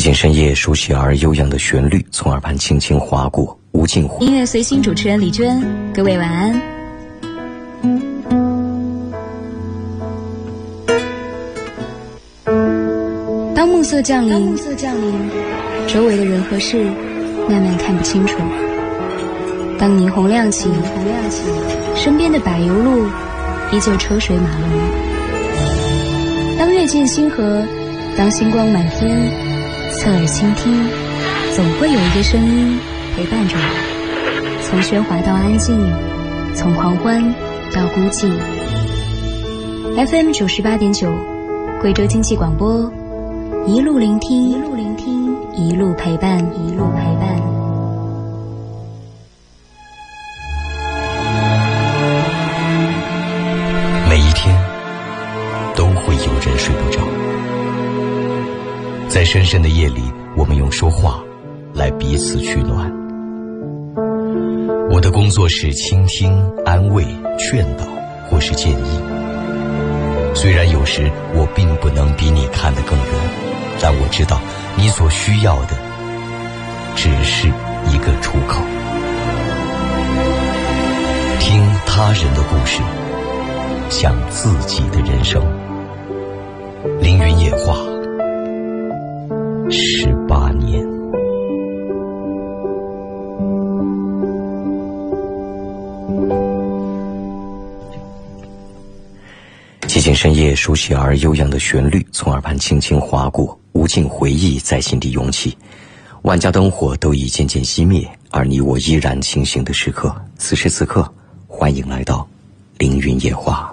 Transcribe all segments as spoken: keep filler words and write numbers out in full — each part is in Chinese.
近深夜，熟悉而悠扬的旋律从耳畔轻轻划过，无尽湖。 音乐随心主持人李娟，各位晚安。当暮色降临，暮色降临，周围的人和事慢慢看不清楚。当霓虹亮起，霓虹亮起，身边的柏油路依旧车水马龙。当月见星河，当星光满天，侧耳倾听，总会有一个声音陪伴着我，从喧哗到安静，从狂欢到孤寂。 F M 九十八点九，贵州经济广播，一路聆听，一路聆听，一路陪伴，一路陪伴。 每一天都会有人睡不着，在深深的夜里，我们用说话来彼此取暖。我的工作是倾听、安慰、劝导或是建议。虽然有时我并不能比你看得更远，但我知道你所需要的只是一个出口。听他人的故事，想自己的人生。凌云野话十八年。寂静深夜，熟悉而悠扬的旋律从耳畔轻轻划过，无尽回忆在心底涌起。万家灯火都已渐渐熄灭，而你我依然清醒的时刻。此时此刻，欢迎来到凌云野话。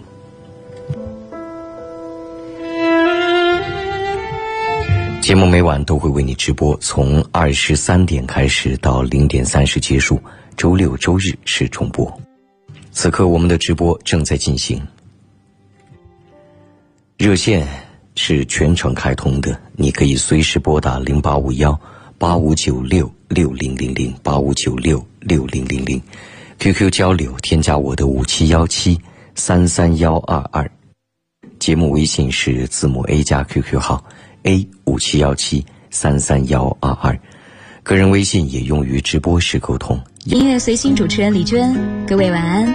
节目每晚都会为你直播，从二十三点开始到零点三十结束，周六周日是重播。此刻我们的直播正在进行，热线是全程开通的，你可以随时拨打零八五幺八五九六六零零零八五九六六零零零 Q Q 交流添加我的五七幺七三三幺二二，节目微信是字母 A 加 Q Q 号 A 五七幺七三三幺二二，个人微信也用于直播时沟通。 音乐随心主持人李娟，各位晚安。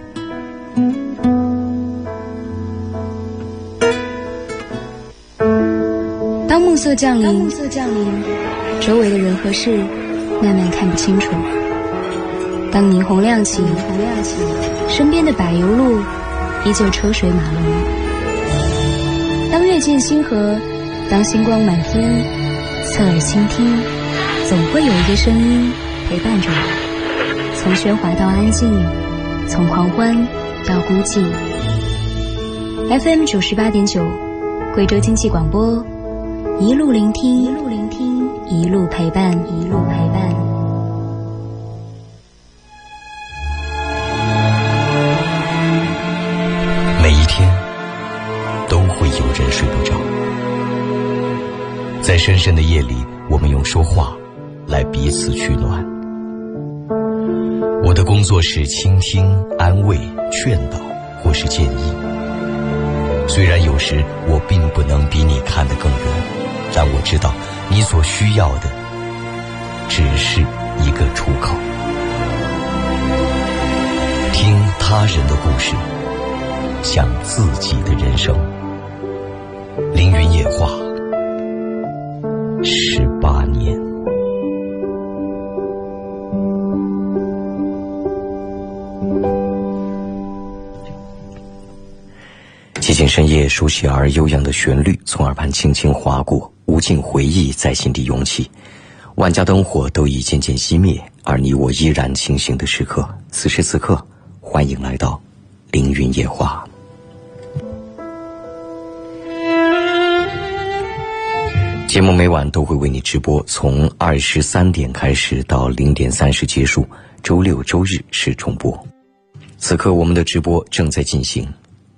当暮色降临，暮色降临，周围的人和事慢慢看不清楚。当霓虹亮起，霓虹亮起，身边的柏油路依旧车水马龙。当月见星河，当星光满天，侧耳倾听，总会有一个声音陪伴着我，从喧哗到安静，从狂欢到孤寂。F M 九十八点九，贵州经济广播，一路聆听，一路聆听，一路陪伴，一路陪伴。 每一天都会有人睡不着，在深深的夜里，我们用说话来彼此取暖。我的工作是倾听、安慰、劝导或是建议。虽然有时我并不能比你看得更远，但我知道你所需要的只是一个出口。听他人的故事，想自己的人生。凌云野话十八年。寂静深夜，熟悉而悠扬的旋律从耳畔轻轻划过，无尽回忆在心底涌起。万家灯火都已渐渐熄灭，而你我依然清醒的时刻。此时此刻，欢迎来到凌云野话。节目每晚都会为你直播，从二十三点开始到零点三十结束，周六周日是重播。此刻我们的直播正在进行，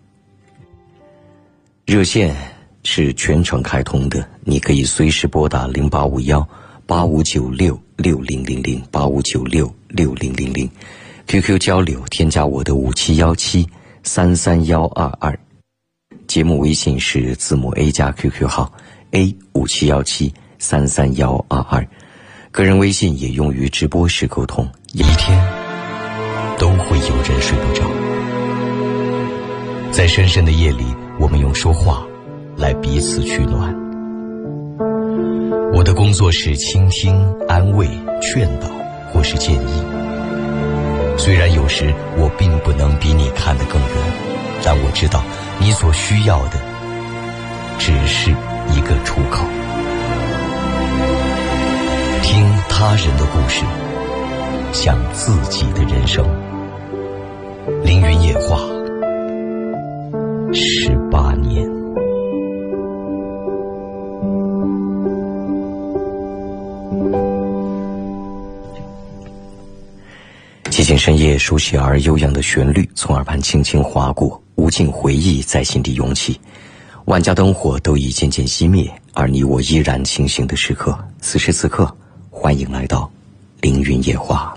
热线是全程开通的，你可以随时拨打零八五幺八五九六六零零零八五九六六零零零 Q Q 交流添加我的五七幺七三三幺二二，节目微信是字母 A 加 Q Q 号 A 五七幺七三三幺二二，个人微信也用于直播时沟通。一天都会有人睡不着，在深深的夜里，我们用说话来彼此取暖。我的工作是倾听、安慰、劝导或是建议。虽然有时我并不能比你看得更远，但我知道你所需要的只是一个出口。听他人的故事，想自己的人生。凌云夜话，十八年。寂静深夜，熟悉而悠扬的旋律从耳畔轻轻划过，无尽回忆在心底涌起。万家灯火都已渐渐熄灭，而你我依然清醒的时刻。此时此刻，欢迎来到凌云夜话。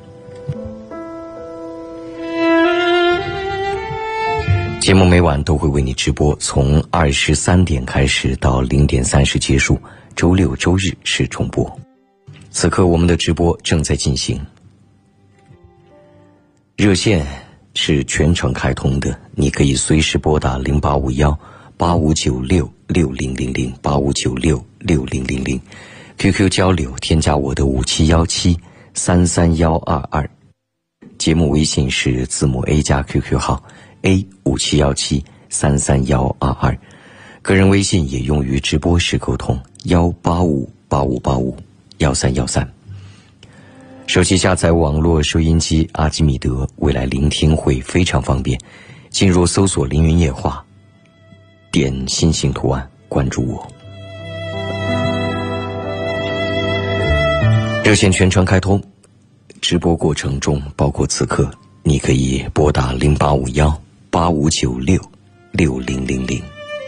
节目每晚都会为你直播，从二十三点开始到零点三十结束，周六周日是重播。此刻我们的直播正在进行，热线是全程开通的，你可以随时拨打零八五幺八五九六六零零零八五九六六零零零。Q Q 交流，添加我的五七幺七三三幺二二。节目微信是字母 A 加 Q Q 号 A 五七幺七三三幺二二。个人微信也用于直播时沟通，幺八五八五八五幺三幺三。手机下载网络收音机阿基米德，未来聆听会非常方便。进入搜索凌云夜话，点心形图案关注我。热线全程开通，直播过程中包括此刻，你可以拨打零八五幺八五九六六零零零。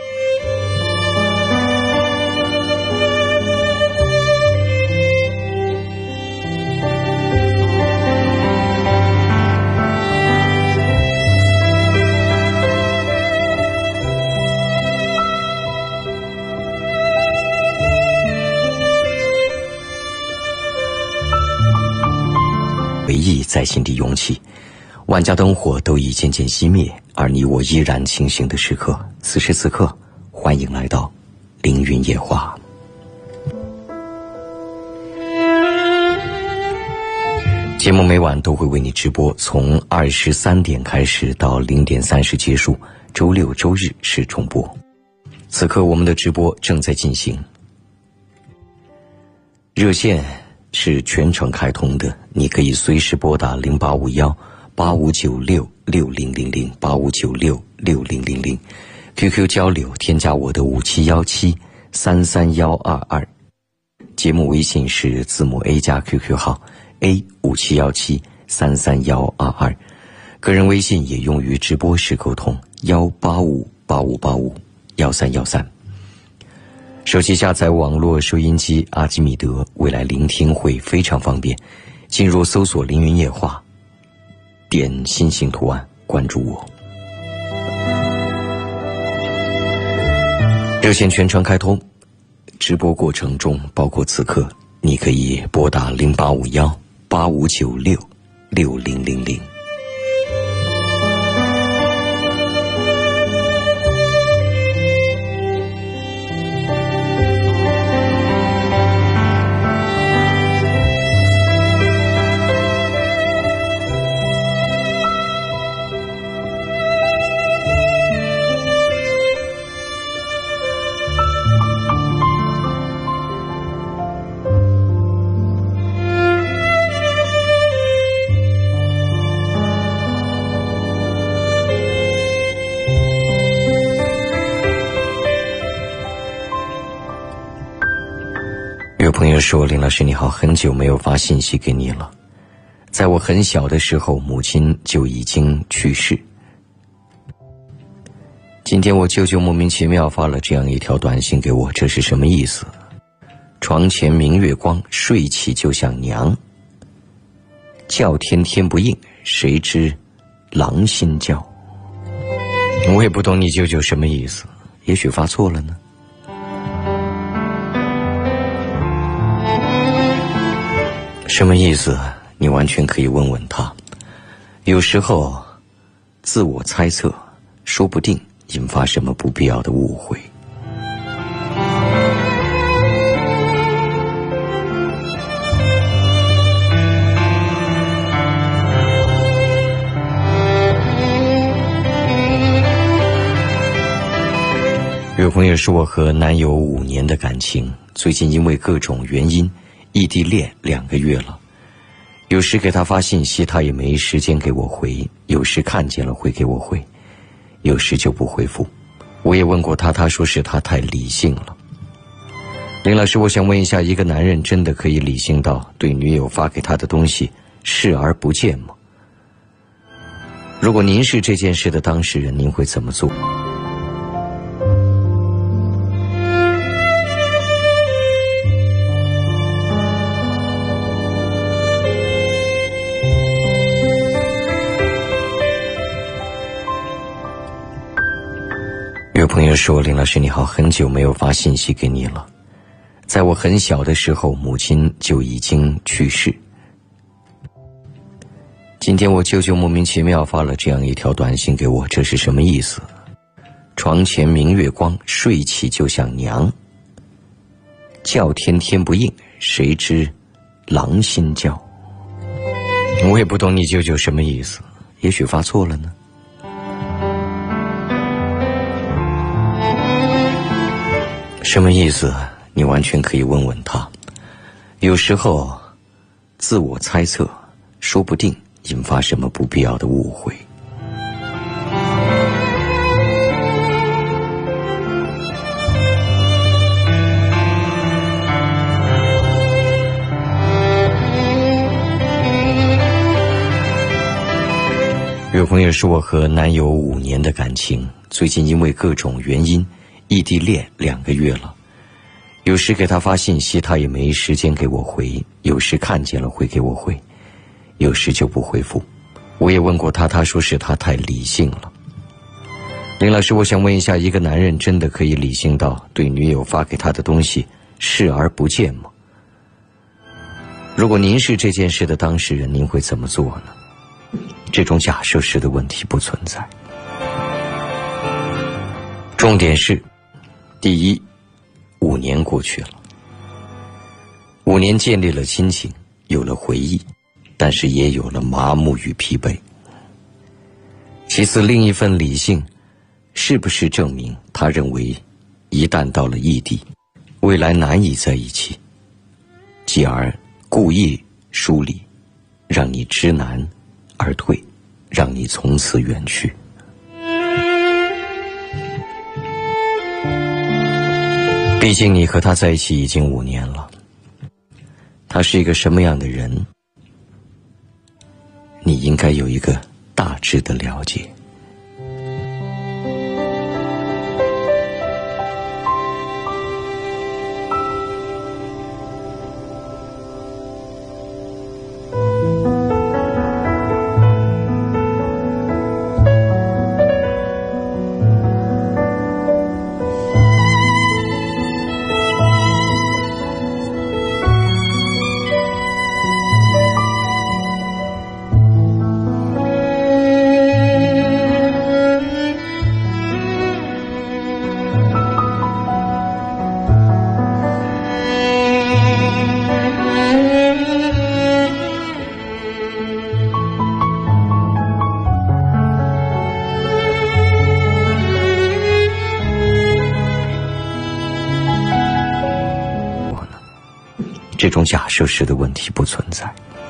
回忆在心底涌起，万家灯火都已渐渐熄灭，而你我依然清醒的时刻。此时此刻，欢迎来到凌云夜话。节目每晚都会为你直播，从二十三点开始到零点三十结束，周六周日是重播。此刻我们的直播正在进行，热线是全程开通的，你可以随时拨打零八五幺八五九六六零零零八五九六六零零零。Q Q 交流，添加我的五七幺七三三幺二二。节目微信是字母 A 加 Q Q 号 A 五七幺七三三幺二二。个人微信也用于直播时沟通，幺八五八五八五幺三幺三。手机下载网络收音机阿基米德，未来聆听会非常方便。进入搜索凌云夜话，点心形图案关注我。热线全程开通，直播过程中包括此刻，你可以拨打零八五幺八五九六六零零零。有朋友说，林老师你好，很久没有发信息给你了。在我很小的时候，母亲就已经去世。今天我舅舅莫名其妙发了这样一条短信给我，这是什么意思？床前明月光，睡起就像娘。叫天天不应，谁知狼心叫。我也不懂你舅舅什么意思，也许发错了呢。 什么意思？你完全可以问问他。有时候，自我猜测说不定引发什么不必要的误会。有朋友说，我和男友五年的感情，最近因为各种原因异地恋两个月了。有时给他发信息，他也没时间给我回；有时看见了会给我回，有时就不回复。我也问过他，他说是他太理性了。林老师，我想问一下，一个男人真的可以理性到对女友发给他的东西视而不见吗？如果您是这件事的当事人，您会怎么做？有朋友说，林老师你好，很久没有发信息给你了。在我很小的时候，母亲就已经去世。今天我舅舅莫名其妙发了这样一条短信给我，这是什么意思？床前明月光，睡起就想娘。叫天天不应，谁知狼心叫。我也不懂你舅舅什么意思，也许发错了呢。什么意思？你完全可以问问他。有时候，自我猜测说不定引发什么不必要的误会。有朋友说，我和男友五年的感情，最近因为各种原因异地恋两个月了。有时给他发信息，他也没时间给我回；有时看见了会给我回，有时就不回复。我也问过他，他说是他太理性了。林老师，我想问一下，一个男人真的可以理性到对女友发给他的东西视而不见吗？如果您是这件事的当事人，您会怎么做呢？这种假设式的问题不存在。重点是，第一，五年过去了，五年建立了亲情，有了回忆，但是也有了麻木与疲惫。其次，另一份理性，是不是证明他认为，一旦到了异地，未来难以在一起，继而故意疏离，让你知难而退，让你从此远去。毕竟你和他在一起已经五年了，他是一个什么样的人，你应该有一个大致的了解。这种假设式的问题不存在。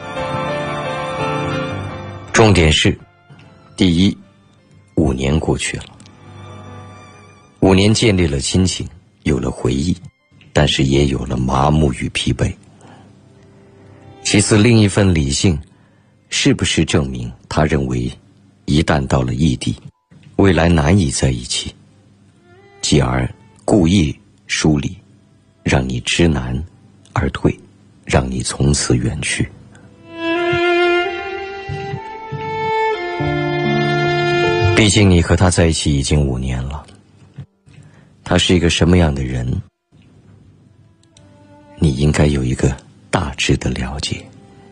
重点是，第一，五年过去了，五年建立了亲情，有了回忆，但是也有了麻木与疲惫。其次，另一份理性，是不是证明他认为，一旦到了异地，未来难以在一起，继而故意疏离，让你知难而退，让你从此远去。毕竟你和他在一起已经五年了，他是一个什么样的人，你应该有一个大致的了解。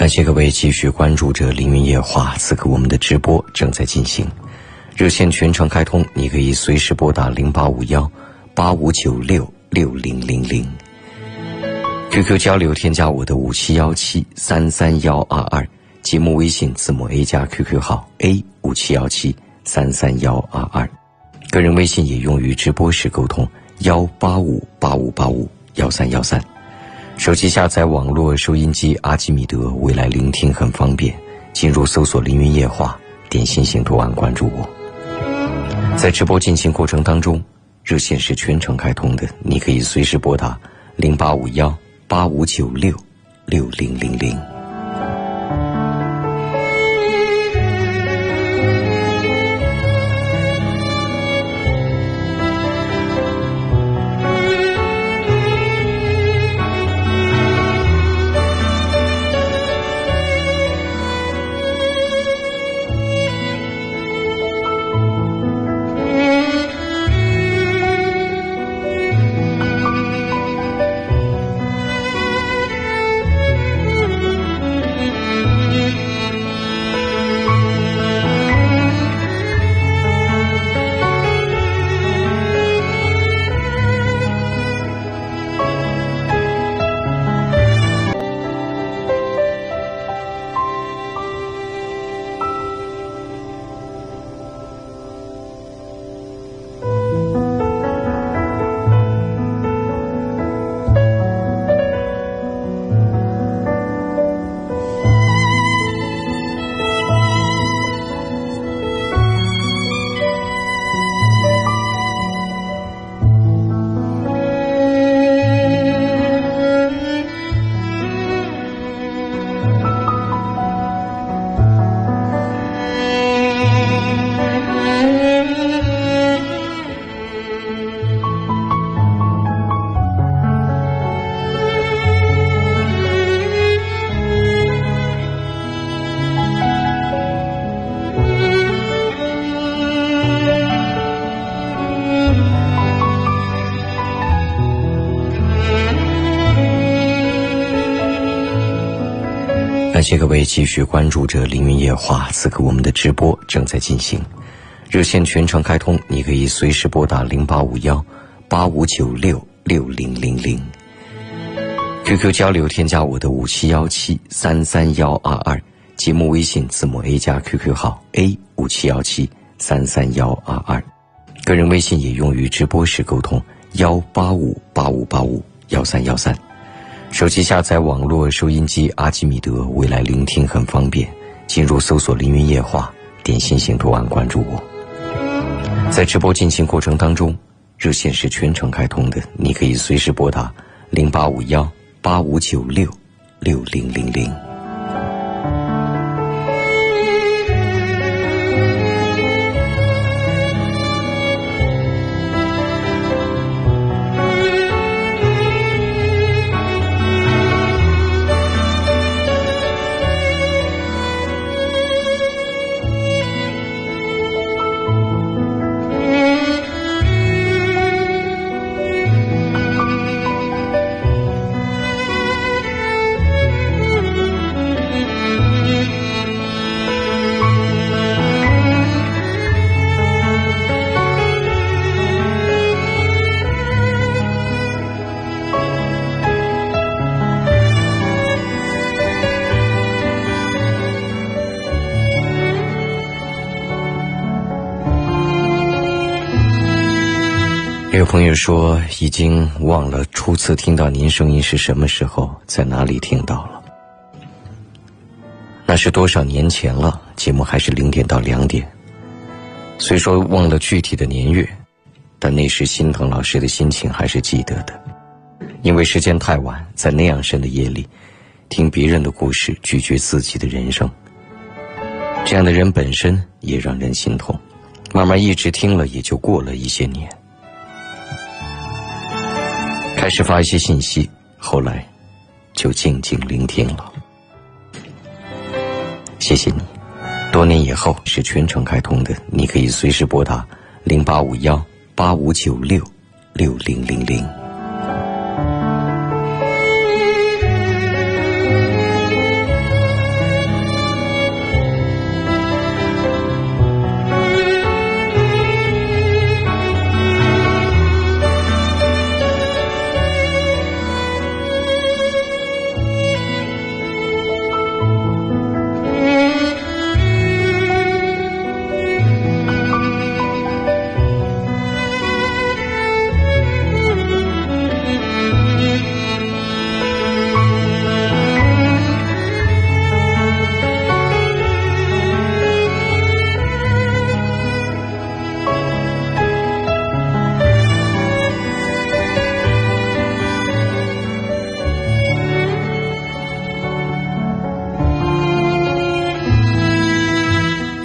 感谢各位继续关注着凌云夜话，此刻我们的直播正在进行，热线全程开通，你可以随时拨打零八五幺八五九六六零零零。Q Q 交流添加我的五七幺七三三幺二二，节目微信字母 A 加 Q Q 号 A 五七幺七三三幺二二，个人微信也用于直播时沟通幺八五八五八五幺三幺三。手机下载网络收音机阿基米德，未来聆听很方便，进入搜索凌云夜话，点星星图案关注我。在直播进行过程当中，热线是全程开通的，你可以随时拨打零八五幺八五九六六零零零。感谢各位继续关注着凌云夜话，此刻我们的直播正在进行，热线全程开通，你可以随时拨打零八五幺八五九六六零零零。Q Q 交流添加我的五七幺七三三幺二二，节目微信字母 A 加 Q Q 号 A 五七幺七三三幺二二，个人微信也用于直播时沟通幺八五八五八五幺三幺三。手机下载网络收音机阿基米德，未来聆听很方便，进入搜索凌云夜话，点星星图案关注我。在直播进行过程当中，热线是全程开通的，你可以随时拨打零八五幺八五九六六零零零。有朋友说已经忘了初次听到您声音是什么时候，在哪里听到了。那是多少年前了，节目还是零点到两点。虽说忘了具体的年月，但那时心疼老师的心情还是记得的。因为时间太晚，在那样深的夜里，听别人的故事，咀嚼自己的人生。这样的人本身也让人心痛。慢慢一直听了，也就过了一些年。开始发一些信息，后来就静静聆听了。谢谢你。多年以后是全程开通的，你可以随时拨打零八五幺八五九六六零零零。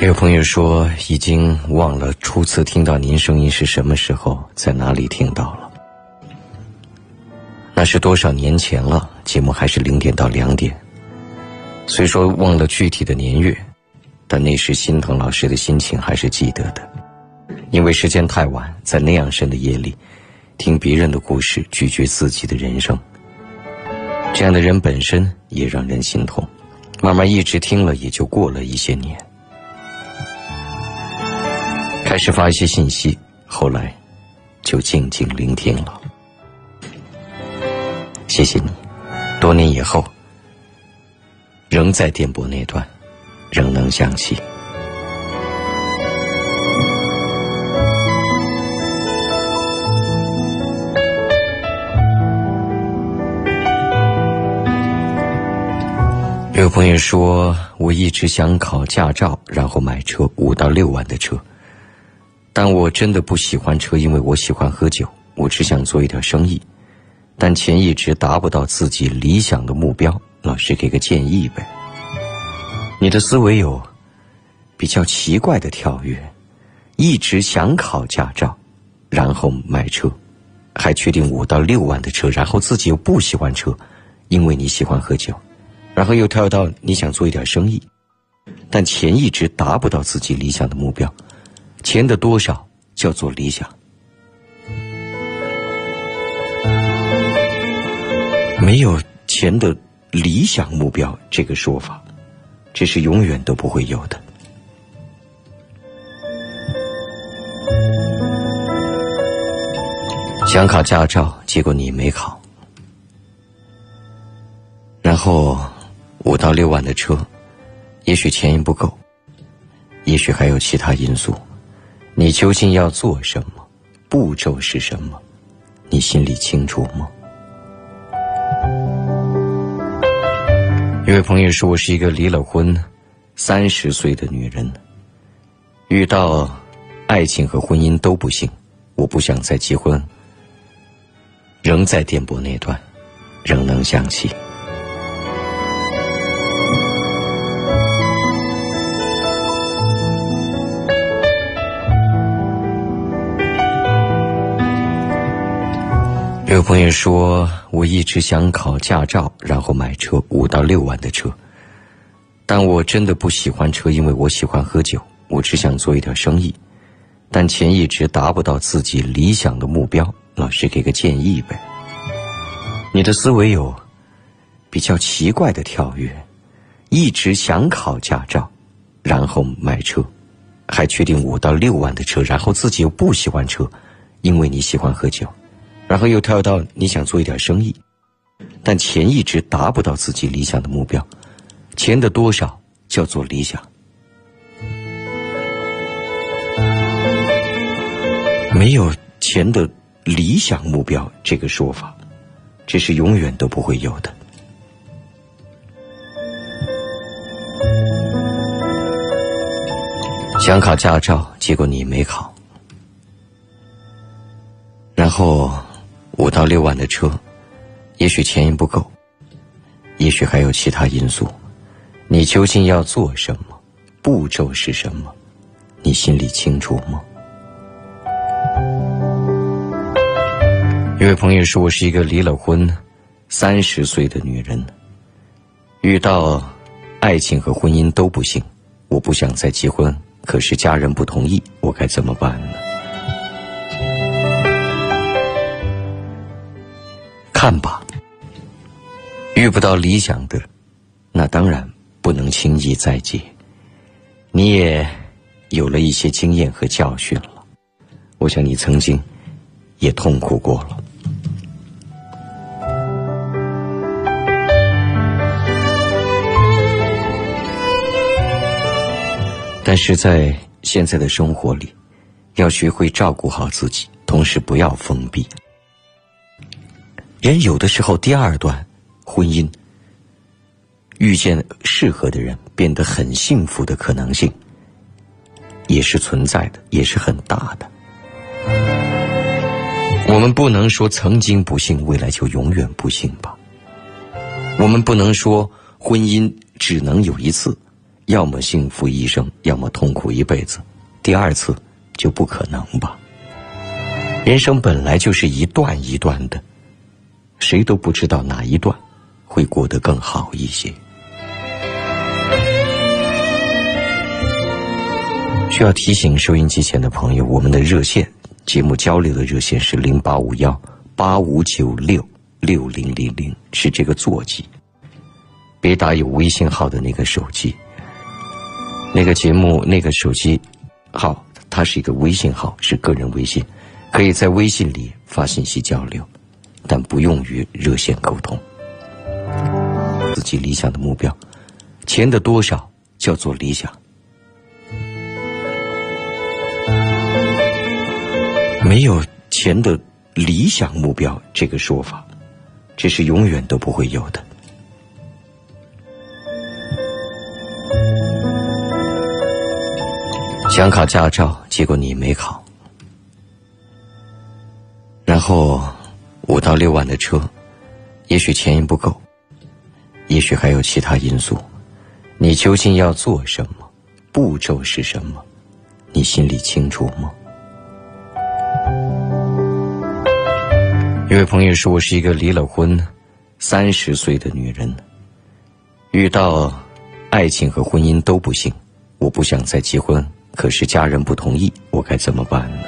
有朋友说已经忘了初次听到您声音是什么时候，在哪里听到了。那是多少年前了，节目还是零点到两点。虽说忘了具体的年月，但那时心疼老师的心情还是记得的。因为时间太晚，在那样深的夜里听别人的故事，咀嚼自己的人生，这样的人本身也让人心痛。慢慢一直听了，也就过了一些年，开始发一些信息，后来就静静聆听了。谢谢你，多年以后仍在电波那端，仍能想起。有朋友说，我一直想考驾照，然后买车，五到六万的车。但我真的不喜欢车，因为我喜欢喝酒，我只想做一点生意，但钱一直达不到自己理想的目标。老师给个建议呗。你的思维有比较奇怪的跳跃，一直想考驾照，然后买车，还确定五到六万的车，然后自己又不喜欢车，因为你喜欢喝酒。然后又跳到你想做一点生意，但钱一直达不到自己理想的目标。钱的多少叫做理想？没有钱的理想目标这个说法，这是永远都不会有的。想考驾照，结果你没考，然后五到六万的车，也许钱也不够，也许还有其他因素。你究竟要做什么？步骤是什么？你心里清楚吗？有位朋友说，我是一个离了婚三十岁的女人，遇到爱情和婚姻都不行，我不想再结婚，仍在电波那端，仍能想起。有朋友说，我一直想考驾照，然后买车，五到六万的车。但我真的不喜欢车，因为我喜欢喝酒，我只想做一点生意，但钱一直达不到自己理想的目标。老师给个建议呗。你的思维有比较奇怪的跳跃，一直想考驾照，然后买车，还确定五到六万的车，然后自己又不喜欢车，因为你喜欢喝酒。然后又跳到你想做一点生意，但钱一直达不到自己理想的目标。钱的多少叫做理想？没有钱的理想目标这个说法，这是永远都不会有的。想考驾照，结果你没考，然后五到六万的车，也许钱也不够，也许还有其他因素。你究竟要做什么？步骤是什么？你心里清楚吗？有位朋友说，我是一个离了婚三十岁的女人，遇到爱情和婚姻都不行，我不想再结婚，可是家人不同意，我该怎么办呢？看吧，遇不到理想的，那当然不能轻易再结。你也有了一些经验和教训了，我想你曾经也痛苦过了。但是在现在的生活里，要学会照顾好自己，同时不要封闭。人有的时候第二段婚姻遇见适合的人，变得很幸福的可能性也是存在的，也是很大的。我们不能说曾经不幸，未来就永远不幸吧。我们不能说婚姻只能有一次， 要么幸福一生，要么痛苦一辈子，第二次就不可能吧。人生本来就是一段一段的，谁都不知道哪一段会过得更好一些。需要提醒收音机前的朋友，我们的热线节目交流的热线是零八五幺八五九六六零零零，是这个座机，别打有微信号的那个手机。那个节目那个手机号它是一个微信号，是个人微信，可以在微信里发信息交流，但不用于热线沟通。自己理想的目标，钱的多少叫做理想？没有钱的理想目标这个说法，这是永远都不会有的。想考驾照，结果你没考，然后五到六万的车，也许钱也不够，也许还有其他因素，你究竟要做什么？步骤是什么？你心里清楚吗？一位朋友说，我是一个离了婚三十岁的女人，遇到爱情和婚姻都不行，我不想再结婚，可是家人不同意，我该怎么办呢？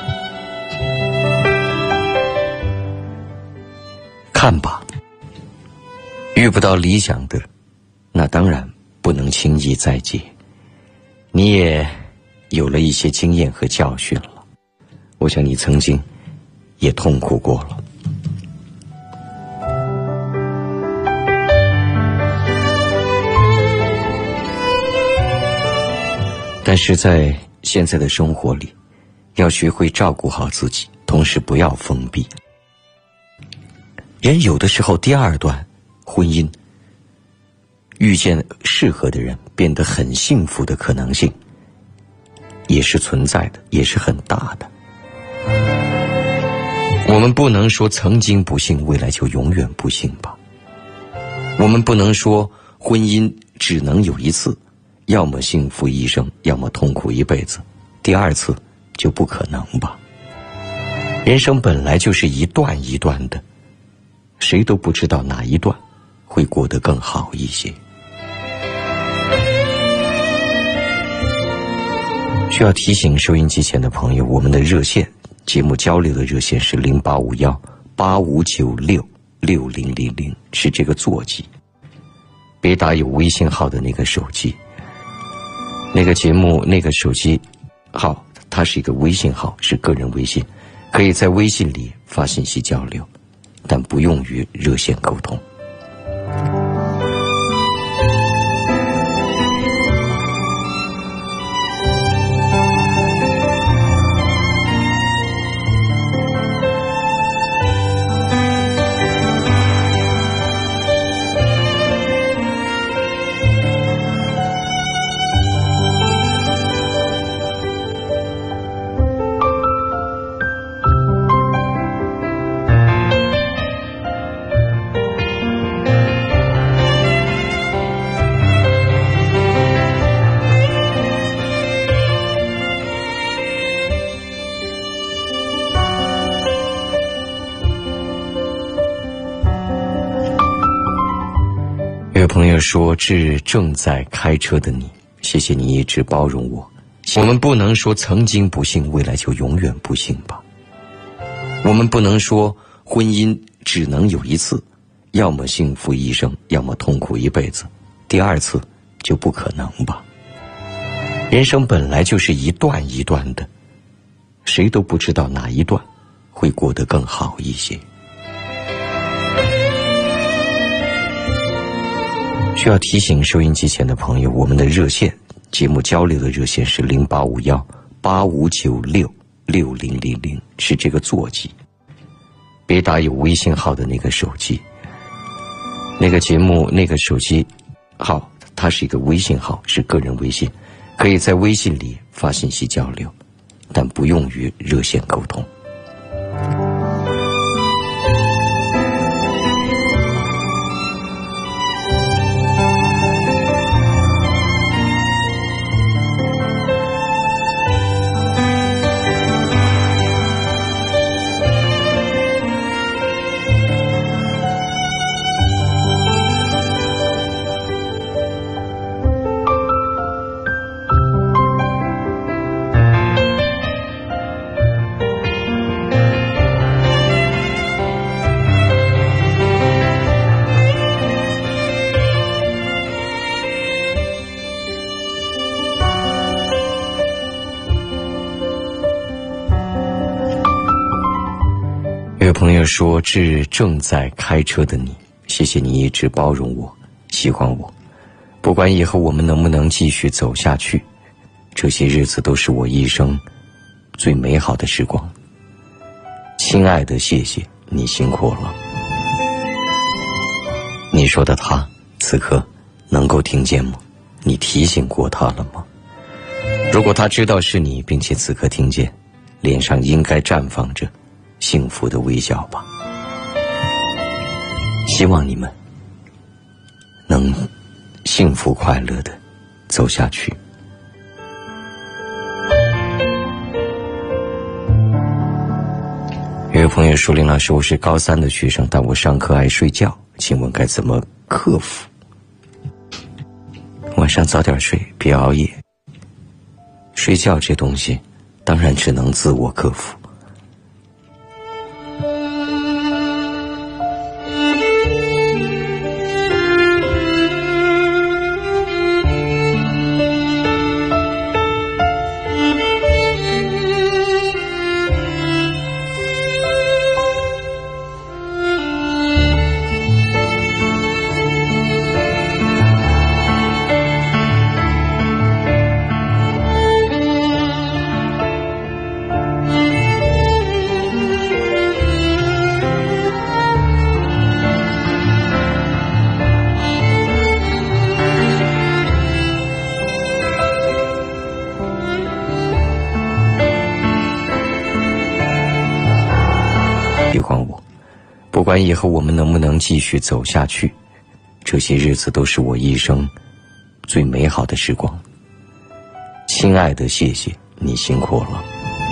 看吧，遇不到理想的，那当然不能轻易再结，你也有了一些经验和教训了，我想你曾经也痛苦过了。但是在现在的生活里，要学会照顾好自己，同时不要封闭。人有的时候第二段婚姻遇见适合的人，变得很幸福的可能性也是存在的，也是很大的。我们不能说曾经不幸，未来就永远不幸吧。我们不能说婚姻只能有一次，要么幸福一生，要么痛苦一辈子，第二次就不可能吧。人生本来就是一段一段的，谁都不知道哪一段会过得更好一些。需要提醒收音机前的朋友，我们的热线节目交流的热线是零八五幺八五九六六零零零，是这个座机，别打有微信号的那个手机。那个节目那个手机号它是一个微信号，是个人微信，可以在微信里发信息交流，但不用于热线沟通。有朋友说，致正在开车的你，谢谢你一直包容我。我们不能说曾经不幸，未来就永远不幸吧。我们不能说婚姻只能有一次，要么幸福一生，要么痛苦一辈子，第二次就不可能吧。人生本来就是一段一段的，谁都不知道哪一段会过得更好一些。需要提醒收音机前的朋友，我们的热线节目交流的热线是零八五幺八五九六六零零零，是这个座机，别打有微信号的那个手机。那个节目那个手机号它是一个微信号，是个人微信，可以在微信里发信息交流，但不用于热线沟通。 朋友说，致正在开车的你，谢谢你一直包容我，喜欢我，不管以后我们能不能继续走下去，这些日子都是我一生最美好的时光。亲爱的，谢谢你辛苦了。你说的他此刻能够听见吗？你提醒过他了吗？如果他知道是你，并且此刻听见，脸上应该绽放着幸福的微笑吧。希望你们能幸福快乐的走下去。有位朋友说，林老师，我是高三的学生，但我上课爱睡觉，请问该怎么克服？晚上早点睡，别熬夜。睡觉这东西当然只能自我克服。喜欢我，不管以后我们能不能继续走下去，这些日子都是我一生最美好的时光。亲爱的，谢谢你辛苦了。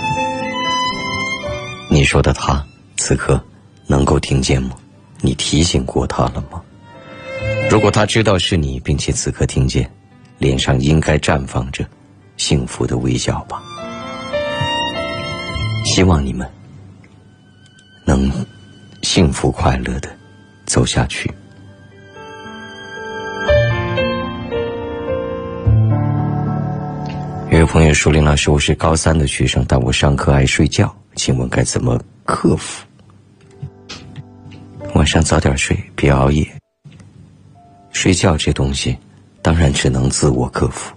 你说的他此刻能够听见吗？你提醒过他了吗？如果他知道是你，并且此刻听见，脸上应该绽放着幸福的微笑吧。希望你们能幸福快乐的走下去。有位朋友说，林老师，我是高三的学生，但我上课爱睡觉，请问该怎么克服？晚上早点睡，别熬夜。睡觉这东西当然只能自我克服。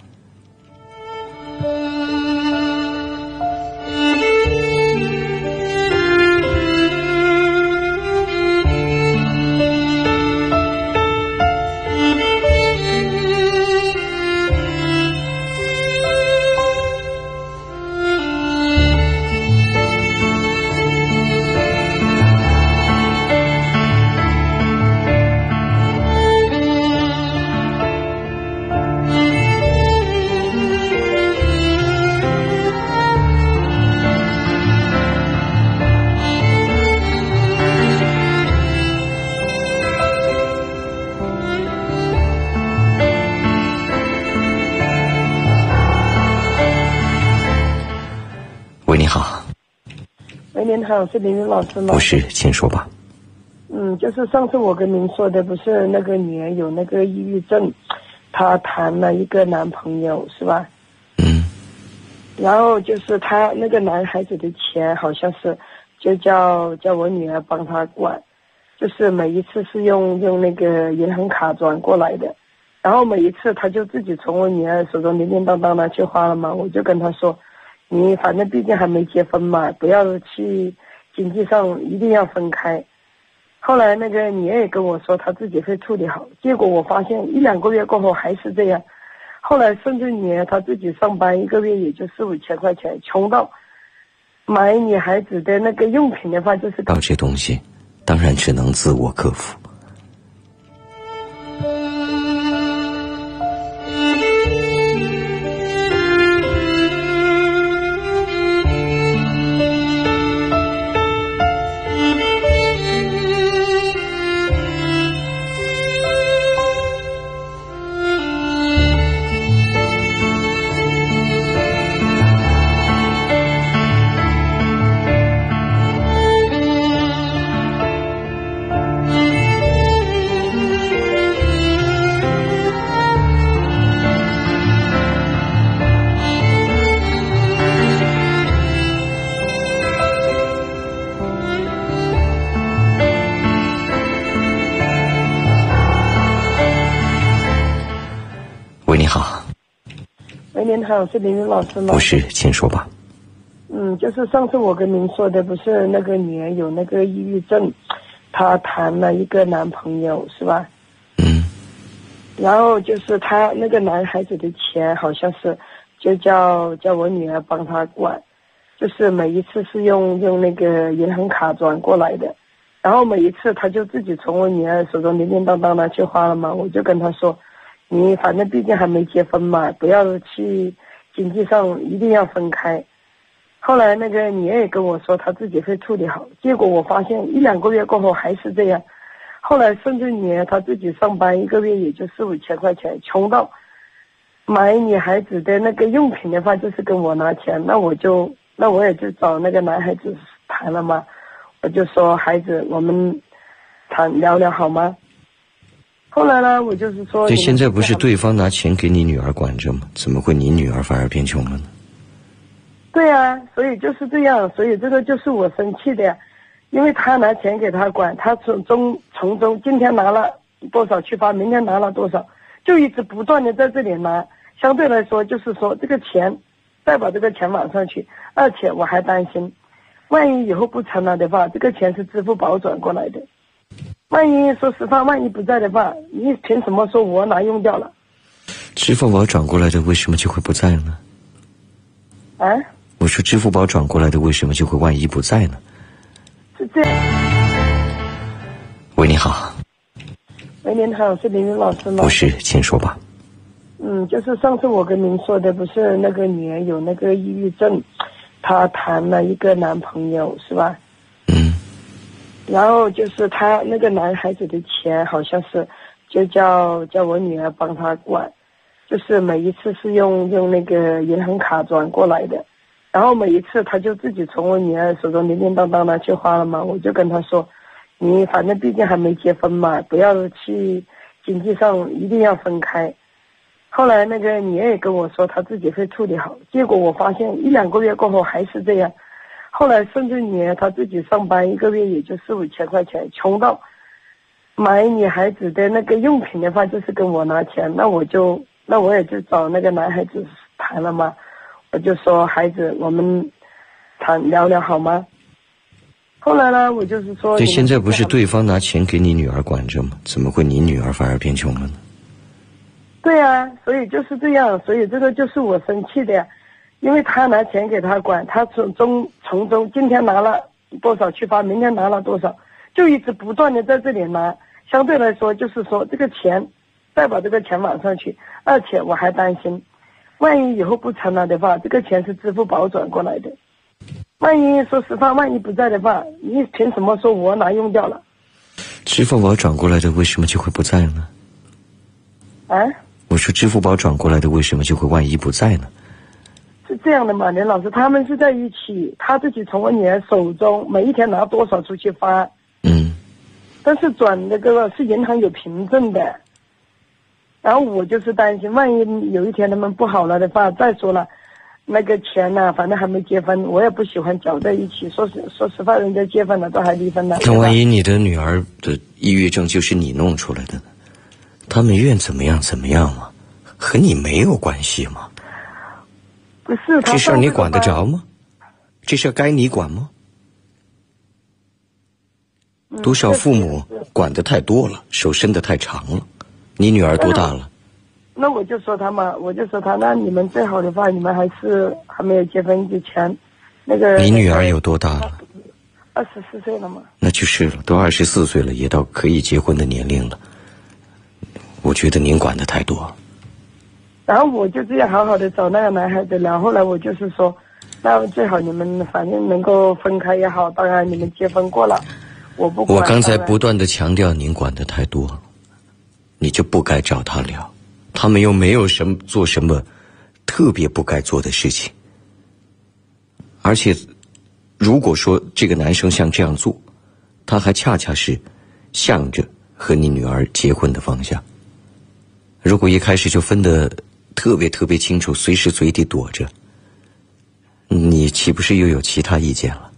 喂，你好。 喂，您好，是林林老师吗？ 不是，请说吧。 嗯，就是上次我跟您说的，不是那个女儿有那个抑郁症，她谈了一个男朋友，是吧？ 嗯。 然后就是她那个男孩子的钱，好像是就叫叫我女儿帮他管，就是每一次是用用那个银行卡转过来的，然后每一次他就自己从我女儿手中叮叮当当的去花了嘛，我就跟他说，你反正毕竟还没结婚嘛，不要去经济上一定要分开。后来那个女儿也跟我说她自己会处理好，结果我发现一两个月过后还是这样。后来甚至女儿她自己上班，一个月也就四五千块钱，穷到买女孩子的那个用品的话就是到这东西当然只能自我克服。 你好。 喂，您好，是林云老师吗？ 不是，请说吧。 嗯，就是上次我跟您说的，不是那个女儿有那个抑郁症，她谈了一个男朋友，是吧？ 嗯。 然后就是她那个男孩子的钱，好像是就叫叫我女儿帮他管，就是每一次是用用那个银行卡转过来的，然后每一次他就自己从我女儿手中叮叮当当的去花了嘛，我就跟他说，你反正毕竟还没结婚嘛，不要去经济上一定要分开。后来那个女儿也跟我说她自己会处理好，结果我发现一两个月过后还是这样。后来甚至女儿她自己上班一个月也就四五千块钱，穷到买女孩子的那个用品的话就是跟我拿钱，那我就那我也就找那个男孩子谈了嘛，我就说孩子我们谈聊聊好吗？后来呢我就是说， 对，现在不是对方拿钱给你女儿管着吗？怎么会你女儿反而变穷了呢？ 对啊，所以就是这样，所以这个就是我生气的呀，因为他拿钱给他管，他从中从中今天拿了多少去发，明天拿了多少，就一直不断的在这里拿，相对来说就是说这个钱再把这个钱往上去，而且我还担心万一以后不成了的话，这个钱是支付宝转过来的，万一说实话万一不在的话，你凭什么说我拿用掉了？ 支付宝转过来的为什么就会不在呢？ 啊？ 我说支付宝转过来的为什么就会万一不在呢？ 是这样。 喂，你好。 喂，您好，是林云老师吗？ 不是，请说吧。 嗯，就是上次我跟您说的，不是那个女儿有那个抑郁症，她谈了一个男朋友，是吧？ 嗯。 然后就是她那个男孩子的钱，好像是就叫叫我女儿帮他管，就是每一次是用用那个银行卡转过来的，然后每一次他就自己从我女儿手中叮叮当当的去花了嘛，我就跟他说，你反正毕竟还没结婚嘛，不要去经济上一定要分开。后来那个女儿也跟我说她自己会处理好，结果我发现一两个月过后还是这样。后来甚至女儿她自己上班一个月也就四五千块钱，穷到买女孩子的那个用品的话就是跟我拿钱，那我就那我也就找那个男孩子谈了嘛，我就说孩子我们谈聊聊好吗？后来呢我就是说， 对，现在不是对方拿钱给你女儿管着吗？怎么会你女儿反而变穷了呢？ 对啊，所以就是这样，所以这个就是我生气的呀，因为他拿钱给他管，他从中从中今天拿了多少去发，明天拿了多少，就一直不断的在这里拿，相对来说就是说这个钱再把这个钱往上去，而且我还担心万一以后不成了的话，这个钱是支付宝转过来的，万一说实话万一不在的话，你凭什么说我拿用掉了？ 支付宝转过来的为什么就会不在呢？ 啊？ 我说支付宝转过来的为什么就会万一不在呢？ 是这样的嘛，林老师，他们是在一起，他自己从我女儿手中每一天拿多少出去发， 嗯， 但是转那个是银行有凭证的，然后我就是担心万一有一天他们不好了的话，再说了那个钱呢、啊，反正还没结婚，我也不喜欢搅在一起，说实说实话，人家结婚了都还离婚了。 那万一你的女儿的抑郁症就是你弄出来的呢？他们愿怎么样怎么样嘛，和你没有关系嘛。 不是， 这事儿你管得着吗？这事儿该你管吗？ 嗯、 多少父母管得太多了，手伸得太长了。你女儿多大了？ 那我就说他嘛，我就说他，那你们最好的话，你们还是还没有结婚之前，那个。 你女儿有多大了？ 二十四岁了嘛。 那就是了，都二十四岁了，也到可以结婚的年龄了。我觉得您管得太多。 然后我就这样好好的找那个男孩子聊，后来我就是说，那最好你们反正能够分开也好，当然你们结婚过了，我不管。 我刚才不断的强调您管得太多，你就不该找他聊，他们又没有什么做什么特别不该做的事情。而且如果说这个男生像这样做，他还恰恰是向着和你女儿结婚的方向。如果一开始就分得特别特别清楚，随时随地躲着，你岂不是又有其他意见了？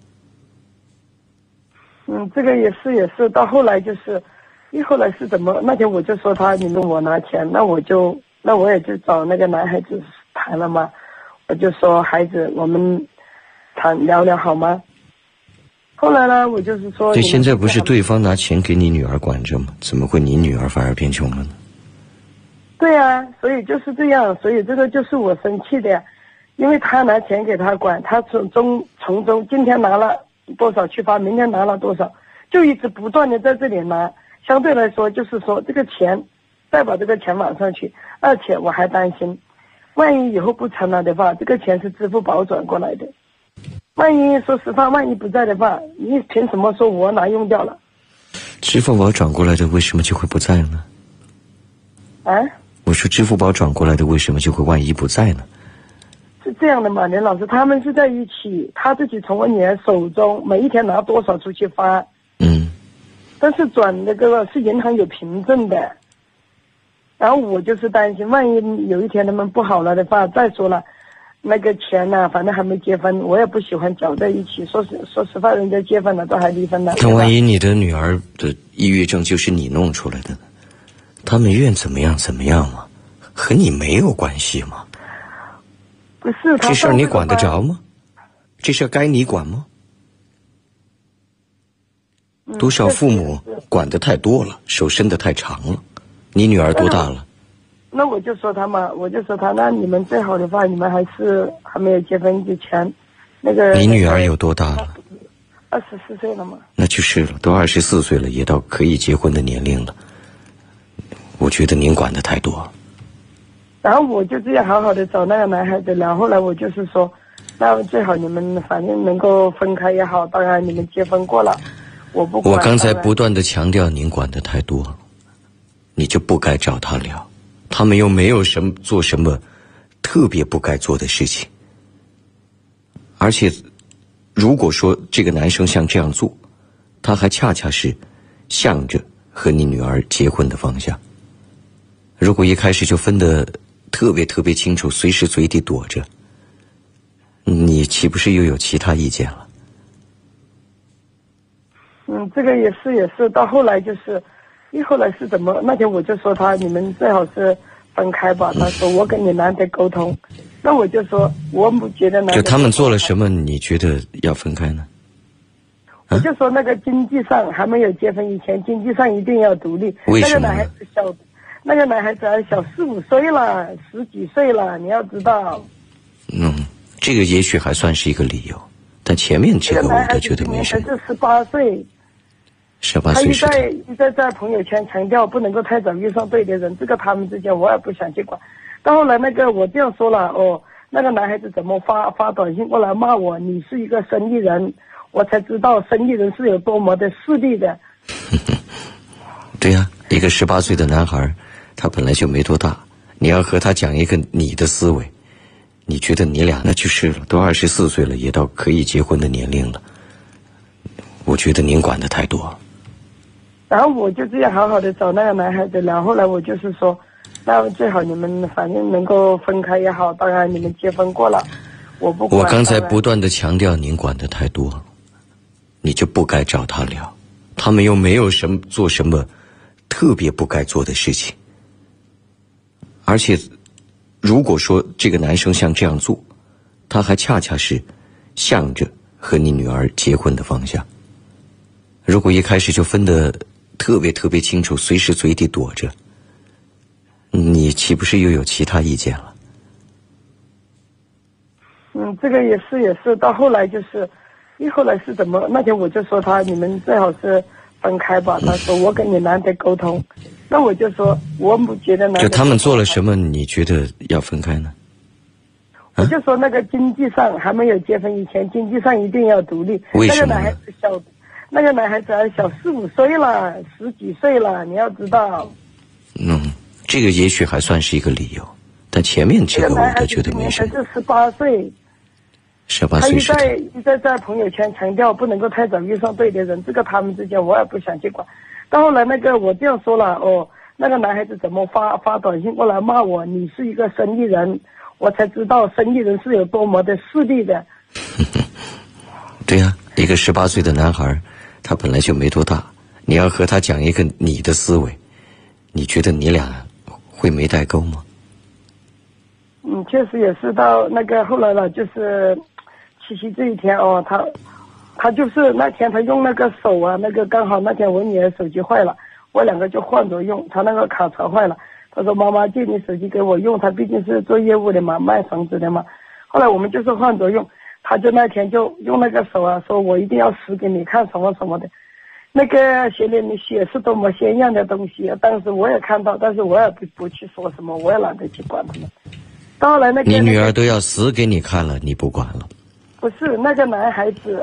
嗯，这个也是也是，到后来就是，一后来是怎么？那天我就说他，你们我拿钱，那我就那。 那我也就找那个男孩子谈了嘛，我就说孩子，我们谈聊聊好吗？后来呢，我就是说， 对，现在不是对方拿钱给你女儿管着吗？怎么会你女儿反而变穷了呢？ 对啊，所以就是这样，所以这个就是我生气的呀，因为他拿钱给他管，他从中从中今天拿了多少去发，明天拿了多少，就一直不断的在这里拿。相对来说，就是说这个钱再把这个钱往上去，而且我还担心，万一以后不成了的话，这个钱是支付宝转过来的，万一说实话，万一不在的话，你凭什么说我拿用掉了？ 支付宝转过来的为什么就会不在呢？ 啊？ 我说支付宝转过来的为什么就会万一不在呢？ 是这样的嘛，连老师他们是在一起，他自己从我女儿手中每一天拿多少出去发， 嗯， 但是转那个是银行有凭证的，然后我就是担心，万一有一天他们不好了的话，再说了，那个钱呢、啊，反正还没结婚，我也不喜欢搅在一起。说实说实话，人家结婚了都还离婚了。 那万一你的女儿的抑郁症就是你弄出来的呢？他们愿怎么样怎么样嘛，和你没有关系嘛。 不是， 这事儿你管得着吗？这事儿该你管吗？ 嗯、 多少父母管得太多了，手伸得太长了。你女儿多大了？ 那我就说他嘛，我就说他，那你们最好的话，你们还是还没有结婚之前，那个。 你女儿有多大了？ 二十四岁了嘛。 那就是了，都二十四岁了，也到可以结婚的年龄了。我觉得您管得太多。 然后我就这样好好的找那个男孩子聊，后来我就是说，那最好你们反正能够分开也好，当然你们结婚过了，我不管。 我刚才不断的强调您管得太多，你就不该找他聊，他们又没有什么做什么特别不该做的事情。而且如果说这个男生像这样做，他还恰恰是向着和你女儿结婚的方向。如果一开始就分得特别特别清楚，随时随地躲着，你岂不是又有其他意见了？ 嗯，这个也是也是，到后来就是，一后来是怎么？那天我就说他，你们最好是分开吧。他说我跟你男的沟通，那我就说我不觉得男的。 就他们做了什么，你觉得要分开呢？ 啊、我就说那个经济上还没有结婚以前，经济上一定要独立。 为什么？ 那个男孩子小。那个男孩子还小四五岁了，十几岁了，你要知道。 嗯，这个也许还算是一个理由，但前面这个我倒觉得没什么。 这十八岁， 十八岁是他一再一再在朋友圈强调不能够太早遇上对的人，这个他们之间我也不想去管。到后来那个我这样说了，哦，那个男孩子怎么发发短信过来骂我？你是一个生意人，我才知道生意人是有多么的势利的。 对呀、啊，一个十八岁的男孩。他本来就没多大，你要和他讲一个你的思维，你觉得你俩那就是了，都二十四岁了，也到可以结婚的年龄了。我觉得您管得太多。 然后我就这样好好的找那个男孩子聊，后来我就是说，那最好你们反正能够分开也好，当然你们结婚过了，我不管。 我刚才不断的强调您管得太多，你就不该找他聊，他们又没有什么做什么特别不该做的事情。而且如果说这个男生像这样做，他还恰恰是向着和你女儿结婚的方向。如果一开始就分得特别特别清楚，随时随地躲着，你岂不是又有其他意见了？ 嗯，这个也是也是，到后来就是，一后来是怎么？那天我就说他，你们最好是分开吧。他说我跟你男的沟通。那我就说，我不觉得男的。 就他们做了什么，你觉得要分开呢？ 我就说那个经济上还没有结婚以前，经济上一定要独立。 为什么？ 那个男孩子小，那个男孩子还小四五岁了，十几岁了，你要知道。 嗯，这个也许还算是一个理由，但前面这个我倒觉得没什么。 这十八岁。 十八岁是。 他一再一再在朋友圈强调不能够太早遇上对的人，这个他们之间我也不想去管。到后来那个我这样说了，哦，那个男孩子怎么发发短信过来骂我？你是一个生意人，我才知道生意人是有多么的势利的。 对呀、啊，一个十八岁的男孩，他本来就没多大，你要和他讲一个你的思维，你觉得你俩会没代沟吗？ 嗯，确实也是到那个后来了，就是七夕这一天哦，他他就是那天他用那个手啊，那个刚好那天我女儿手机坏了，我两个就换着用，他那个卡槽坏了，他说妈妈借你手机给我用，他毕竟是做业务的嘛，卖房子的嘛。后来我们就是换着用，他就那天就用那个手啊，说我一定要死给你看什么什么的。那个写里的血是多么鲜艳的东西啊！当时我也看到，但是我也不不去说什么，我也懒得去管他们。到后来那个你女儿都要死给你看了，你不管了？ 不是那个男孩子，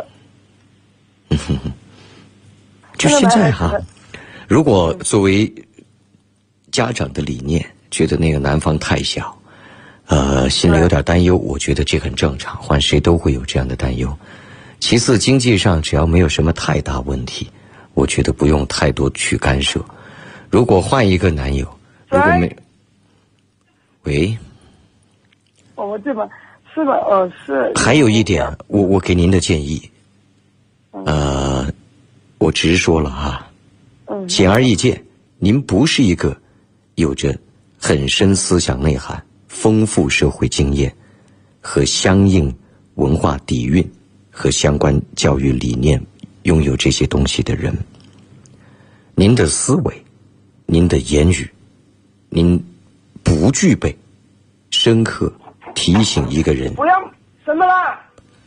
就现在哈，如果作为家长的理念，觉得那个男方太小，呃，心里有点担忧，我觉得这很正常，换谁都会有这样的担忧。其次，经济上只要没有什么太大问题，我觉得不用太多去干涉。如果换一个男友，如果没，喂， 哦，我这边是吧？哦，是。 还有一点，我我给您的建议，呃，我直说了哈， 嗯， 显而易见，您不是一个有着很深思想内涵、丰富社会经验和相应文化底蕴和相关教育理念拥有这些东西的人。您的思维，您的言语，您不具备深刻提醒一个人。 不要什么啦？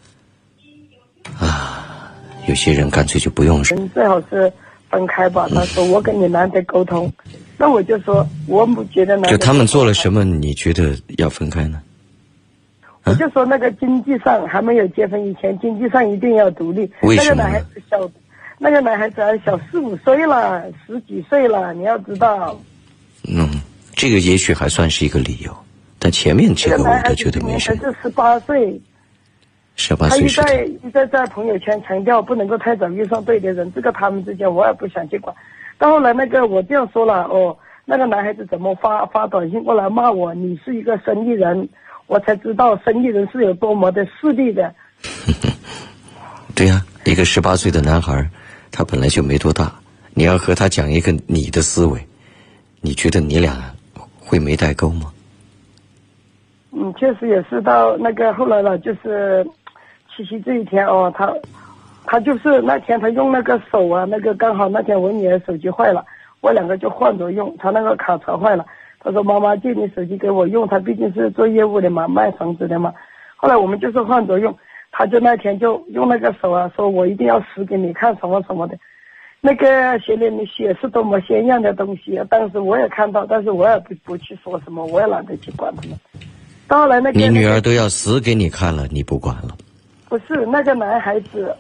啊，有些人干脆就不用说。 嗯，最好是分开吧。他说我跟你男的沟通，那我就说我不觉得男的。 就他们做了什么，你觉得要分开呢？ 我就说那个经济上还没有结婚以前，经济上一定要独立。 为什么呢？ 那个男孩子小，那个男孩子还小四五岁了，十几岁了，你要知道。 嗯，这个也许还算是一个理由，但前面这个我都觉得没什么。 这是十八岁， 十八岁是他一再一再在朋友圈强调不能够太早遇上对的人，这个他们之间我也不想去管。到后来那个我这样说了哦，那个男孩子怎么发发短信过来骂我？你是一个生意人。我才知道生意人是有多么的势利的。 对呀、啊，一个十八岁的男孩，他本来就没多大，你要和他讲一个你的思维，你觉得你俩会没代沟吗？ 嗯，确实也是到那个后来了，就是七夕这一天哦，他他就是那天他用那个手啊，那个刚好那天我女儿手机坏了，我两个就换着用，他那个卡槽坏了。他说妈妈借你手机给我用，他毕竟是做业务的嘛，卖房子的嘛。后来我们就是换着用，他就那天就用那个手啊，说我一定要死给你看什么什么的。那个血里的血是多么鲜艳的东西啊！当时我也看到，但是我也不不去说什么，我也懒得去管他们。到后来那个你女儿都要死给你看了，你不管了？ 不是那个男孩子，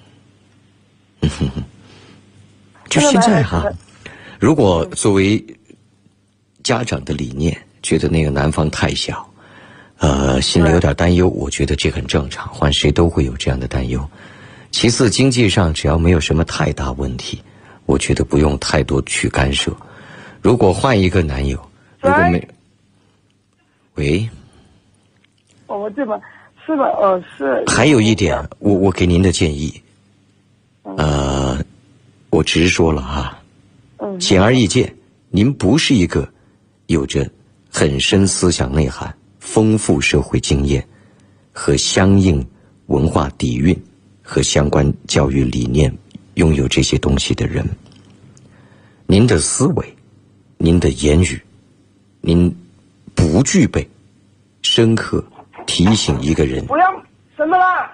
就现在哈，如果作为家长的理念，觉得那个男方太小，呃，心里有点担忧，我觉得这很正常，换谁都会有这样的担忧。其次，经济上只要没有什么太大问题，我觉得不用太多去干涉。如果换一个男友，如果没，喂， 哦，我这边是吧？哦，是。 还有一点，我我给您的建议，呃，我直说了哈， 嗯， 显而易见，您不是一个有着很深思想内涵、丰富社会经验和相应文化底蕴和相关教育理念拥有这些东西的人。您的思维，您的言语，您不具备深刻提醒一个人。 不要什么啦？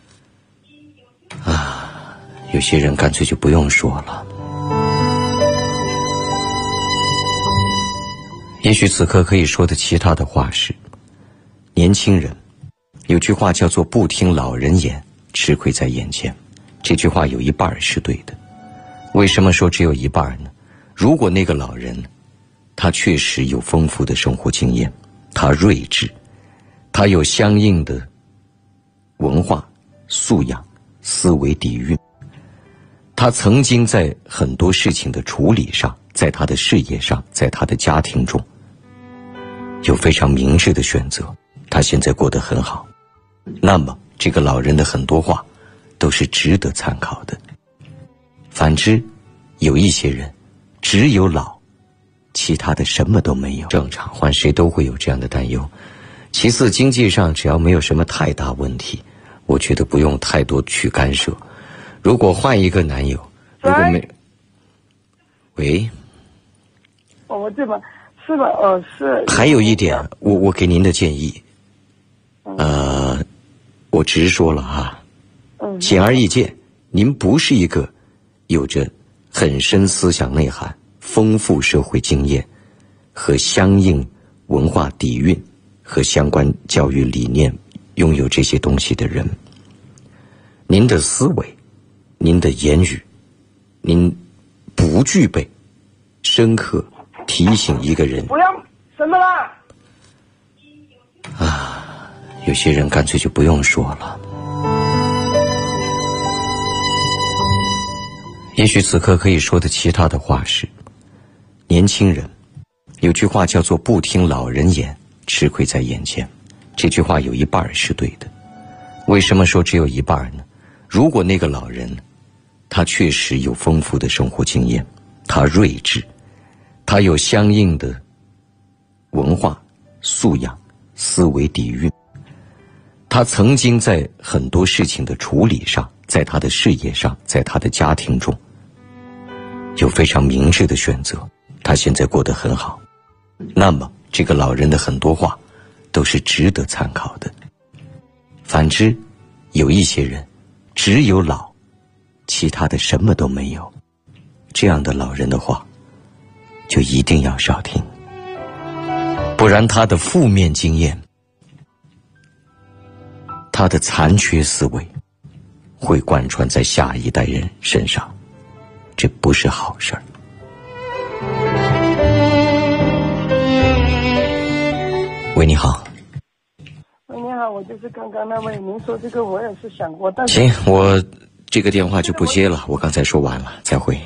啊，有些人干脆就不用说了。也许此刻可以说的其他的话是，年轻人，有句话叫做不听老人言，吃亏在眼前。这句话有一半是对的。为什么说只有一半呢？如果那个老人，他确实有丰富的生活经验，他睿智，他有相应的文化素养、思维底蕴，他曾经在很多事情的处理上，在他的事业上，在他的家庭中有非常明智的选择，他现在过得很好，那么这个老人的很多话都是值得参考的。反之，有一些人只有老，其他的什么都没有，正常，换谁都会有这样的担忧。 其次，经济上只要没有什么太大问题，我觉得不用太多去干涉。如果换一个男友，如果没，喂， 哦，我这边是吧？哦，是。 还有一点，我我给您的建议，呃，我直说了哈， 嗯， 显而易见，您不是一个有着很深思想内涵、丰富社会经验和相应文化底蕴和相关教育理念拥有这些东西的人。您的思维，您的言语，您不具备深刻提醒一个人。 不要什么啦？ 啊，有些人干脆就不用说了。也许此刻可以说的其他的话是：年轻人，有句话叫做“不听老人言，吃亏在眼前”。这句话有一半是对的。为什么说只有一半呢？如果那个老人他确实有丰富的生活经验，他睿智，他有相应的文化素养、思维底蕴，他曾经在很多事情的处理上，在他的事业上，在他的家庭中有非常明智的选择，他现在过得很好，那么这个老人的很多话都是值得参考的。反之，有一些人只有老，其他的什么都没有，这样的老人的话就一定要少听，不然他的负面经验，他的残缺思维会贯穿在下一代人身上，这不是好事儿。喂，你好。 喂，你好，我就是刚刚那位。您说这个我也是想过，但是行，我这个电话就不接了，我刚才说完了，再会。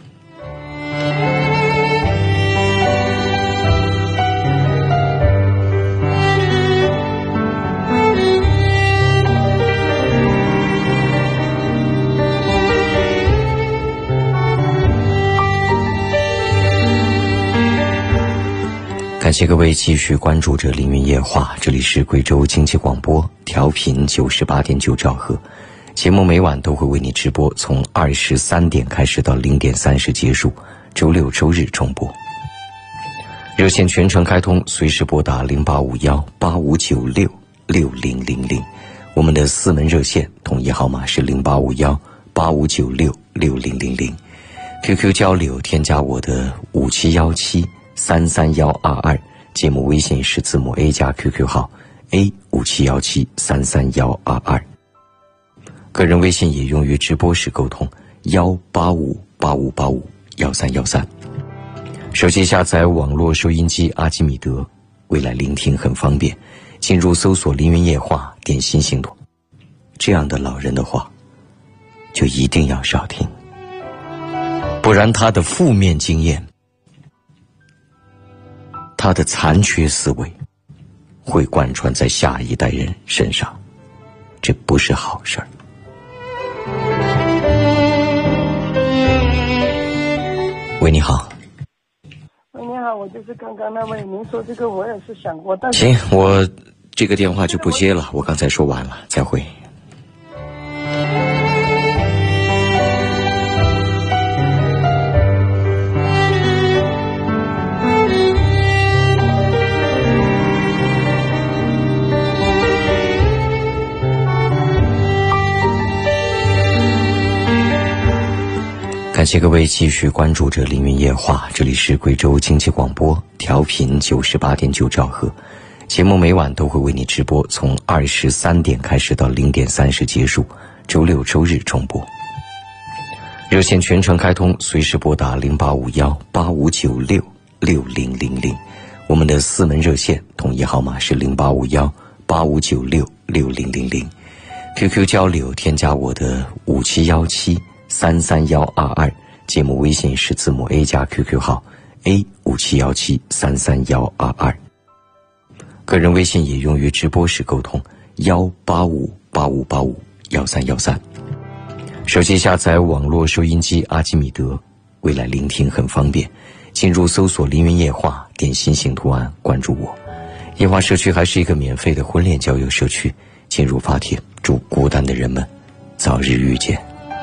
感谢各位继续关注着凌云夜话，这里是贵州经济广播，调频九十八点九兆赫。节目每晚都会为你直播，从二十三点开始到零点三十结束，周六周日重播。热线全程开通，随时拨打零八五幺八五九六六零零零。我们的四门热线统一号码是零八五幺八五九六六零零零。Q Q 交流添加我的五七幺七三三幺二二，节目微信是字母 A 加 Q Q 号 A 五七幺七三三幺二二。个人微信也用于直播时沟通，幺八五八五八五幺三幺三。手机下载网络收音机阿基米德，未来聆听很方便。进入搜索凌云夜话，点新星朵。这样的老人的话，就一定要少听，不然他的负面经验，他的残缺思维会贯穿在下一代人身上，这不是好事儿。喂，你好。 喂，你好，我就是刚刚那位。您说这个我也是想过，但是行，我这个电话就不接了，我刚才说完了，再会。感谢各位继续关注着凌云夜话，这里是贵州经济广播，调频九十八点九兆赫。节目每晚都会为你直播，从二十三点开始到零点三十结束，周六周日重播。热线全程开通，随时拨打零八五幺八五九六六零零零。我们的四门热线统一号码是零八五幺八五九六六零零零。Q Q 交流添加我的五七幺七三三幺二二，节目微信是字母 A 加 Q Q 号 A 五七幺七三三幺二二。个人微信也用于直播时沟通，幺八五八五八五幺三幺三。手机下载网络收音机阿基米德，未来聆听很方便。进入搜索凌云夜话，点心形图案关注我， 夜华社区还是一个免费的婚恋交友社区，进入发帖，祝孤单的人们早日遇见。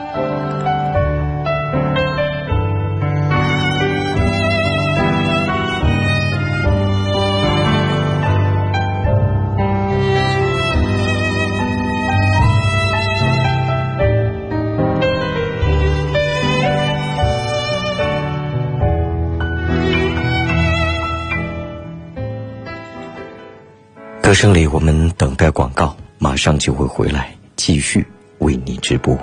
歌声里，我们等待广告，马上就会回来，继续为你直播。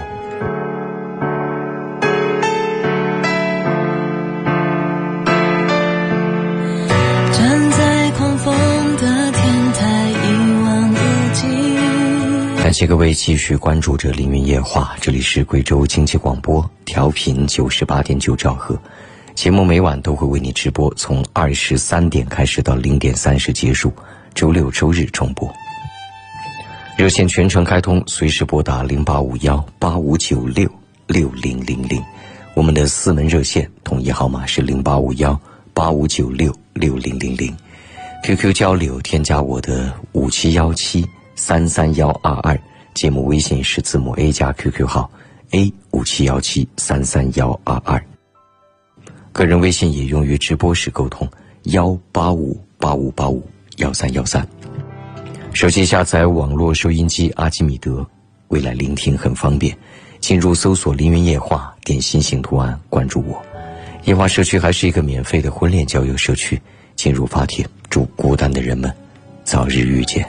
站在狂风的天台，一望无际。 感谢各位继续关注着凌云夜话，这里是贵州经济广播，调频九十八点九兆赫。节目每晚都会为你直播，从二十三点开始到零点三十结束。周六周日重播，热线全程开通，随时拨打零八五幺八五九六六零零零。我们的四门热线统一号码是零八五幺八五九六六零零零。Q Q 交流添加我的五七幺七三三幺二二，节目微信是字母 A 加 Q Q 号 A 五七幺七三三幺二二。个人微信也用于直播时沟通，幺八五八五八五。幺三幺三，手机下载网络收音机阿基米德，未来聆听很方便。进入搜索凌云夜话，点心形图案关注我。夜话社区还是一个免费的婚恋交友社区，进入发帖，祝孤单的人们早日遇见。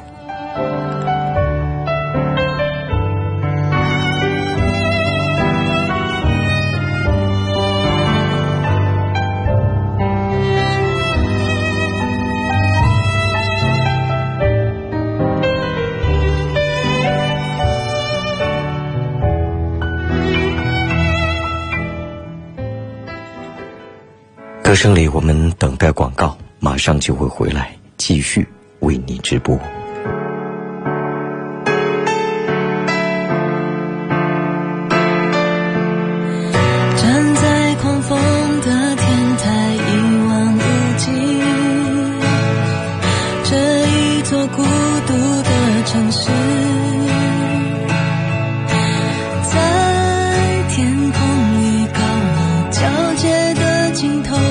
歌声里，我们等待广告，马上就会回来，继续为你直播。 站在狂风的天台，一望无际。这一座孤独的城市，在天空与高楼交界的尽头。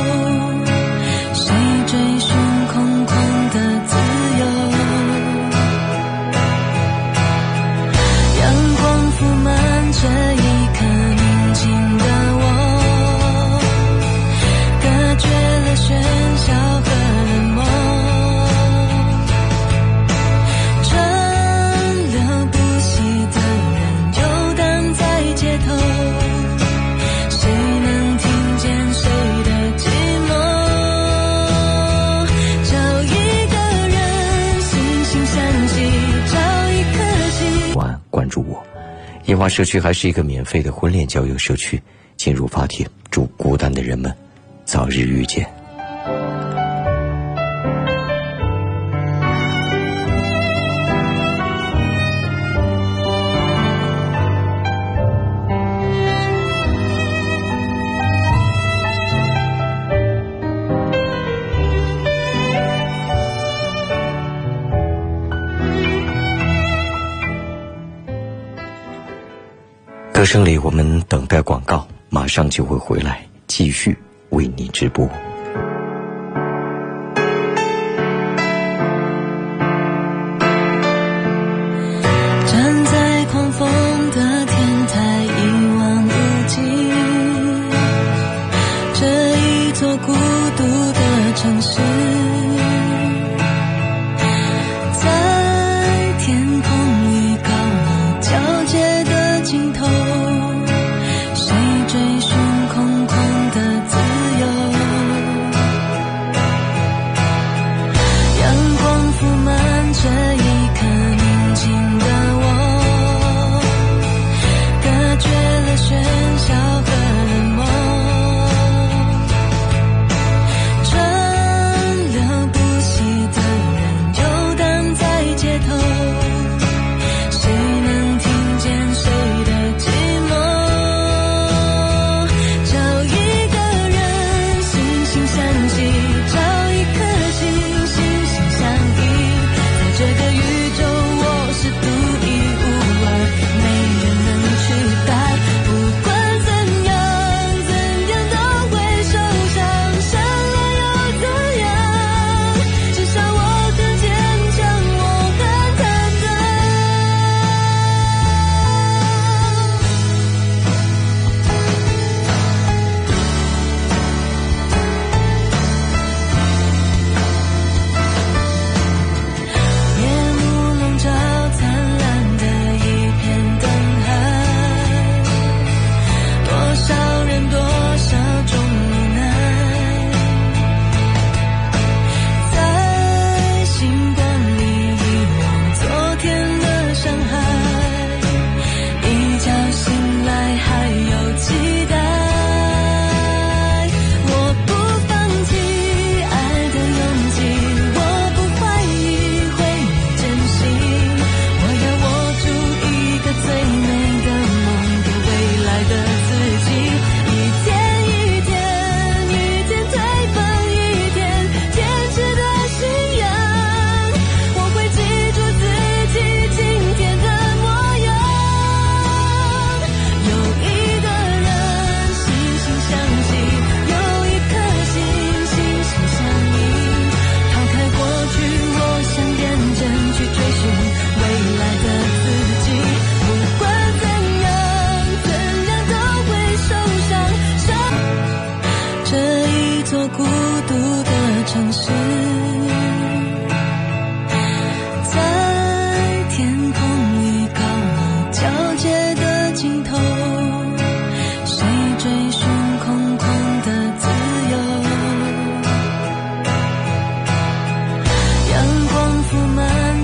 夜话社区还是一个免费的婚恋交友社区，进入发帖，祝孤单的人们早日遇见。歌声里，我们等待广告，马上就会回来，继续为你直播。 站在狂风的天台，一望无际。这一座孤独的城市，在天空与高楼交界的尽头。谁追寻空空的自由？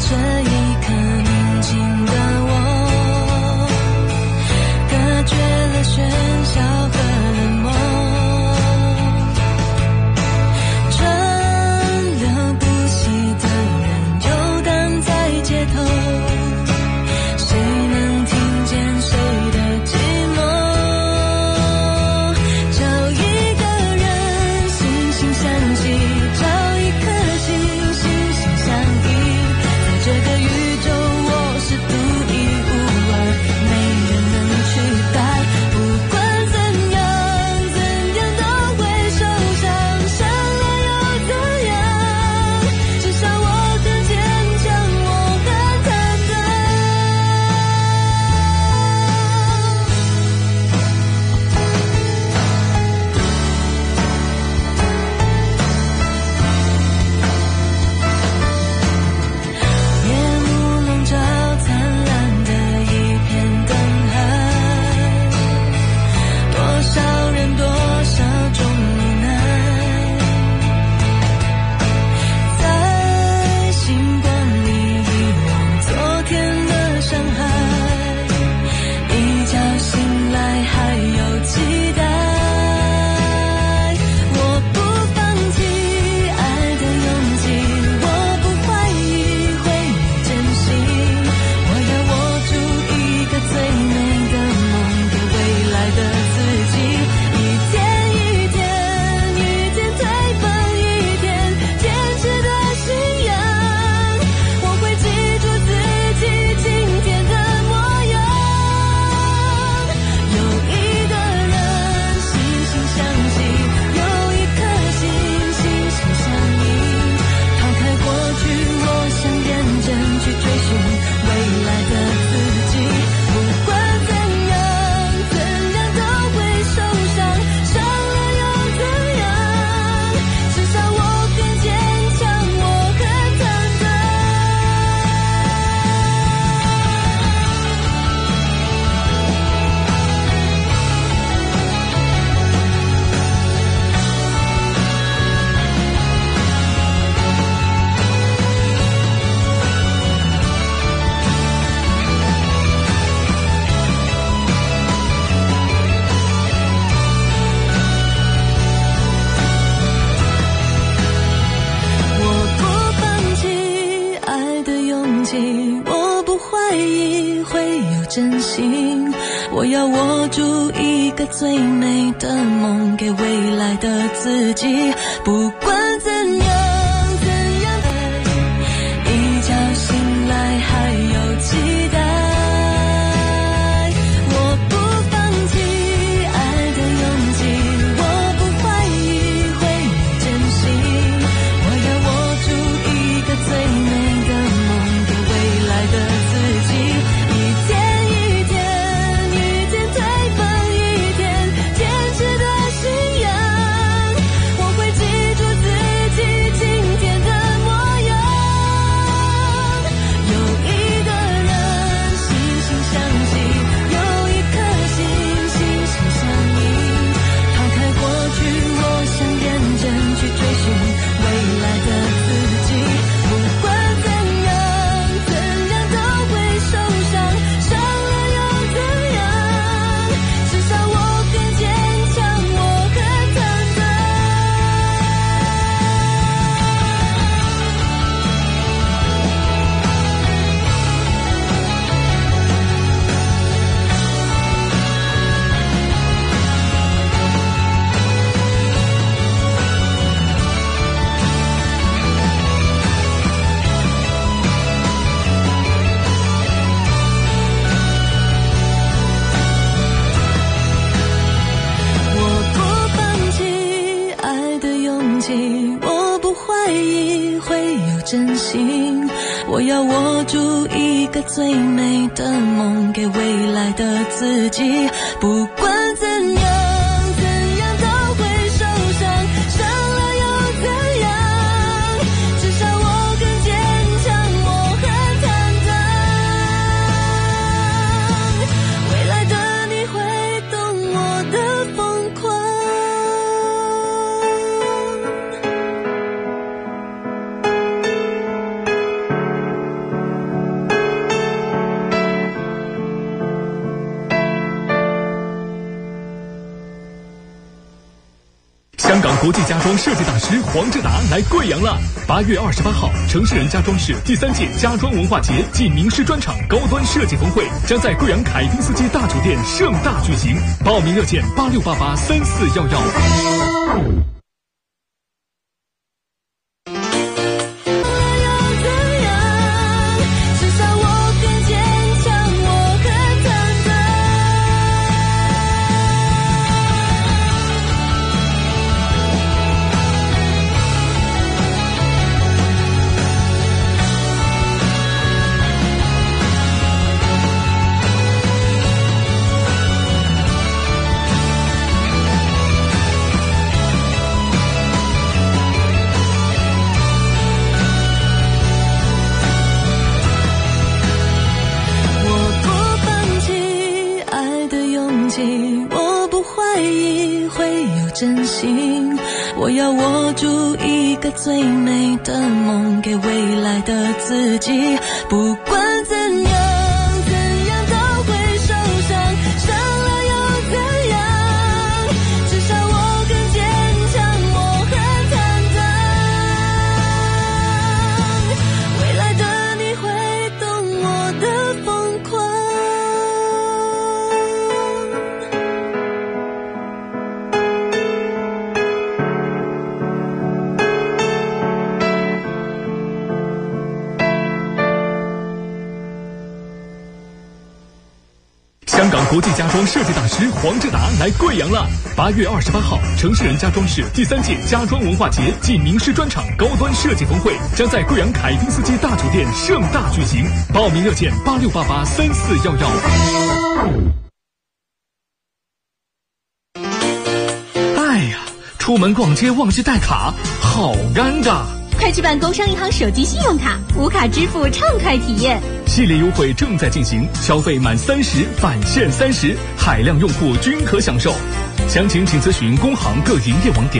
我要握住一个最美的梦，给未来的自己，不管怎样怎样的，一觉醒来还有期待。我不放弃爱的勇气，我不怀疑会有真心，我要握住一个最美的梦，给未来的自己，一天我要握住一个最美的梦，给未来的自己，不管怎样怎样都会受伤，伤了又怎样，至少我更坚强，我很坦荡，未来的你会懂我的疯狂。 香港国际家装设计大师黄志达来贵阳了。八月二十八号，城市人家装饰第三届家装文化节暨名师专场高端设计峰会将在贵阳凯宾斯基大酒店盛大举行。报名热线八六八八三四幺幺。 我要握住一个最美的梦，给未来的自己，不管怎样怎样都会受伤，伤了又怎样，至少我更坚强，我很坦荡，未来的你会懂我的疯狂。 香港国际家装设计大师黄志达来贵阳了。八月二十八号，城市人家装饰第三届家装文化节暨名师专场高端设计峰会将在贵阳凯宾斯基大酒店盛大举行。报名热线八六八八三四幺幺。哎呀，出门逛街忘记带卡，好尴尬。 快去办工商银行手机信用卡，无卡支付畅快体验。 系列优惠正在进行，消费满三十返现三十，海量用户均可享受。详情请咨询工行各营业网点。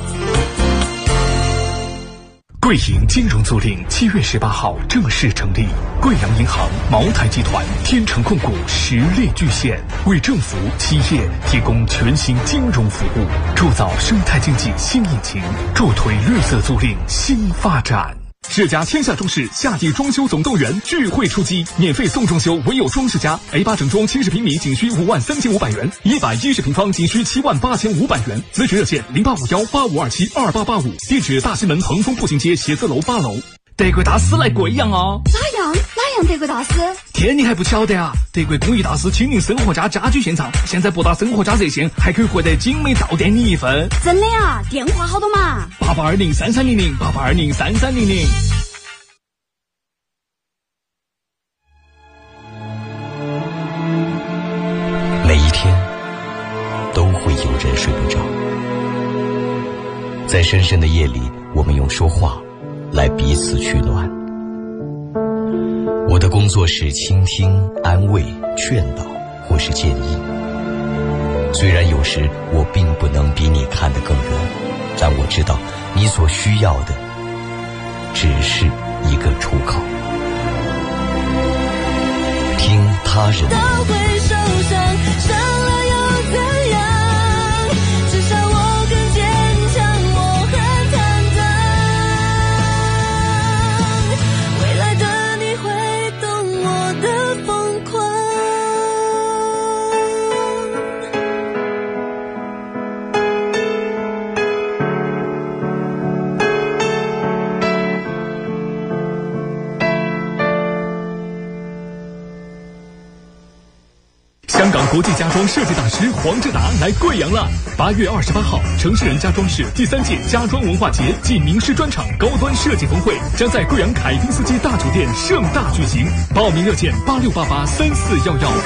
贵银金融租赁七月十八号正式成立，贵阳银行、茅台集团、天成控股实力巨献，为政府、企业提供全新金融服务，铸造生态经济新引擎，助推绿色租赁新发展。世家天下装饰夏季装修总动员聚会出击，免费送装修，唯有装饰家 A 八整装七十平米仅需五万三千五百元，一百一十平方仅需七万八千五百元。咨询热线零八五幺八五二七二八八五，地址大西门恒丰步行街写字楼八楼。德国大师来贵阳哦！ 哪样哪样德国大师？ 天，你还不晓得啊？德国工艺大师亲临生活家家居现场，现在拨打生活家热线还可以获得精美到店礼一份。 真的呀？电话好多嘛？ 八八二零三三零零，八八二零三三零零。 每一天都会有人睡不着，在深深的夜里，我们用说话来彼此取暖。我的工作是倾听、安慰、劝导或是建议。虽然有时我并不能比你看得更远，但我知道你所需要的只是一个出口。听他人都会受伤，伤了又怎样，至少我更坚强，我很坦荡，未来的你会懂我的疯狂。 香港国际家装设计大师黄志达来贵阳了。八月二十八号，城市人家装饰第三届家装文化节暨名师专场高端设计峰会将在贵阳凯宾斯基大酒店盛大举行。报名热线八六八八三四幺幺。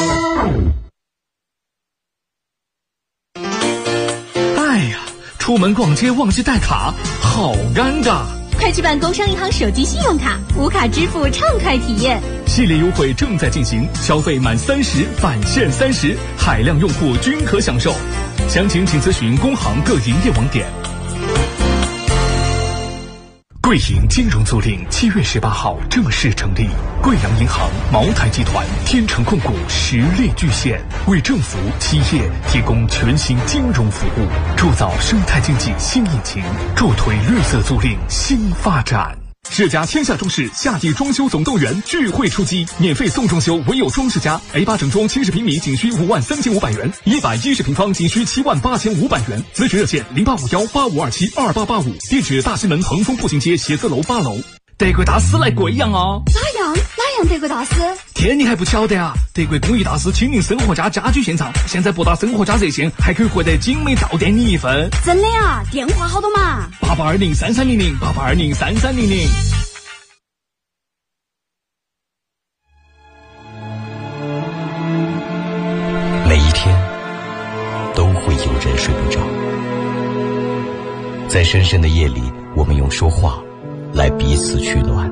哎呀，出门逛街忘记带卡，好尴尬。 快去办工商银行手机信用卡，无卡支付畅快体验。 系列优惠正在进行，消费满三十返现三十，海量用户均可享受。详情请咨询工行各营业网点。 贵银金融租赁七月十八号正式成立，贵阳银行、茅台集团、天成控股实力巨献，为政府、企业提供全新金融服务，铸造生态经济新引擎，助推绿色租赁新发展。世嘉天下装饰夏季装修总动员聚会出击，免费送装修，唯有装世嘉。A 八整装七十平米仅需五万三千五百元，一百一十平方仅需七万八千五百元。咨询热线零八五幺八五二七二八八五，地址大西门恒丰步行街写字楼八楼。德国大师来贵阳哦！ 哪样哪样德国大师？ 天，你还不晓得啊？德国工艺大师亲临生活家家居现场，现在拨打生活家热线还可以获得精美到店礼一份。 真的啊？电话好多嘛？ 八八二零三三零零，八八二零三三零零。 每一天都会有人睡不着，在深深的夜里，我们用说话来彼此取暖。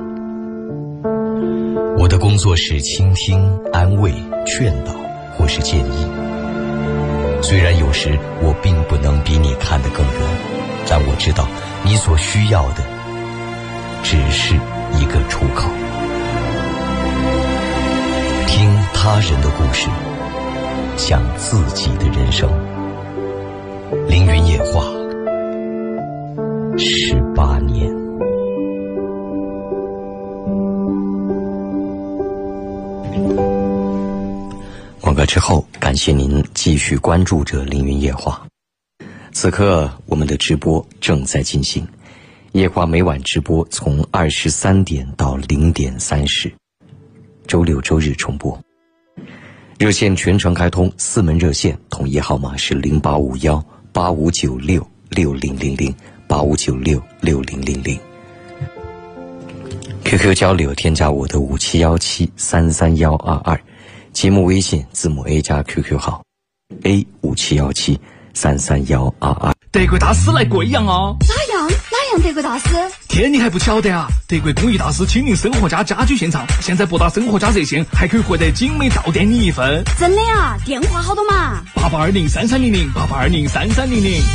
我的工作是倾听、安慰、劝导或是建议。虽然有时我并不能比你看得更远，但我知道你所需要的只是一个出口。听他人的故事，讲自己的人生。凌云夜话，十八年。广告之后，感谢您继续关注着凌云夜话。此刻我们的直播正在进行，夜话每晚直播从二十三点到零点三十，周六周日重播。热线全程开通，四门热线，统一号码是零八五幺八五九六六零零零八五九六六零零零。Q Q 交流，添加我的五七幺七三三幺二二。节目微信字母 A 加 Q Q 号 A 五七幺七三三幺二二。 德国大师来贵阳哦！ 哪样哪样德国大师？ 天，你还不晓得啊？德国工艺大师亲临生活家家居现场，现在拨打生活家热线还可以获得精美到店礼一份。 真的啊？电话好多嘛？ 八八二零三三零零，八八二零三三零零。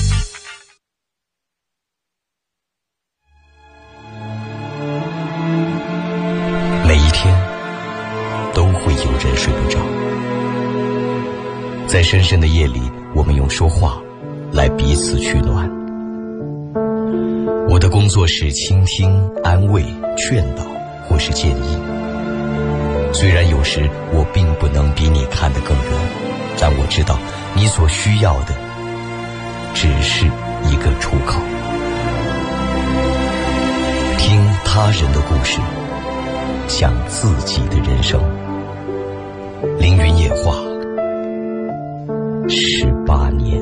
每一天都会有人睡不着，在深深的夜里，我们用说话来彼此取暖。我的工作是倾听、安慰、劝导或是建议。虽然有时我并不能比你看得更远，但我知道你所需要的只是一个出口。听他人的故事，讲自己的人生。凌云夜话，十八年。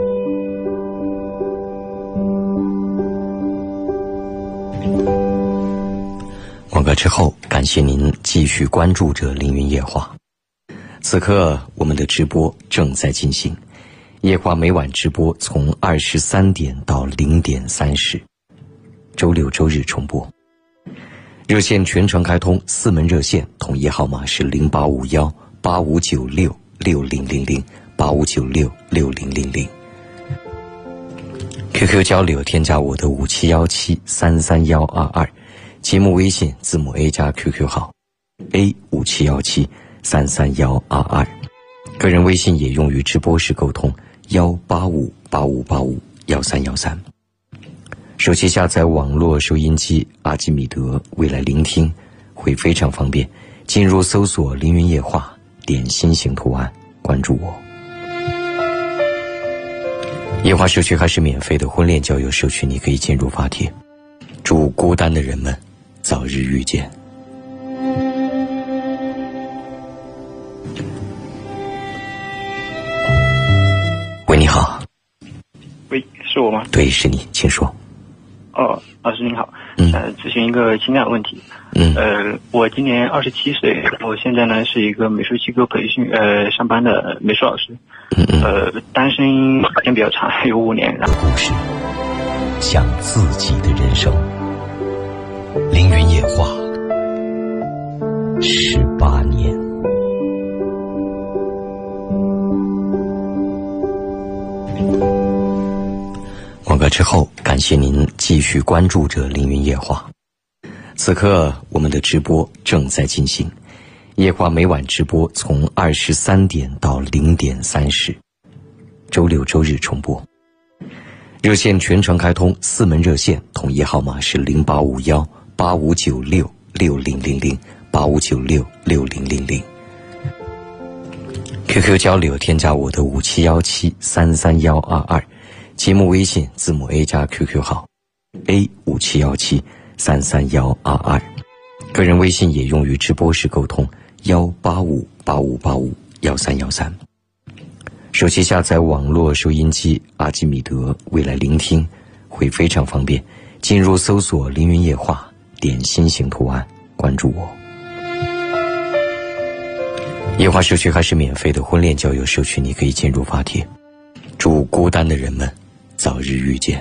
广告之后，感谢您继续关注着凌云夜话。此刻我们的直播正在进行，夜话每晚直播从二十三点到零点三十，周六周日重播。热线全程开通，四门热线，统一号码是零八五幺八五九六六零零零八五九六六零零零。Q Q 交流，添加我的五七幺七三三幺二二。节目微信字母 A 加 Q Q 号 A 五七幺七三三幺二二。个人微信也用于直播时沟通幺八五八五八五幺三幺三。手机下载网络收音机阿基米德，未来聆听会非常方便。进入搜索凌云夜话，点心形图案，关注我。夜话社区还是免费的婚恋交友社区，你可以进入发帖。祝孤单的人们早日遇见。喂，你好。 喂，是我吗？ 对，是你，请说。 哦，老师您好， 嗯， 呃，咨询一个情感问题。 嗯， 呃，我今年二十七岁，我现在呢是一个美术机构培训呃上班的美术老师。 嗯嗯。 呃，单身时间比较长，有五年。然后故事，讲自己的人生。凌云夜话，十八年。广告之之后，感谢您继续关注着凌云夜话。此刻我们的直播正在进行，夜话每晚直播从二十三点到零点三十，周六周日重播。热线全程开通，四门热线，统一号码是零八五幺八五九六六零零零八五九六六零零零。Q Q 交流，添加我的五七幺七三三幺二二，节目微信字母 A 加 Q Q 号 A 五七幺七三三幺二二，个人微信也用于直播时沟通幺八五八五八五幺三幺三。手机下载网络收音机阿基米德，未来聆听会非常方便。进入搜索凌云夜话，点心形图案，关注我。夜话社区还是免费的婚恋交友社区，你可以进入发帖。祝孤单的人们早日遇见。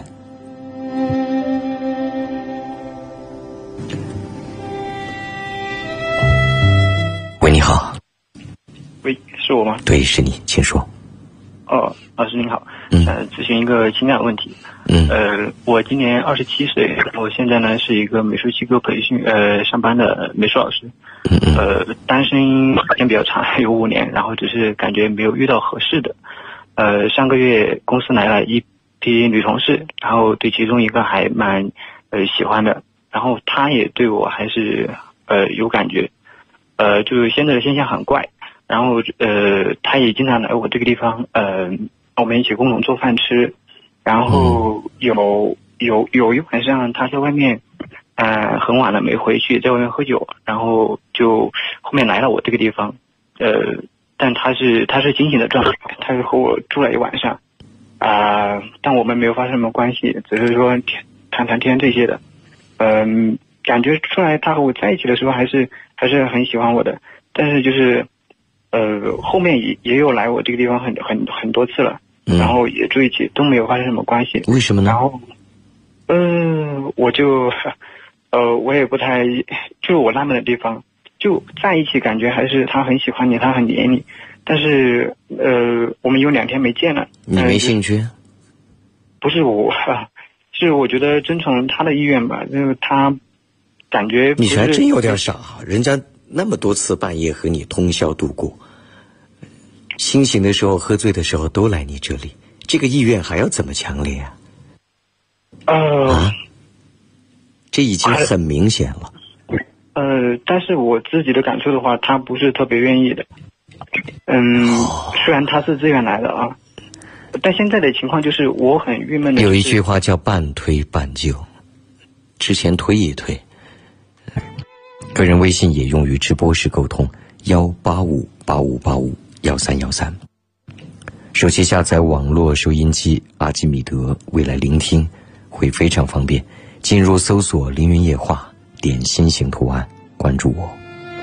喂，你好。 喂，是我吗？ 对，是你，请说。 哦，老师您好， 嗯、 呃，咨询一个情感问题。 嗯， 呃，我今年二十七岁，我现在呢是一个美术机构培训呃上班的美术老师。 嗯嗯。 呃，单身时间比较长，有五年，然后只是感觉没有遇到合适的。呃，上个月公司来了一批女同事，然后对其中一个还蛮呃喜欢的，然后她也对我还是呃有感觉。呃，就是现在的现象很怪。然后呃，他也经常来我这个地方，呃，我们一起共同做饭吃。然后有有有一晚上，他在外面，呃，很晚了没回去，在外面喝酒，然后就后面来了我这个地方，呃，但他是他是清醒的状态，他是和我住了一晚上，啊、呃，但我们没有发生什么关系，只是说谈谈天这些的，嗯、呃，感觉出来他和我在一起的时候还是还是很喜欢我的，但是就是。呃，后面也也有来我这个地方很很很多次了，嗯、然后也住一起，都没有发生什么关系。 为什么呢？ 然后，嗯、呃，我就，呃，我也不太，就是我纳闷的地方，就在一起感觉还是他很喜欢你，他很黏你，但是呃，我们有两天没见了。 你没兴趣？ 呃、不是我，是我觉得遵从他的意愿吧，就是他感觉不是。 你还真有点傻，人家那么多次半夜和你通宵度过。清醒的时候、喝醉的时候都来你这里，这个意愿还要怎么强烈啊？ 呃， 啊，这已经很明显了。 呃，但是我自己的感受的话，他不是特别愿意的。嗯，哦、虽然他是自愿来的啊，但现在的情况就是我很郁闷的、就是。 有一句话叫半推半就，之前推一推。个人微信也用于直播时沟通幺八五八五八五幺三幺三。手机下载网络收音机阿基米德，未来聆听会非常方便。进入搜索凌云夜话，点心形图案，关注我。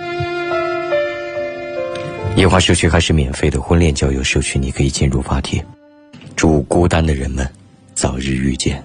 夜话社区还是免费的婚恋交友社区，你可以进入发帖。祝孤单的人们早日遇见。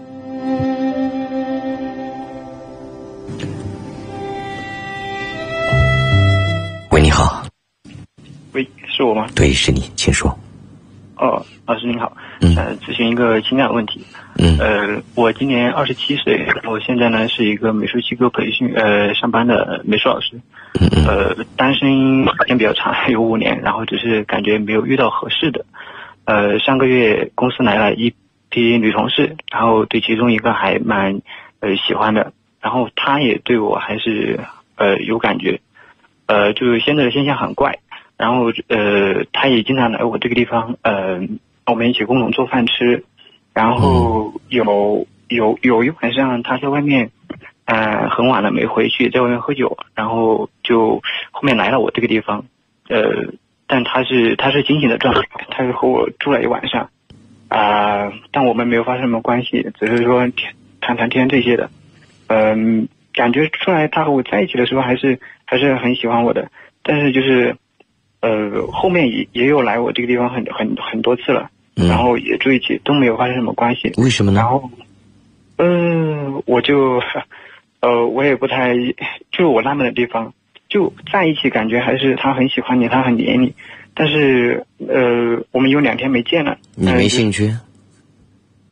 喂，你好。 喂，是我吗？ 对，是你，请说。 哦，老师您好， 嗯、 呃，咨询一个情感问题。 嗯， 呃，我今年二十七岁，我现在呢是一个美术机构培训呃上班的美术老师。 嗯嗯。 呃，单身时间比较长，有五年，然后只是感觉没有遇到合适的。呃，上个月公司来了一批女同事，然后对其中一个还蛮呃喜欢的，然后她也对我还是呃有感觉。呃，就是现在的现象很怪，然后呃，他也经常来我这个地方，呃，我们一起共同做饭吃，然后有有有一晚上他在外面，呃，很晚了没回去，在外面喝酒，然后就后面来了我这个地方，呃，但他是他是清醒的状态，他是和我住了一晚上，啊、呃，但我们没有发生什么关系，只是说谈谈天这些的，嗯、呃。感觉出来他和我在一起的时候还是还是很喜欢我的，但是就是呃后面也也有来我这个地方很很很多次了，嗯、然后也住一起，都没有发生什么关系。 为什么呢？ 然后嗯、呃、我就呃我也不太，就是我纳闷的地方，就在一起感觉还是他很喜欢你，他很黏你，但是呃我们有两天没见了。 你没兴趣？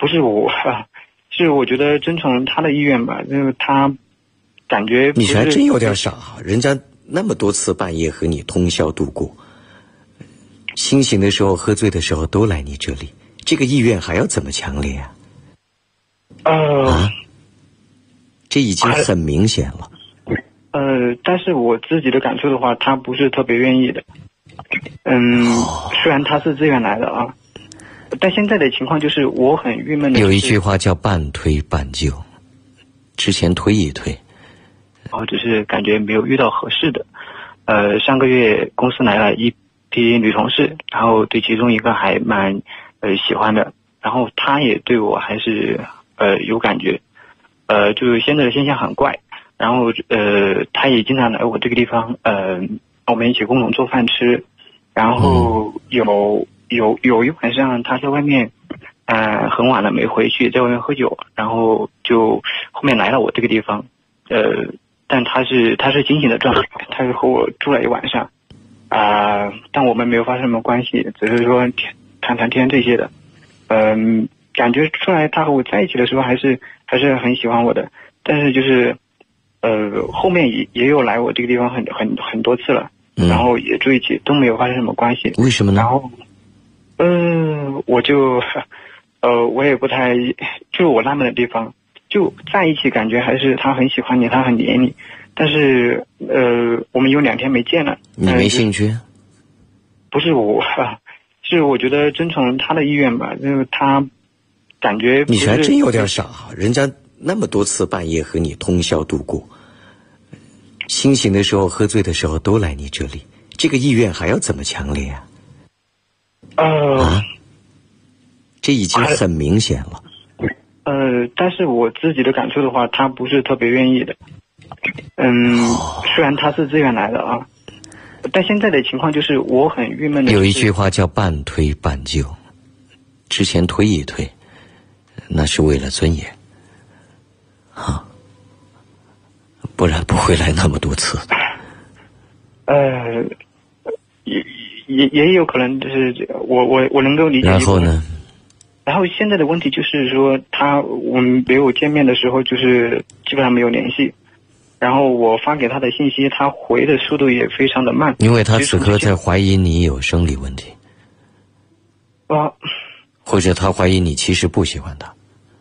不是我，是我觉得遵从他的意愿吧，就是他感觉你还真有点傻，人家那么多次半夜和你通宵度过，清醒的时候喝醉的时候都来你这里，这个意愿还要怎么强烈啊？ 呃啊，这已经很明显了。 呃，但是我自己的感受的话，他不是特别愿意的。嗯， 哦、 虽然他是自愿来的啊，但现在的情况就是我很郁闷的、就是。 有一句话叫半推半就，之前推一推， 然后只是感觉没有遇到合适的。呃，上个月公司来了一批女同事，然后对其中一个还蛮呃喜欢的，然后她也对我还是呃有感觉。呃，就是现在的现象很怪，然后呃，她也经常来我这个地方，呃，我们一起共同做饭吃，然后有有有一晚上她在外面，呃，很晚了没回去，在外面喝酒，然后就后面来了我这个地方，呃，但她是她是清醒的状态，她是和我住了一晚上，啊、呃，但我们没有发生什么关系，只是说谈谈天这些的，嗯、呃，感觉出来她和我在一起的时候还是还是很喜欢我的，但是就是，呃，后面也也有来我这个地方很很很多次了， 嗯、 然后也住一起，都没有发生什么关系。 为什么呢？ 然后，嗯、呃，我就，呃，我也不太，就是我纳闷的地方，就在一起感觉还是他很喜欢你，他很黏你，但是呃，我们有两天没见了。 你没兴趣？呃、 不是我，是我觉得遵从他的意愿吧，就是他。感觉你还真有点傻，人家那么多次半夜和你通宵度过，清醒的时候喝醉的时候都来你这里，这个意愿还要怎么强烈啊？ 呃， 啊，这已经很明显了。 呃，但是我自己的感受的话，他不是特别愿意的。嗯，哦、虽然他是自愿来的啊，但现在的情况就是我很郁闷的、就是。 有一句话叫半推半就，之前推一推。那是为了尊严，啊，不然不会来那么多次。 呃，也也也有可能就是我我我能够理解。 然后呢？ 然后现在的问题就是说，他我们没有见面的时候，就是基本上没有联系。然后我发给他的信息，他回的速度也非常的慢。 因为他此刻在怀疑你有生理问题。 啊。 或者他怀疑你其实不喜欢他。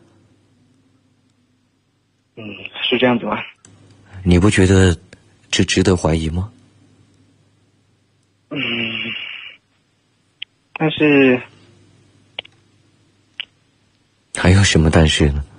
嗯，是这样子吗？ 你不觉得这值得怀疑吗？ 嗯，但是还有什么但是呢？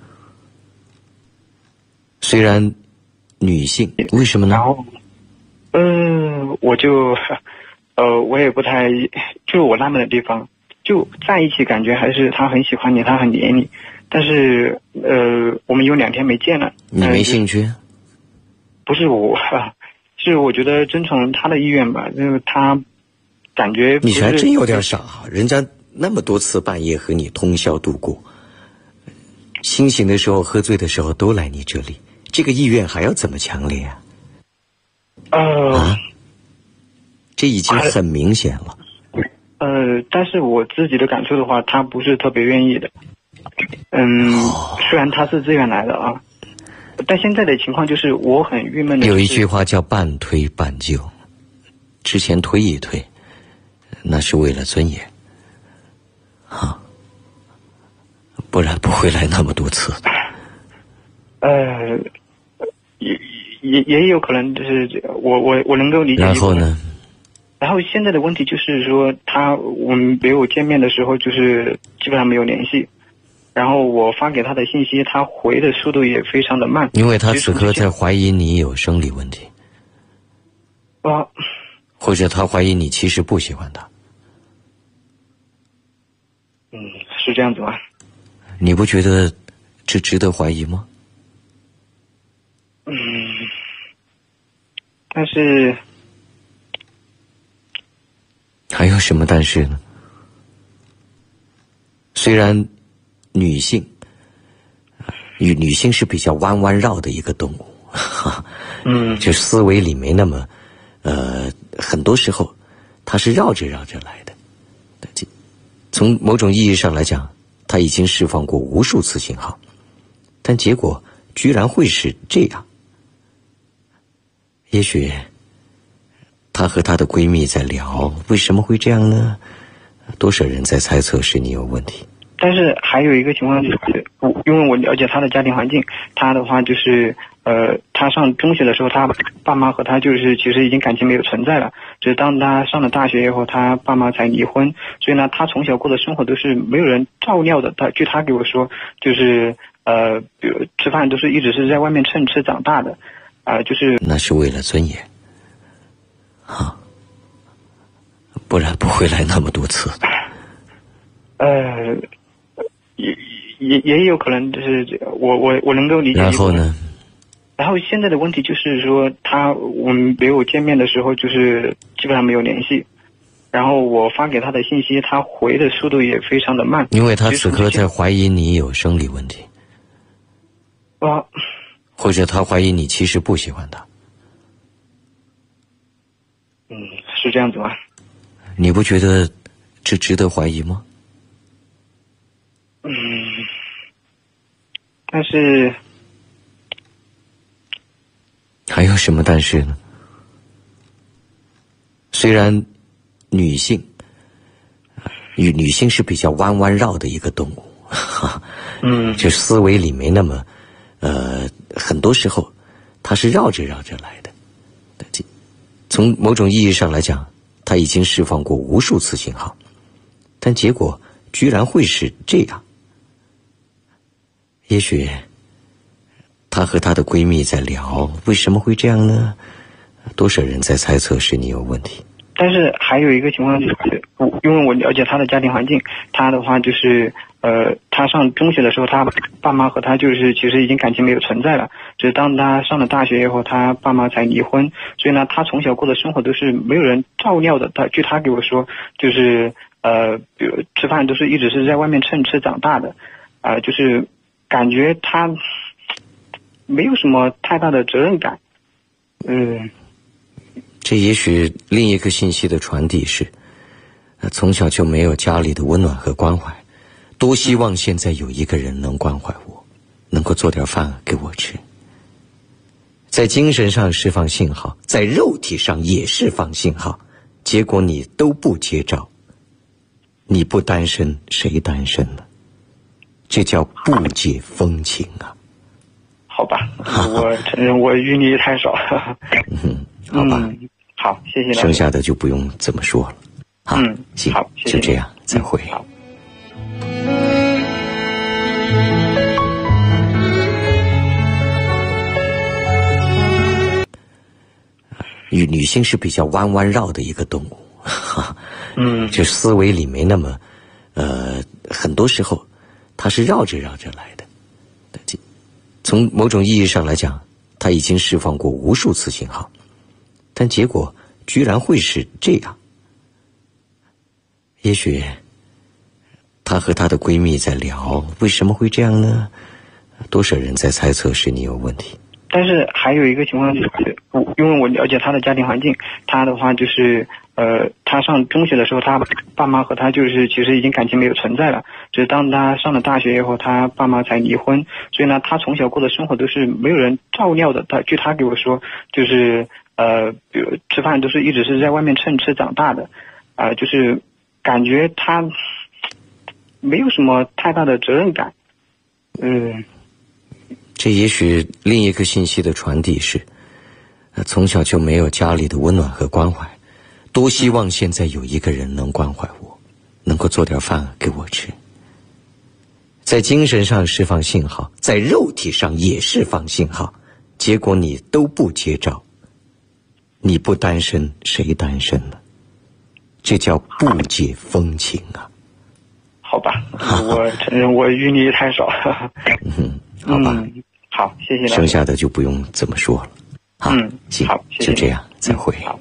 虽然女性，为什么呢？ 然后，嗯、呃，我就，呃，我也不太，就是我纳闷的地方。就在一起感觉还是他很喜欢你，他很黏你，但是呃，我们有两天没见了。 你没兴趣？ 不是我，是我觉得遵从他的意愿吧，就是他感觉。 你还真有点傻，人家那么多次半夜和你通宵度过，清醒的时候喝醉的时候都来你这里，这个意愿还要怎么强烈啊？ 呃， 啊，这已经很明显了。 呃，但是我自己的感受的话，他不是特别愿意的。嗯，哦、虽然他是自愿来的啊，但现在的情况就是我很郁闷的、就是。 有一句话叫半推半就，之前推一推，那是为了尊严，啊，不然不会来那么多次。 呃，也也也有可能就是我我我能够理解。 然后呢？ 然后现在的问题就是说，他我们没有见面的时候，就是基本上没有联系。然后我发给他的信息，他回的速度也非常的慢。 因为他此刻在怀疑你有生理问题。 啊。 或者他怀疑你其实不喜欢他。 嗯，是这样子吗？ 你不觉得这值得怀疑吗？ 嗯，但是。 还有什么但是呢？虽然女性，女女性是比较弯弯绕的一个动物，哈， 嗯， 就思维里没那么，呃，很多时候它是绕着绕着来的。从某种意义上来讲， 他已经释放过无数次信号，但结果居然会是这样。也许她和她的闺蜜在聊，为什么会这样呢？多少人在猜测是你有问题。 但是还有一个情况就是，我因为我了解他的家庭环境，他的话就是，呃，他上中学的时候，他爸妈和他就是其实已经感情没有存在了，只是当他上了大学以后，他爸妈才离婚，所以呢，他从小过的生活都是没有人照料的。他据他给我说，就是呃，比如吃饭都是一直是在外面蹭吃长大的，啊、呃，就是那是为了尊严，啊，不然不会来那么多次。 呃。也也也有可能就是我我我能够理解。 然后呢？ 然后现在的问题就是说，他我们没有见面的时候，就是基本上没有联系。然后我发给他的信息，他回的速度也非常的慢。 因为他此刻在怀疑你有生理问题。 啊。 或者他怀疑你其实不喜欢他。 嗯，是这样子吗？ 你不觉得这值得怀疑吗？ 嗯，但是还有什么但是呢？虽然女性，女女性是比较弯弯绕的一个动物， 嗯， 就思维里没那么，呃，很多时候她是绕着绕着来的。从某种意义上来讲，她已经释放过无数次信号，但结果居然会是这样。也许她和她的闺蜜在聊，为什么会这样呢？多少人在猜测是你有问题。 但是还有一个情况就是，我因为我了解她的家庭环境，她的话就是，呃，她上中学的时候，她爸妈和她就是其实已经感情没有存在了，只是当她上了大学以后，她爸妈才离婚，所以呢，她从小过的生活都是没有人照料的。她据她给我说，就是呃，比如吃饭都是一直是在外面蹭吃长大的，啊、呃，就是感觉她没有什么太大的责任感，嗯。 这也许另一个信息的传递是，从小就没有家里的温暖和关怀，多希望现在有一个人能关怀我，能够做点饭给我吃。在精神上释放信号，在肉体上也释放信号，结果你都不接招。你不单身，谁单身呢？这叫不解风情啊！ 好吧，我承认我淤泥太少。 嗯，好吧。 嗯，好，谢谢。 剩下的就不用怎么说了。好， 嗯， 行， 好，谢谢就这样，再会。 嗯，好。 女女性是比较弯弯绕的一个动物， 嗯， 就思维里没那么，呃，很多时候她是绕着绕着来的。从某种意义上来讲，她已经释放过无数次信号，但结果居然会是这样。也许她和她的闺蜜在聊，为什么会这样呢？多少人在猜测是你有问题。 但是还有一个情况就是，我因为我了解她的家庭环境，她的话就是，呃，她上中学的时候，她爸妈和她就是其实已经感情没有存在了，只是当她上了大学以后，她爸妈才离婚，所以呢，她从小过的生活都是没有人照料的。她据她给我说，就是呃，比如吃饭都是一直是在外面蹭吃长大的，啊、呃，就是感觉她没有什么太大的责任感，嗯。 这也许另一个信息的传递是，从小就没有家里的温暖和关怀，多希望现在有一个人能关怀我，能够做点饭给我吃。在精神上释放信号，在肉体上也释放信号，结果你都不接招。你不单身，谁单身呢？这叫不解风情啊！ 好吧，我承认我淤泥太少。 嗯，好吧。 嗯，好，谢谢。 剩下的就不用怎么说了。好， 嗯， 行， 好，谢谢。 就这样，再会。 嗯，好。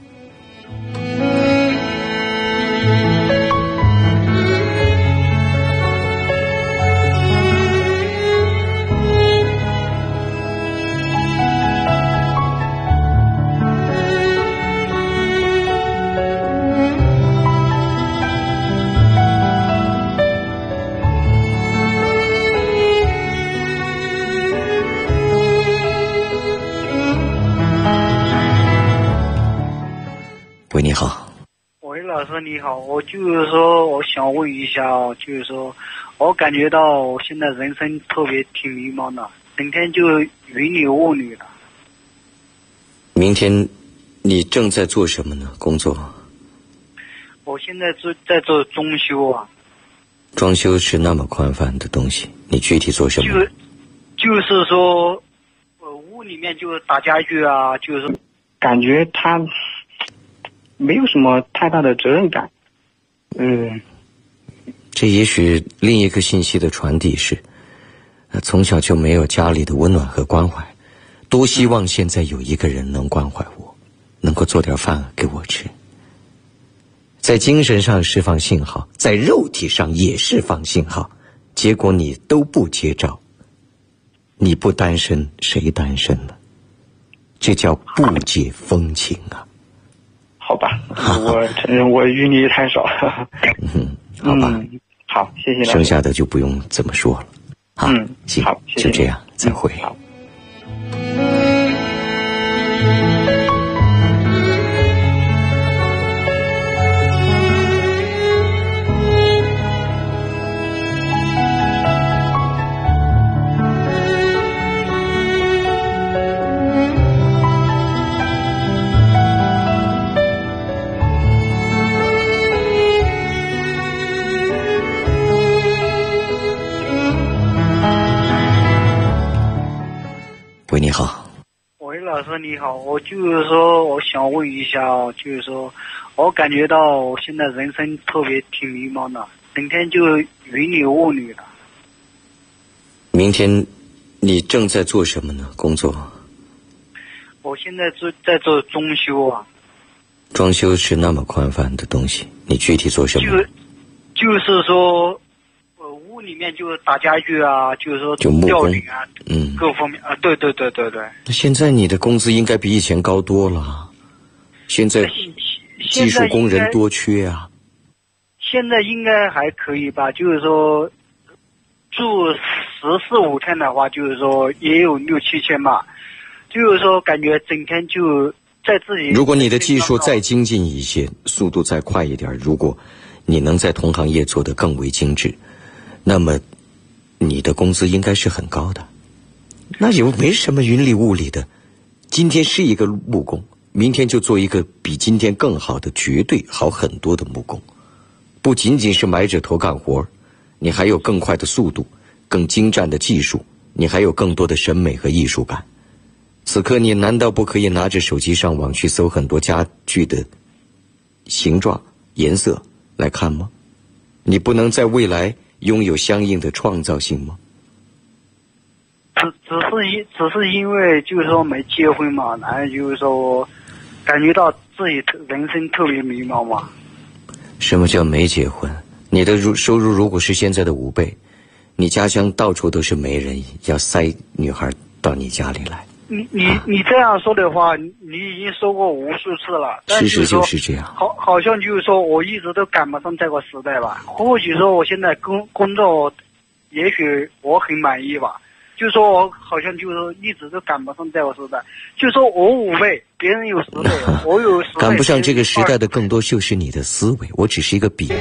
喂，你好。 喂，老师你好，我就是说，我想问一下哦，就是说，我感觉到我现在人生特别挺迷茫的，整天就云里雾里的。 明天你正在做什么呢？工作？ 我现在做在做装修啊。 装修是那么宽泛的东西，你具体做什么？ 就就是说，呃，屋里面就是打家具啊，就是感觉他没有什么太大的责任感。嗯， 这也许另一个信息的传递是，呃，从小就没有家里的温暖和关怀，多希望现在有一个人能关怀我，能够做点饭给我吃。在精神上释放信号，在肉体上也释放信号，结果你都不接招。你不单身，谁单身呢？这叫不解风情啊！ 好吧，我承认我云里太少了。 嗯，好吧， 嗯、好，谢谢。 剩下的就不用怎么说了。好， 嗯， 行， 好，谢谢就这样，再会。 嗯好。 喂，你好。 喂，老师你好，我就是说，我想问一下哦，就是说，我感觉到我现在人生特别挺迷茫的，整天就云里雾里的。 明天你正在做什么呢？工作？ 我现在做在做装修啊。 装修是那么宽泛的东西，你具体做什么？ 就就是说，呃，屋里面就是打家具啊，就是说就木工吊顶啊， 嗯， 各方面啊，对对对对对。 那现在你的工资应该比以前高多了，现在技术工人多缺啊。 现在应该还可以吧，就是说住十四五天的话，就是说也有六七千吧，就是说感觉整天就在自己。 如果你的技术再精进一些，速度再快一点，如果你能在同行业做得更为精致，那么你的工资应该是很高的。那又没什么云里雾里的，今天是一个木工，明天就做一个比今天更好的，绝对好很多的木工。不仅仅是埋着头干活，你还有更快的速度，更精湛的技术，你还有更多的审美和艺术感。此刻你难道不可以拿着手机上网去搜很多家具的形状、颜色来看吗？你不能在未来拥有相应的创造性吗？ 只只是因只是因为就是说没结婚嘛，然后就是说感觉到自己人生特别迷茫嘛。 什么叫没结婚？你的收入如果是现在的五倍，你家乡到处都是媒人，要塞女孩到你家里来。 你你你这样说的话，你已经说过无数次了。 事实就是这样。 好，好像就是说我一直都赶不上这个时代吧。或许说我现在工工作，也许我很满意吧。就是说我好像就是说一直都赶不上这个时代。就是说我五倍，别人有十倍，我有十倍。 赶不上这个时代的更多就是你的思维，我只是一个比喻。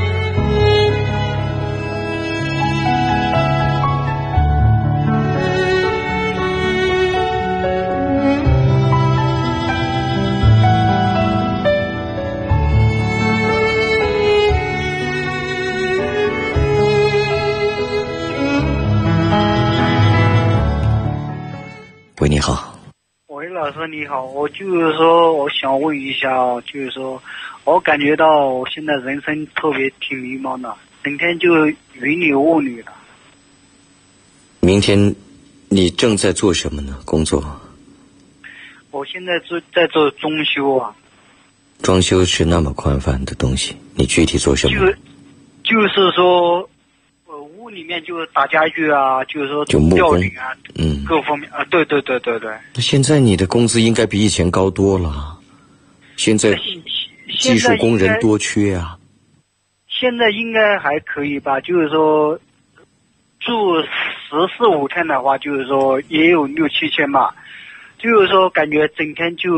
喂，你好。 喂，老师你好，我就是说，我想问一下哦，就是说，我感觉到我现在人生特别挺迷茫的，整天就云里雾里的。 明天你正在做什么呢？工作？ 我现在做在做装修啊。 装修是那么宽泛的东西，你具体做什么？ 就就是说。屋里面就是打家具啊，就是说吊顶啊， 嗯， 各方面啊，对对对对对。 那现在你的工资应该比以前高多了，现在技术工人多缺啊。 现在应该还可以吧，就是说住十四五天的话，就是说也有六七千吧，就是说感觉整天就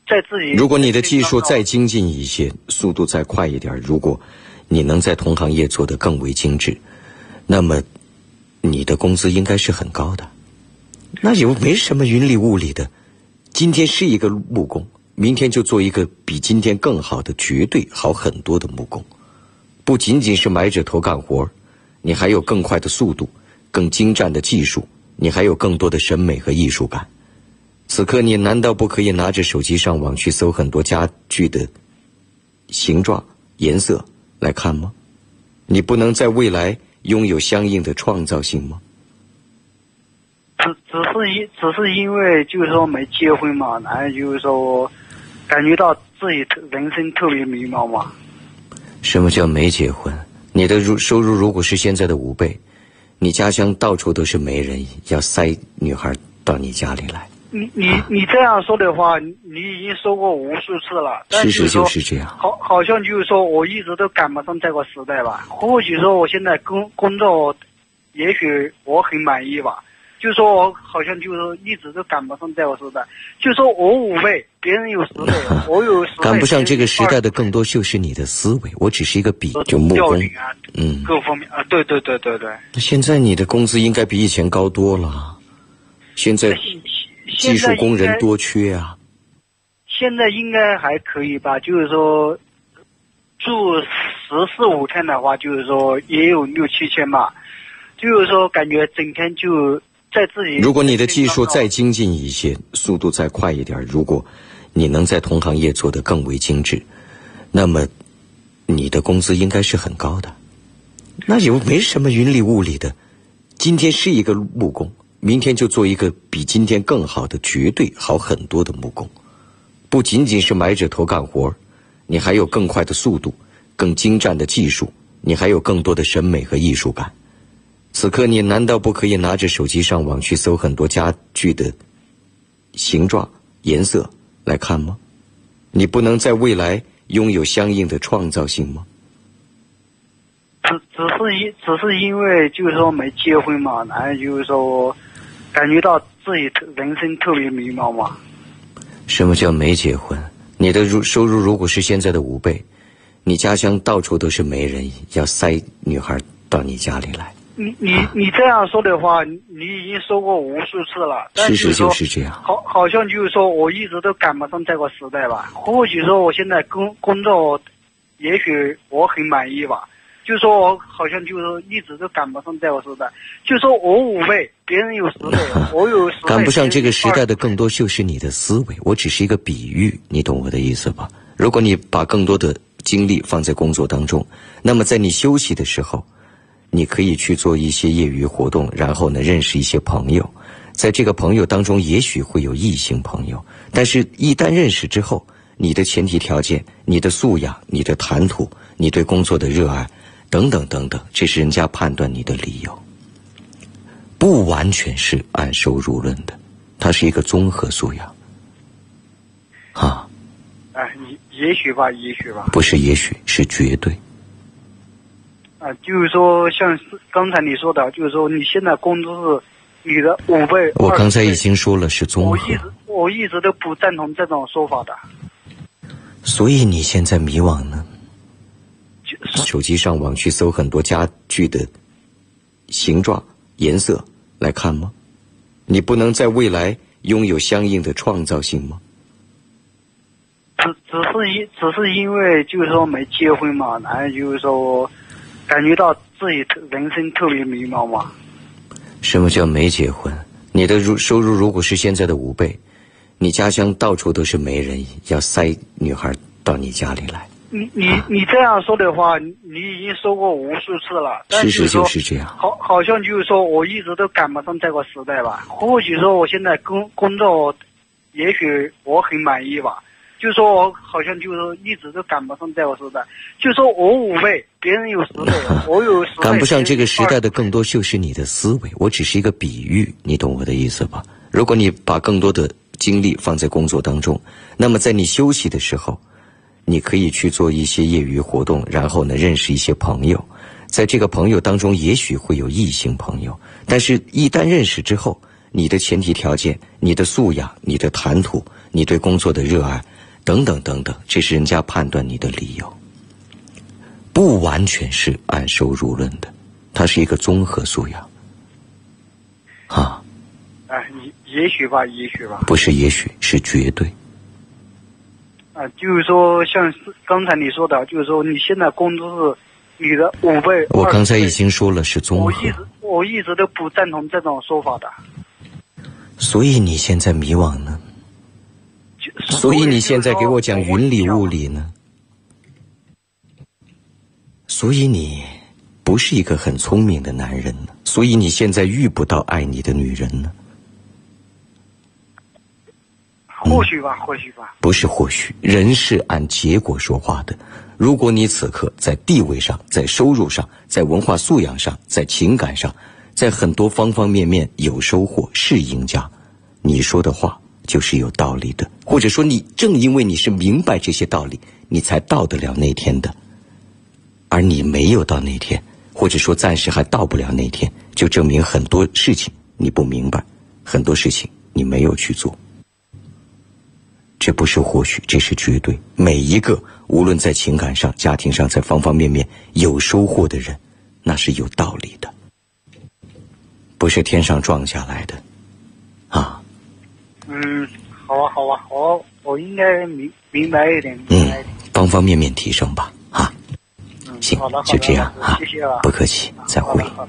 在自己。 如果你的技术再精进一些，速度再快一点，如果你能在同行业做得更为精致，那么你的工资应该是很高的。那又没什么云里雾里的，今天是一个木工，明天就做一个比今天更好的，绝对好很多的木工。不仅仅是埋着头干活，你还有更快的速度，更精湛的技术，你还有更多的审美和艺术感。此刻你难道不可以拿着手机上网去搜很多家具的形状、颜色来看吗？你不能在未来拥有相应的创造性吗？ 只只是因只是因为就是说没结婚嘛，然后就是说感觉到自己人生特别迷茫嘛。 什么叫没结婚？你的收入如果是现在的五倍，你家乡到处都是媒人，要塞女孩到你家里来。 你你你这样说的话，你已经说过无数次了。 事实就是这样。 好，好像就是说我一直都赶不上这个时代吧。或许说我现在工工作，也许我很满意吧。就说我好像就是说一直都赶不上这个时代。就说我五倍，别人有十倍，我有十倍。 赶不上这个时代的更多就是你的思维。我只是一个比，就木工啊， 嗯， 各方面啊，对对对对对。 那现在你的工资应该比以前高多了。现在技术工人多缺啊。 现在应该还可以吧，就是说住十四五天的话，就是说也有六七千吧。就是说感觉整天就在自己。 如果你的技术再精进一些，速度再快一点，如果你能在同行业做得更为精致，那么你的工资应该是很高的。那又没什么云里雾里的，今天是一个木工，明天就做一个比今天更好的，绝对好很多的木工。不仅仅是埋着头干活，你还有更快的速度，更精湛的技术，你还有更多的审美和艺术感。此刻你难道不可以拿着手机上网去搜很多家具的形状、颜色来看吗？你不能在未来拥有相应的创造性吗？ 只只是因只是因为就是说没结婚嘛，然后就是说感觉到自己人生特别迷茫嘛。 什么叫没结婚？你的收入如果是现在的五倍，你家乡到处都是媒人，要塞女孩到你家里来。 你你你这样说的话，你已经说过无数次了。 事实就是这样。 好，好像就是说我一直都赶不上这个时代吧。或许说我现在工工作，也许我很满意吧。就说我好像就是说一直都赶不上这个时代。就说我五倍，别人有十倍，我有十倍。 赶不上这个时代的更多就是你的思维。我只是一个比喻，你懂我的意思吧？如果你把更多的精力放在工作当中，那么在你休息的时候，你可以去做一些业余活动，然后呢认识一些朋友，在这个朋友当中也许会有异性朋友，但是一旦认识之后，你的前提条件、你的素养、你的谈吐、你对工作的热爱等等等等，这是人家判断你的理由，不完全是按收入论的，它是一个综合素养啊。 啊，也也许吧，也许吧。 不是也许，是绝对。 啊，就是说，像刚才你说的，就是说你现在工资是你的五倍。 我刚才已经说了是综合。 我一直我一直都不赞同这种说法的。 所以你现在迷惘呢？手机上网去搜很多家具的形状、颜色来看吗？你不能在未来拥有相应的创造性吗？ 只只是因只是因为就是说没结婚嘛，然后就是说感觉到自己人生特别迷茫嘛。 什么叫没结婚？你的收入如果是现在的五倍，你家乡到处都是媒人，要塞女孩到你家里来。 你你你这样说的话，你已经说过无数次了。 事实就是这样。 好，好像就是说我一直都赶不上这个时代吧。或许说我现在工工作，也许我很满意吧。就说我好像就是说一直都赶不上这个时代。就说我五倍，别人有十倍，我有十倍。 赶不上这个时代的更多就是你的思维。我只是一个比喻，你懂我的意思吧？如果你把更多的精力放在工作当中，那么在你休息的时候，你可以去做一些业余活动，然后呢认识一些朋友，在这个朋友当中也许会有异性朋友，但是一旦认识之后，你的前提条件、你的素养、你的谈吐、你对工作的热爱等等等等，这是人家判断你的理由，不完全是按收入论的，它是一个综合素养。啊， 啊，也也许吧，也许吧。 不是也许，是绝对。 啊，就是说，像刚才你说的，就是说你现在工资是你的五倍。 我刚才已经说了是综合。 我一直我一直都不赞同这种说法的。 所以你现在迷惘呢？所以你现在给我讲云里雾里呢？所以你不是一个很聪明的男人呢？所以你现在遇不到爱你的女人呢？ 或许吧，或许吧。 不是或许，人是按结果说话的。如果你此刻在地位上、在收入上、在文化素养上、在情感上，在很多方方面面有收获，是赢家，你说的话就是有道理的。或者说你正因为你是明白这些道理，你才到得了那天的。而你没有到那天，或者说暂时还到不了那天，就证明很多事情你不明白，很多事情你没有去做。这不是或许，这是绝对。每一个无论在情感上、家庭上，在方方面面有收获的人，那是有道理的，不是天上撞下来的啊。 嗯，好啊，好啊，我我应该明明白一点，明白一点。 嗯，方方面面提升吧，啊。 嗯， 行， 好的， 就这样啊， 谢谢了， 不客气，再会。 好的。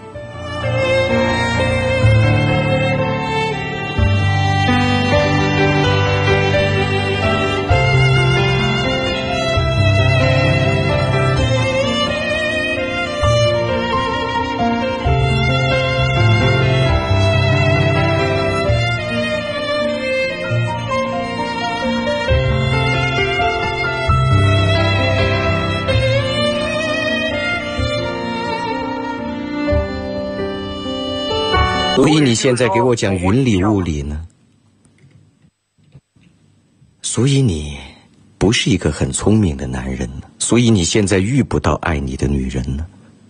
所以你现在给我讲云里雾里呢？所以你不是一个很聪明的男人呢？所以你现在遇不到爱你的女人呢？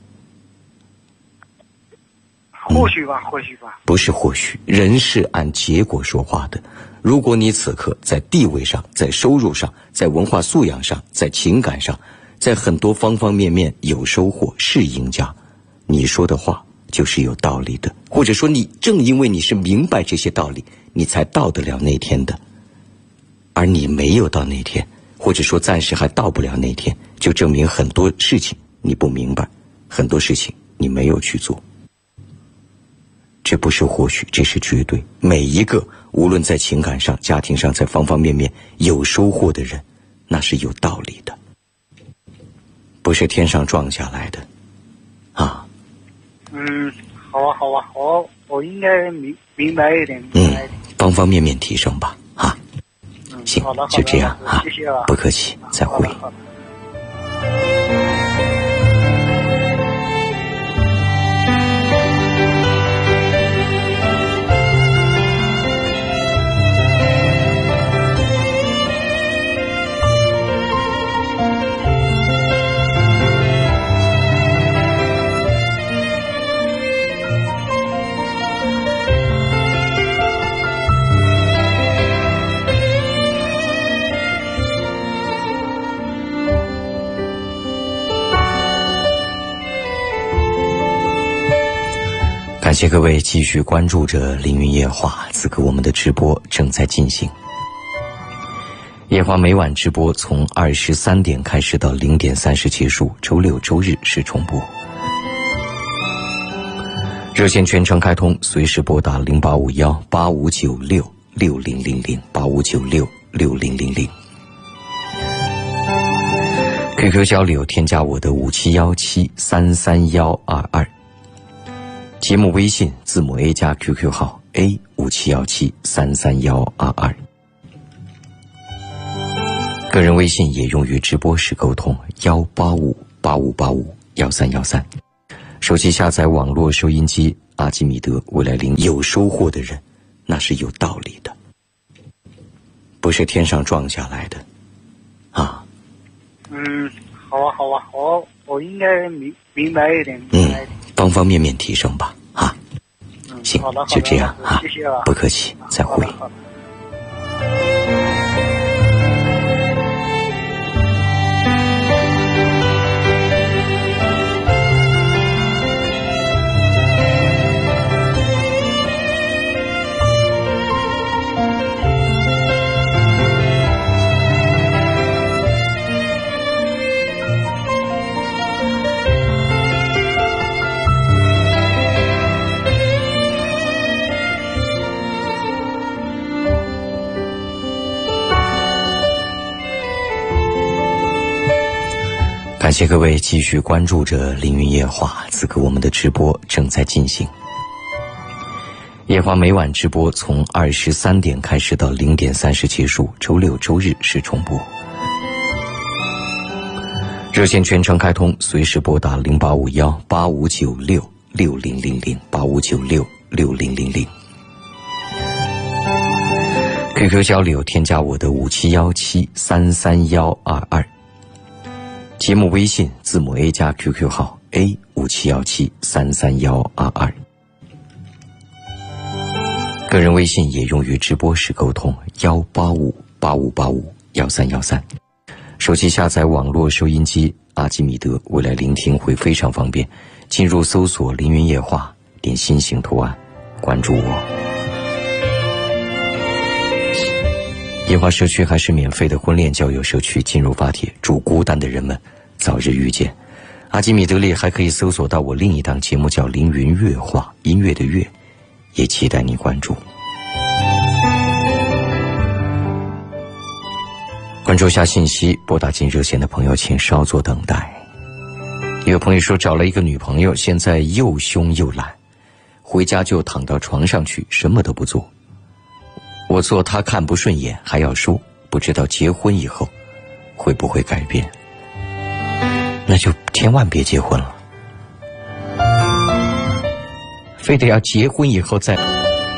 或许吧，或许吧。 不是或许，人是按结果说话的。如果你此刻在地位上、在收入上、在文化素养上、在情感上，在很多方方面面有收获，是赢家，你说的话就是有道理的。或者说你正因为你是明白这些道理，你才到得了那天的。而你没有到那天，或者说暂时还到不了那天，就证明很多事情你不明白，很多事情你没有去做。这不是或许，这是绝对。每一个无论在情感上、家庭上，在方方面面有收获的人，那是有道理的，不是天上撞下来的啊。 嗯，好啊，好啊，我我应该明明白一点，明白一点。 嗯，方方面面提升吧，啊。 嗯， 行， 好的，好的， 就这样啊， 谢谢了， 不客气，再会。 好的好的。 感谢各位继续关注着凌云夜话，此刻我们的直播正在进行。夜话每晚直播从二十三点开始到零点三十结束，周六周日是重播。热线全程开通，随时拨打零八五幺八五九六六零零零八五九六六零零零。Q Q 交流添加我的五七幺七三三幺二二。节目微信字母 A 加 Q Q 号 A 五七幺七三三幺二二，个人微信也用于直播时沟通幺八五八五八五幺三幺三。手机下载网络收音机阿基米德未来零。有收获的人，那是有道理的，不是天上撞下来的啊。 嗯，好啊，好啊，我我应该明明白一点，明白一点。 嗯，方方面面提升吧，啊。 嗯， 行， 好的，好的， 就这样啊， 谢谢了， 不客气，再会。 好的好的。 感谢各位继续关注着凌云夜话，此刻我们的直播正在进行。夜话每晚直播从二十三点开始到零点三十结束，周六周日是重播。热线全程开通，随时拨打零八五幺八五九六六零零零八五九六六零零零。Q Q 交流添加我的五七幺七三三幺二二。节目微信字母 A 加 Q Q 号 A 五七幺七三三幺二二。个人微信也用于直播时沟通幺八五八五八五幺三幺三。手机下载网络收音机阿基米德，未来聆听会非常方便。进入搜索凌云夜话，点心形图案，关注我。夜话社区还是免费的婚恋交友社区，进入发帖，祝孤单的人们早日遇见。阿基米德里还可以搜索到我另一档节目叫凌云乐话，音乐的乐，也期待你关注。关注下信息，拨打进热线的朋友请稍作等待。有朋友说找了一个女朋友，现在又凶又懒，回家就躺到床上去，什么都不做。我做他看不顺眼还要说，不知道结婚以后会不会改变。那就千万别结婚了，非得要结婚以后再。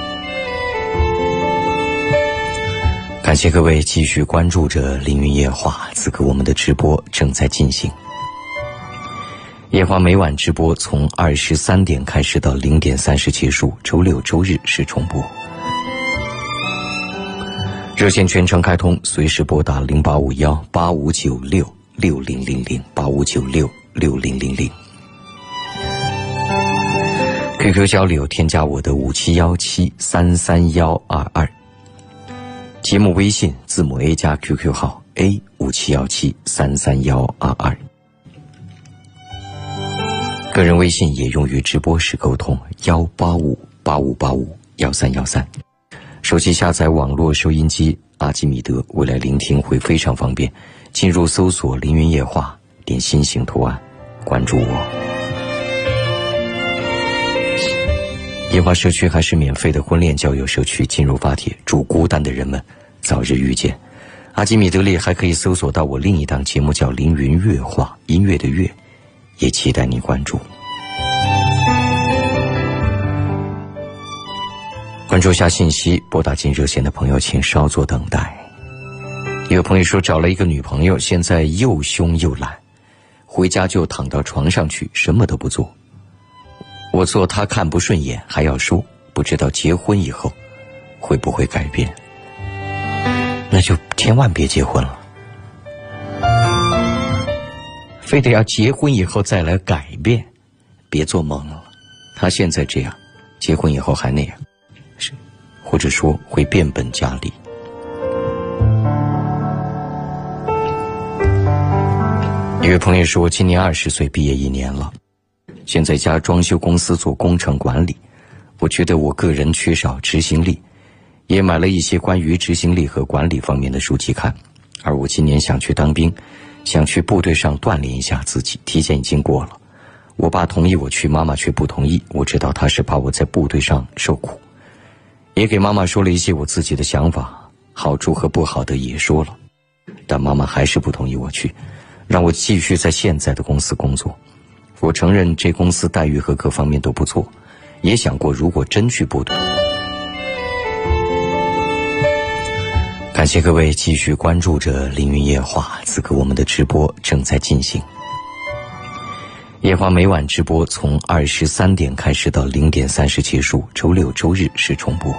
感谢各位继续关注着凌云夜话，此刻我们的直播正在进行。夜话每晚直播从二十三点开始到零点三十结束，周六周日是重播。热线全程开通，随时拨打零八五幺八五九六六零零零八五九六六零零零。Q Q 交流添加我的五七幺七三三幺二二。节目微信字母 A 加 Q Q 号 A 五七幺七三三幺二二。个人微信也用于直播时沟通幺八五八五八五幺三幺三。手机下载网络收音机阿基米德，未来聆听会非常方便。进入搜索凌云夜话，点心形图案，关注我。夜话社区还是免费的婚恋交友社区，进入发帖，祝孤单的人们早日遇见。阿基米德里还可以搜索到我另一档节目叫凌云乐话，音乐的乐，也期待你关注。关注下信息，拨打进热线的朋友请稍作等待。有朋友说找了一个女朋友，现在又凶又懒，回家就躺到床上去，什么都不做。我做他看不顺眼还要说，不知道结婚以后会不会改变。那就千万别结婚了，非得要结婚以后再来改变，别做梦了。他现在这样，结婚以后还那样，是或者说会变本加厉。有位朋友说今年二十岁，毕业一年了，现在家装修公司做工程管理，我觉得我个人缺少执行力，也买了一些关于执行力和管理方面的书籍看。而我今年想去当兵，想去部队上锻炼一下自己，体检已经过了。我爸同意我去，妈妈却不同意，我知道他是怕我在部队上受苦。也给妈妈说了一些我自己的想法，好处和不好的也说了，但妈妈还是不同意我去，让我继续在现在的公司工作。我承认这公司待遇和各方面都不错，也想过如果真去部队。感谢各位继续关注着凌云夜话，此刻我们的直播正在进行。夜话每晚直播从二十三点开始到零点三十结束，周六周日是重播。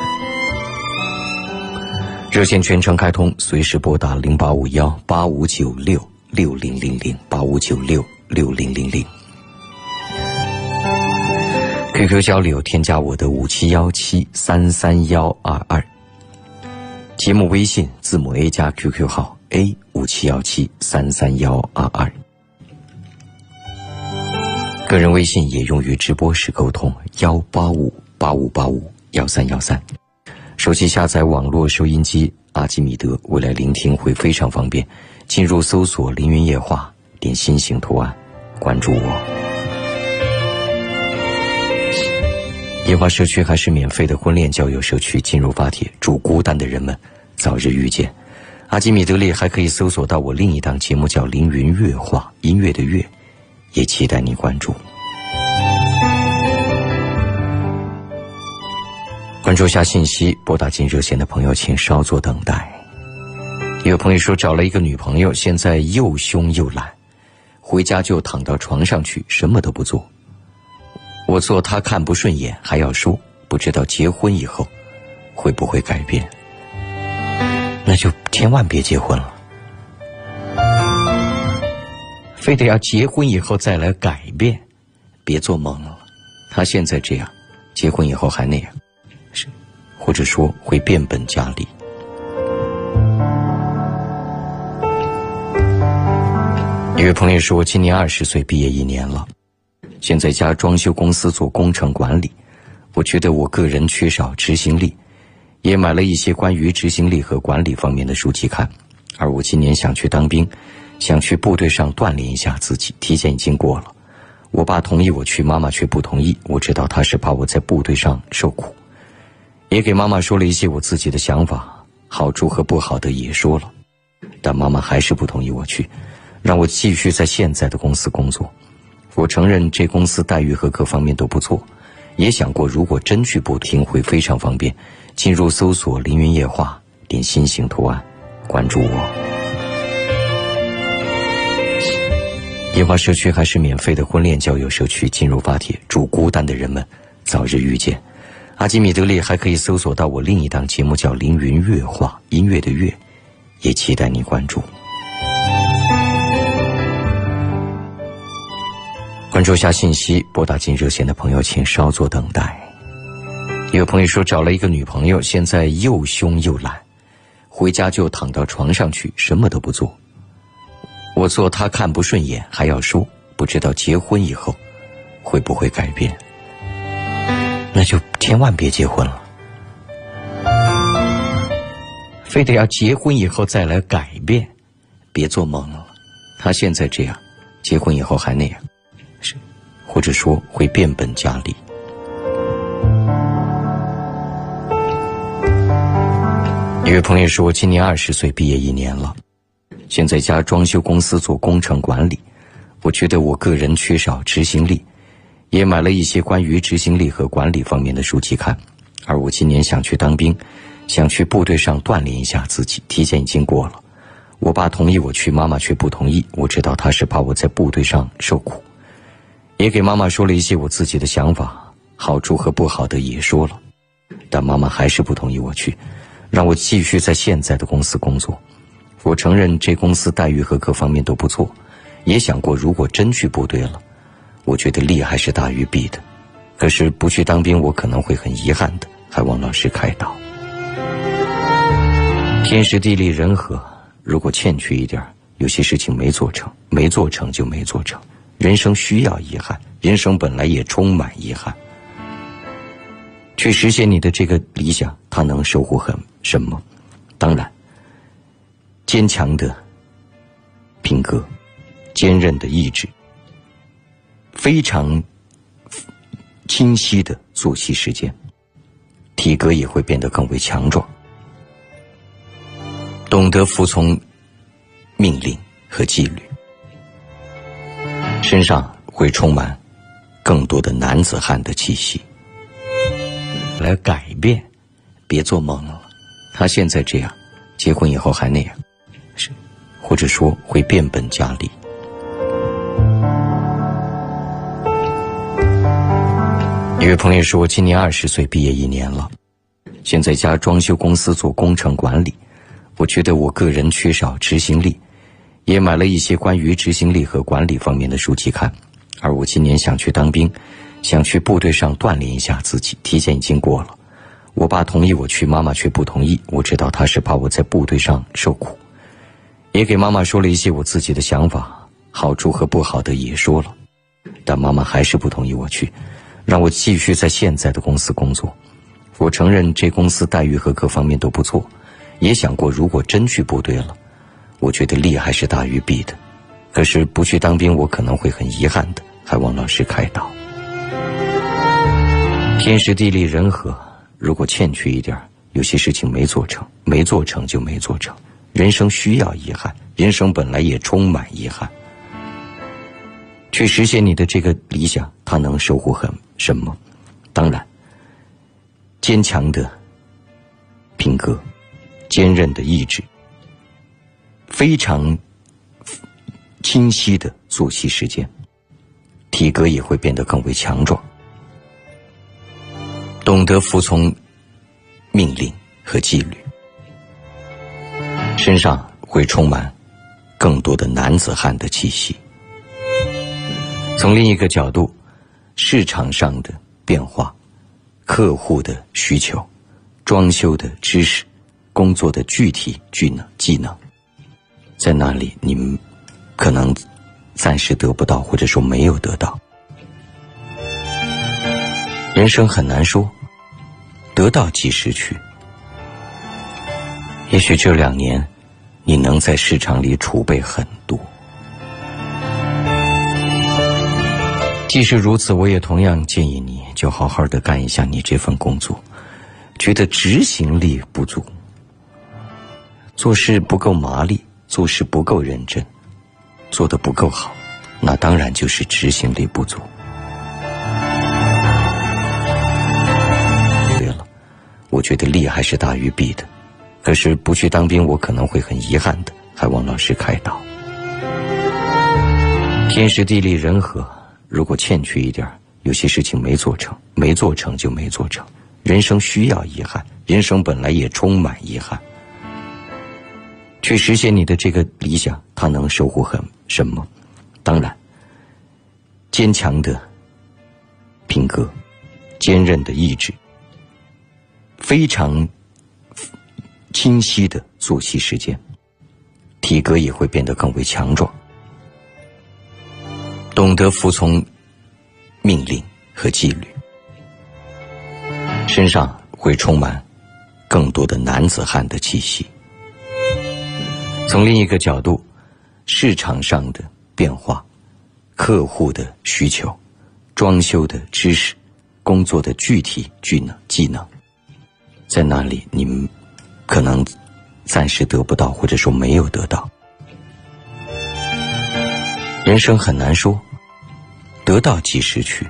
热线全程开通，随时拨打零八五幺八五九六六零零零八五九六六零零零。Q Q 交流添加我的五七幺七三三幺二二。节目微信字母 A 加 Q Q 号 A 五七幺七三三幺二二。个人微信也用于直播时沟通幺八五八五八五幺三幺三。手机下载网络收音机阿基米德，未来聆听会非常方便。进入搜索凌云夜话， 点心形图案，关注我。野花社区还是免费的婚恋交友社区，进入发帖，祝孤单的人们早日遇见。阿基米德利还可以搜索到我另一档节目叫凌云乐话，音乐的乐，也期待你关注。关注下信息，拨打进热线的朋友请稍作等待。有朋友说找了一个女朋友，现在又凶又懒，回家就躺到床上去，什么都不做。我做她看不顺眼还要说，不知道结婚以后会不会改变。那就千万别结婚了，非得要结婚以后再来改变，别做梦了。她现在这样，结婚以后还那样，是或者说会变本加厉。一位朋友说，今年二十岁，毕业一年了，现在家装修公司做工程管理，我觉得我个人缺少执行力，也买了一些关于执行力和管理方面的书籍看。而我今年想去当兵，想去部队上锻炼一下自己，体检已经过了。我爸同意我去，妈妈却不同意，我知道他是怕我在部队上受苦，也给妈妈说了一些我自己的想法，好处和不好的也说了，但妈妈还是不同意我去，让我继续在现在的公司工作。我承认这公司待遇和各方面都不错，也想过如果真去部队会非常方便。进入搜索凌云夜话，点心形图案，关注我。夜话社区还是免费的婚恋交友社区，进入发帖，祝孤单的人们早日遇见。阿基米德利还可以搜索到我另一档节目叫凌云乐话，音乐的乐，也期待你关注。关注下信息，拨打进热线的朋友请稍作等待。有朋友说找了一个女朋友，现在又凶又懒，回家就躺到床上去，什么都不做。我做她看不顺眼还要说，不知道结婚以后会不会改变。那就千万别结婚了，非得要结婚以后再来改变，别做梦了。她现在这样，结婚以后还那样，是或者说会变本加厉。一位朋友说，今年二十岁，毕业一年了，现在家装修公司做工程管理，我觉得我个人缺少执行力，也买了一些关于执行力和管理方面的书籍看。而我今年想去当兵，想去部队上锻炼一下自己，体检已经过了。我爸同意我去，妈妈却不同意，我知道他是怕我在部队上受苦，也给妈妈说了一些我自己的想法，好处和不好的也说了，但妈妈还是不同意我去，让我继续在现在的公司工作。我承认这公司待遇和各方面都不错，也想过如果真去部队了，我觉得利还是大于弊的。可是不去当兵，我可能会很遗憾的，还望老师开导。天时地利人和，如果欠缺一点，有些事情没做成，没做成就没做成。人生需要遗憾，人生本来也充满遗憾。去实现你的这个理想，它能收获很什么？当然，坚强的品格，坚韧的意志，非常清晰的作息时间，体格也会变得更为强壮，懂得服从命令和纪律，身上会充满更多的男子汉的气息。来改变，别做梦了。他现在这样，结婚以后还那样，是或者说会变本加厉。一位朋友说，今年二十岁，毕业一年了，现在家装修公司做工程管理，我觉得我个人缺少执行力，也买了一些关于执行力和管理方面的书籍看。而我今年想去当兵，想去部队上锻炼一下自己，体检已经过了。我爸同意我去，妈妈却不同意，我知道他是怕我在部队上受苦，也给妈妈说了一些我自己的想法，好处和不好的也说了，但妈妈还是不同意我去，让我继续在现在的公司工作。我承认这公司待遇和各方面都不错，也想过如果真去部队了，我觉得利还是大于弊的。 可是不去当兵，我可能会很遗憾的，还望老师开导。天时地利人和，如果欠缺一点，有些事情没做成，没做成就没做成。人生需要遗憾，人生本来也充满遗憾。去实现你的这个理想，它能收获很什么？当然，坚强的品格，坚韧的意志，非常清晰的作息时间，体格也会变得更为强壮，懂得服从命令和纪律，身上会充满更多的男子汉的气息。从另一个角度，市场上的变化，客户的需求，装修的知识，工作的具体技能技能，在那里你们可能暂时得不到，或者说没有得到。人生很难说，得到即时去。也许这两年你能在市场里储备很多，即使如此，我也同样建议你就好好的干一下你这份工作。觉得执行力不足，做事不够麻利，做事不够认真，做得不够好，那当然就是执行力不足。对了，我觉得利还是大于弊的，可是不去当兵，我可能会很遗憾的，还望老师开导。天时地利人和，如果欠缺一点，有些事情没做成，没做成就没做成。人生需要遗憾，人生本来也充满遗憾。去实现你的这个理想，它能收获很什么？当然，坚强的品格，坚韧的意志，非常清晰的作息时间，体格也会变得更为强壮，懂得服从命令和纪律，身上会充满更多的男子汉的气息。从另一个角度，市场上的变化，客户的需求，装修的知识，工作的具体技能技能，在那里你们可能暂时得不到，或者说没有得到。人生很难说，得到即时去。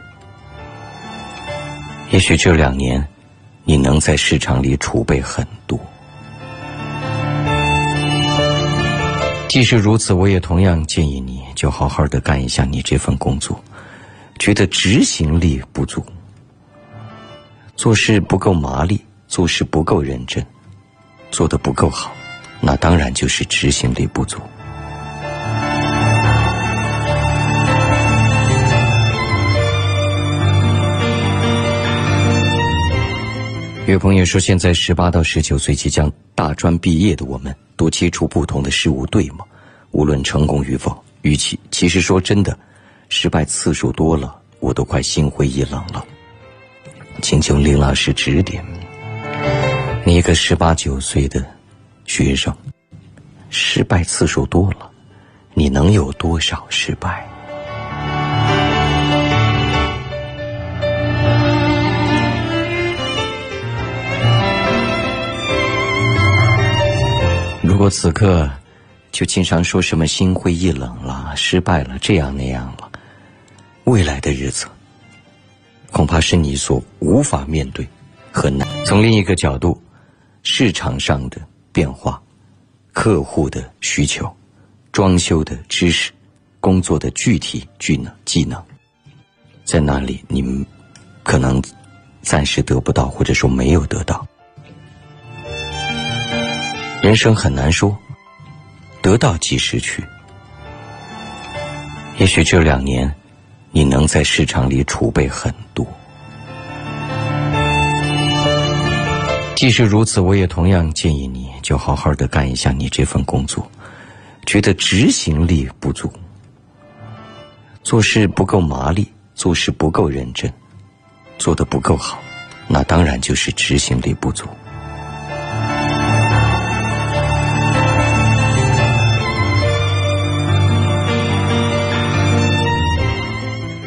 也许这两年你能在市场里储备很多，即使如此，我也同样建议你就好好的干一下你这份工作。觉得执行力不足，做事不够麻利，做事不够认真，做得不够好，那当然就是执行力不足。有朋友说，现在十八到十九岁即将大专毕业的我们，多接触不同的事物，对吗？无论成功与否，与其其实说真的，失败次数多了，我都快心灰意冷了。请求林老师指点。你一个十八九岁的学生，失败次数多了，你能有多少失败？如果此刻就经常说什么心灰意冷了，失败了，这样那样了，未来的日子恐怕是你所无法面对和难。从另一个角度，市场上的变化，客户的需求，装修的知识，工作的具体技能技能，在那里你们可能暂时得不到，或者说没有得到。人生很难说，得到即时去。也许这两年你能在市场里储备很多，即使如此，我也同样建议你就好好的干一下你这份工作。觉得执行力不足，做事不够麻利，做事不够认真，做得不够好，那当然就是执行力不足。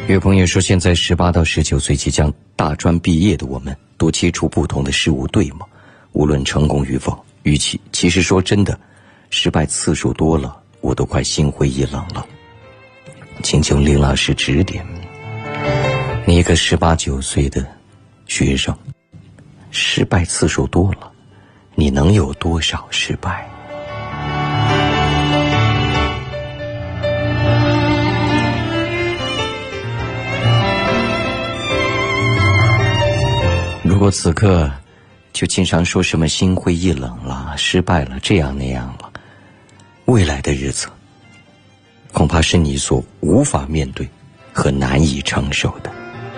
有朋友说，现在十八到十九岁即将大专毕业的我们，多接触不同的事物，对吗？无论成功与否，与其其实说真的，失败次数多了，我都快心灰意冷了。请求林老师指点。你一个十八九岁的学生，失败次数多了，你能有多少失败？如果此刻就经常说什么心灰意冷了，失败了，这样那样了，未来的日子恐怕是你所无法面对和难以承受的。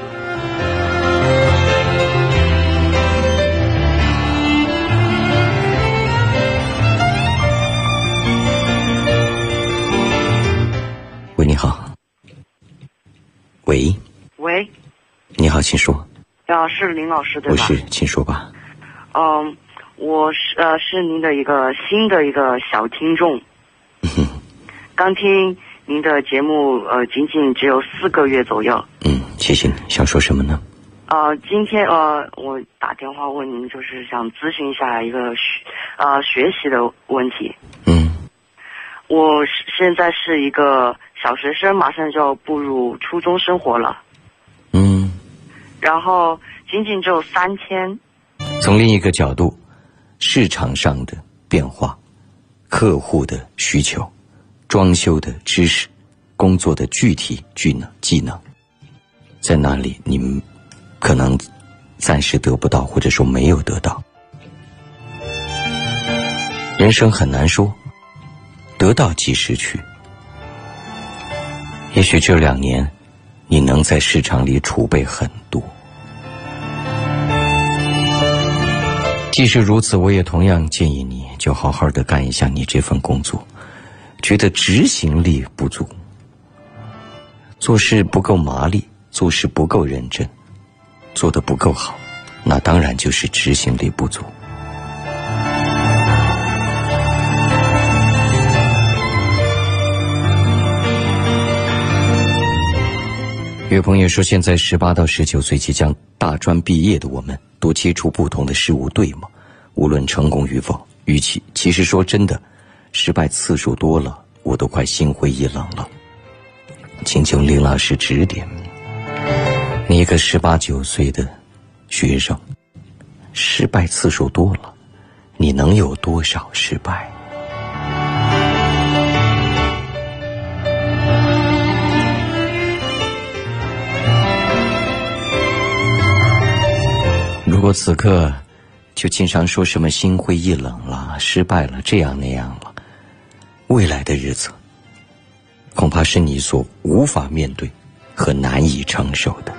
喂，你好。喂。 喂。 你好，请说。 啊，是林老师对吧？ 我是，请说吧。 嗯，我是呃是您的一个新的一个小听众。 嗯。 刚听您的节目，呃，仅仅只有四个月左右。 嗯，谢谢你。想说什么呢？ 呃，今天呃，我打电话问您，就是想咨询一下一个学呃学习的问题。 嗯。 我现在是一个小学生，马上就要步入初中生活了。 嗯。 然后仅仅只有三天。 从另一个角度，市场上的变化、客户的需求、装修的知识、工作的具体技能技能，在那里你们可能暂时得不到，或者说没有得到。人生很难说，得到即失去。也许这两年你能在市场里储备很多。即使如此，我也同样建议你就好好的干一下你这份工作。觉得执行力不足，做事不够麻利，做事不够认真，做得不够好，那当然就是执行力不足。有朋友说，现在十八到十九岁即将大专毕业的我们，多接触不同的事物，对吗？无论成功与否，与其其实说真的，失败次数多了，我都快心灰意冷了。请求林老师指点。你一个十八九岁的学生，失败次数多了，你能有多少失败？如果此刻就经常说什么心灰意冷了，失败了，这样那样了，未来的日子恐怕是你所无法面对和难以承受的。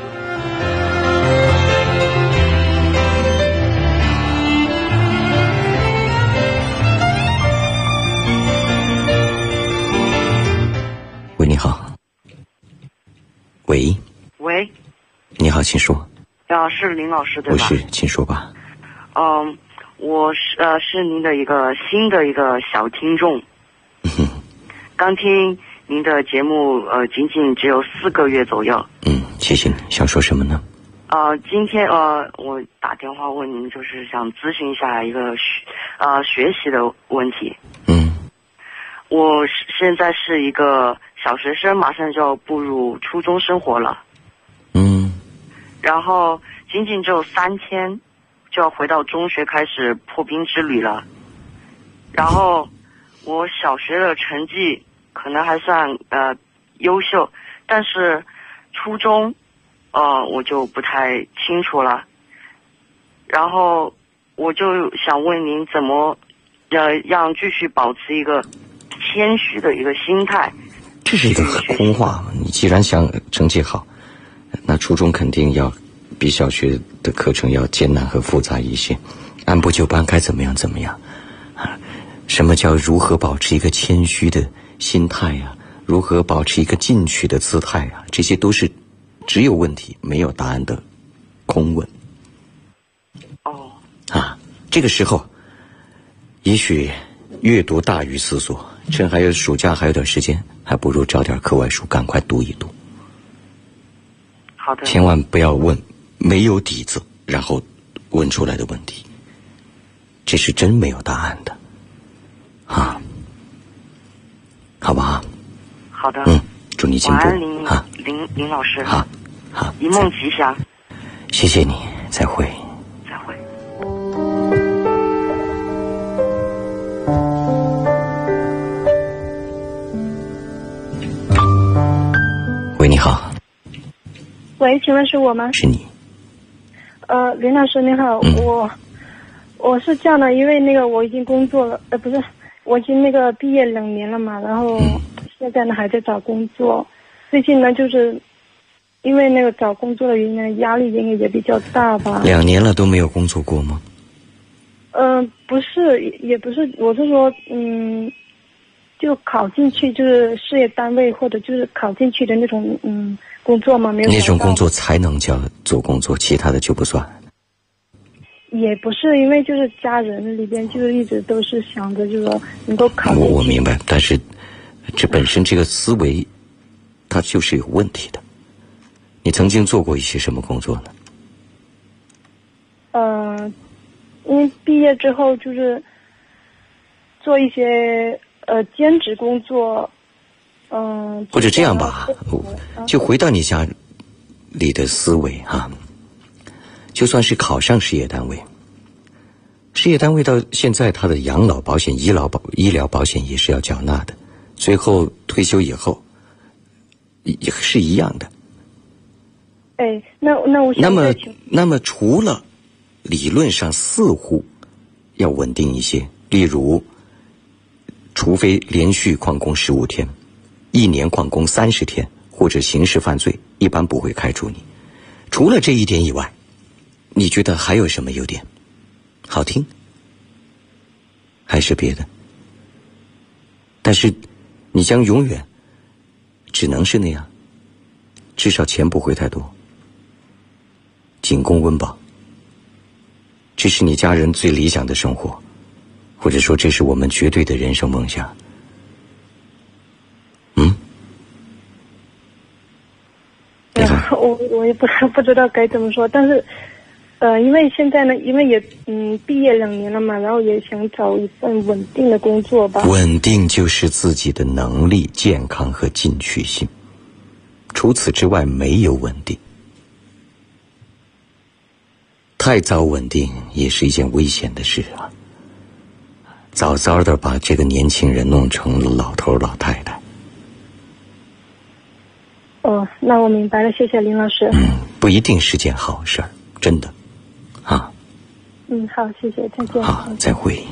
喂，你好。喂。 喂。 你好，请说。 啊，是林老师对吧？ 我是，请说吧。 嗯，我是呃是您的一个新的一个小听众。 嗯。 刚听您的节目，呃，仅仅只有四个月左右。 嗯，谢谢你。想说什么呢？ 呃，今天呃，我打电话问您，就是想咨询一下一个学呃学习的问题。 嗯。 我现在是一个小学生，马上就要步入初中生活了。 嗯。 然后仅仅只有三天，就要回到中学开始破冰之旅了。然后我小学的成绩可能还算呃优秀，但是初中呃我就不太清楚了。然后我就想问您，怎么呃让继续保持一个谦虚的一个心态？ 这是一个空话。你既然想成绩好，那初中肯定要比小学的课程要艰难和复杂一些，按部就班，该怎么样怎么样。什么叫如何保持一个谦虚的心态啊？如何保持一个进取的姿态啊？这些都是只有问题没有答案的空问。 哦。 啊，这个时候也许阅读大于思索，趁还有暑假还有点时间，还不如找点课外书赶快读一读。 好的。 千万不要问没有底子然后问出来的问题，这是真没有答案的啊，好不好？ 好的。 嗯，祝你进步。 晚安，林啊， 林林老师。 好，好， 一梦吉祥。 谢谢你，再会。 再会。 喂，你好。 喂，请问是我吗？ 是你。 呃，林老师你好， 嗯、 我我是这样的，因为那个我已经工作了，呃，不是，我已经那个毕业两年了嘛，然后现在呢还在找工作，最近呢就是因为那个找工作的原因，压力应该也比较大吧。 两年了都没有工作过吗？ 嗯、呃，不是，也不是，我是说，嗯。就考进去就是事业单位或者就是考进去的那种嗯工作嘛，没有那种工作才能叫做工作，其他的就不算。 也不是，因为就是家人里边就是一直都是想着就是说能够考进去。 我我明白，但是这本身这个思维它就是有问题的。你曾经做过一些什么工作呢？ 呃，因为毕业之后就是做一些。呃，兼职工作，嗯、呃， 或者这样吧，就回到你家里的思维哈、啊，就算是考上事业单位，事业单位到现在他的养老保险、医疗保医疗保险也是要缴纳的，最后退休以后也是一样的。 哎，那那我那么那么除了理论上似乎要稳定一些，例如。除非连续旷工十五天，一年旷工三十天，或者刑事犯罪，一般不会开除你。除了这一点以外，你觉得还有什么优点？好听？还是别的？但是，你将永远只能是那样，至少钱不会太多，仅供温饱。这是你家人最理想的生活。或者说，这是我们绝对的人生梦想。嗯， 呃、我我也不不知道该怎么说，但是，呃，因为现在呢，因为也嗯毕业两年了嘛，然后也想找一份稳定的工作吧。 稳定就是自己的能力、健康和进取心，除此之外没有稳定。太早稳定也是一件危险的事啊。早早的把这个年轻人弄成了老头老太太。 哦，那我明白了，谢谢林老师。 嗯，不一定是件好事儿，真的，啊。 嗯，好，谢谢，再见。 好，再会。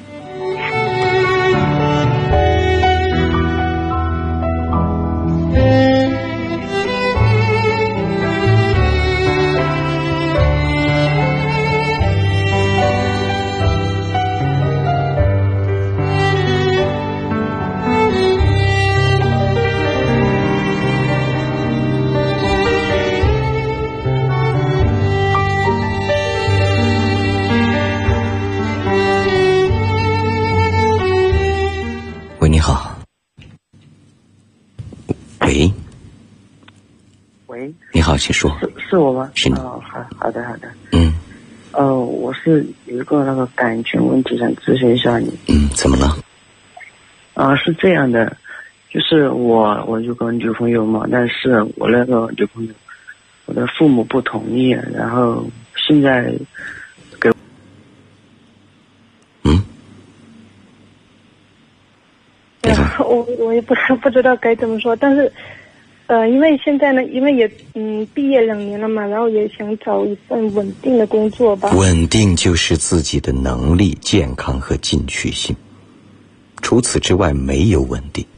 你好，喂， 喂， 你好，请说。 是是我吗？ 是你。 哦，好好的好的。 嗯。 呃，我是有一个那个感情问题想咨询一下你。 嗯，怎么了？ 啊、呃，是这样的，就是我我有个女朋友嘛，但是我那个女朋友，我的父母不同意，然后现在给。 嗯。 我我也不不知道该怎么说，但是，呃，因为现在呢，因为也嗯毕业两年了嘛，然后也想找一份稳定的工作吧。 稳定就是自己的能力、健康和进取心，除此之外没有稳定。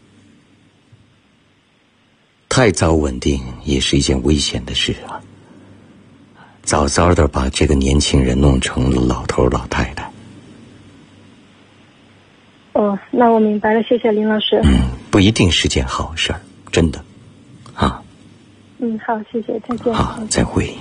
太早稳定也是一件危险的事啊。早早的把这个年轻人弄成了老头老太太。 哦，那我明白了，谢谢林老师。 嗯，不一定是件好事儿，真的，啊。 嗯，好，谢谢，再见。 好，再会。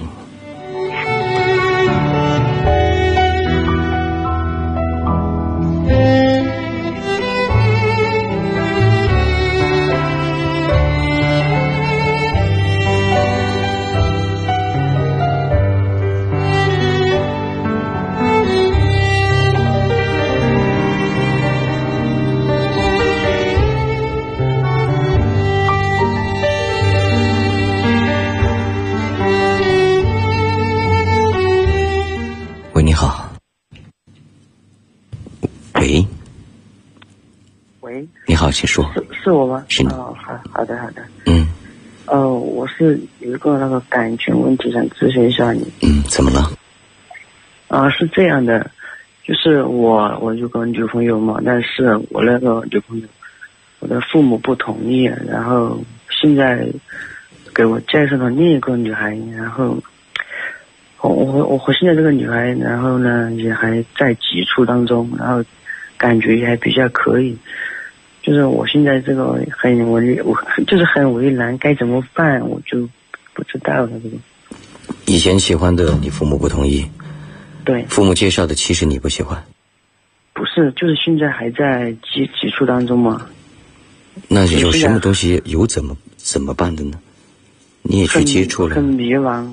请说。 是是我吗？ 是你。 哦，好好的好的。 嗯。 呃，我是有一个那个感情问题想咨询一下你。 嗯，怎么了？ 啊，是这样的，就是我我有个女朋友嘛，但是我那个女朋友，我的父母不同意，然后现在给我介绍了另一个女孩，然后我我我和现在这个女孩，然后呢也还在接触当中，然后感觉也还比较可以。就是我现在这个很为我就是很为难，该怎么办我就不知道了。这个以前喜欢的你父母不同意， 对， 父母介绍的其实你不喜欢， 不是，就是现在还在接接触当中嘛。 那有什么东西有怎么怎么办的呢？你也去接触了， 很迷茫。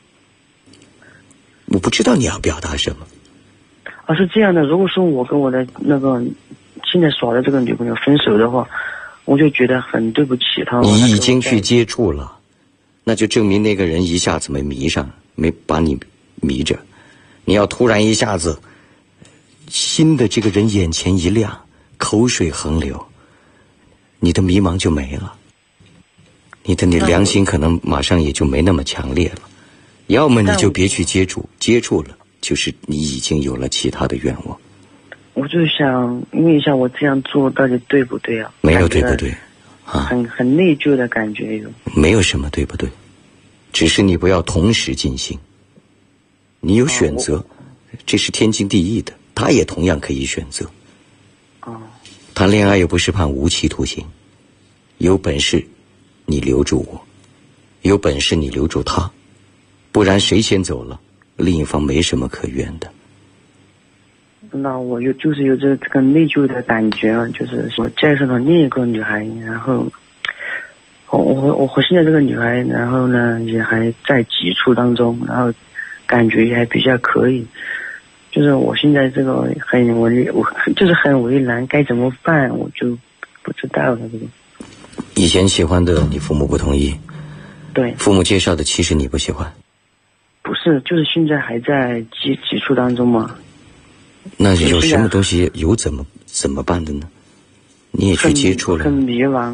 我不知道你要表达什么。 啊，是这样的，如果说我跟我的那个现在耍的这个女朋友分手的话，我就觉得很对不起她。 你已经去接触了，那就证明那个人一下子没迷上，没把你迷着。你要突然一下子新的这个人眼前一亮，口水横流，你的迷茫就没了，你的你良心可能马上也就没那么强烈了。要么你就别去接触，接触了就是你已经有了其他的愿望。 我就想问一下，我这样做到底对不对啊？ 没有对不对啊？ 很很内疚的感觉有。 没有什么对不对，只是你不要同时进行。你有选择，哦、这是天经地义的，他也同样可以选择。 哦。 谈恋爱又不是判无期徒刑，有本事你留住我，有本事你留住他，不然谁先走了，另一方没什么可怨的。 那我有就是有这这个内疚的感觉啊，就是我介绍了另一个女孩，然后我我我和现在这个女孩，然后呢也还在接触当中，然后感觉也还比较可以。就是我现在这个很为我就是很为难，该怎么办我就不知道了。这个以前喜欢的你父母不同意， 对， 父母介绍的其实你不喜欢， 不是，就是现在还在接接触当中嘛。 那有什么东西有怎么怎么办的呢？你也去接触了， 很迷茫。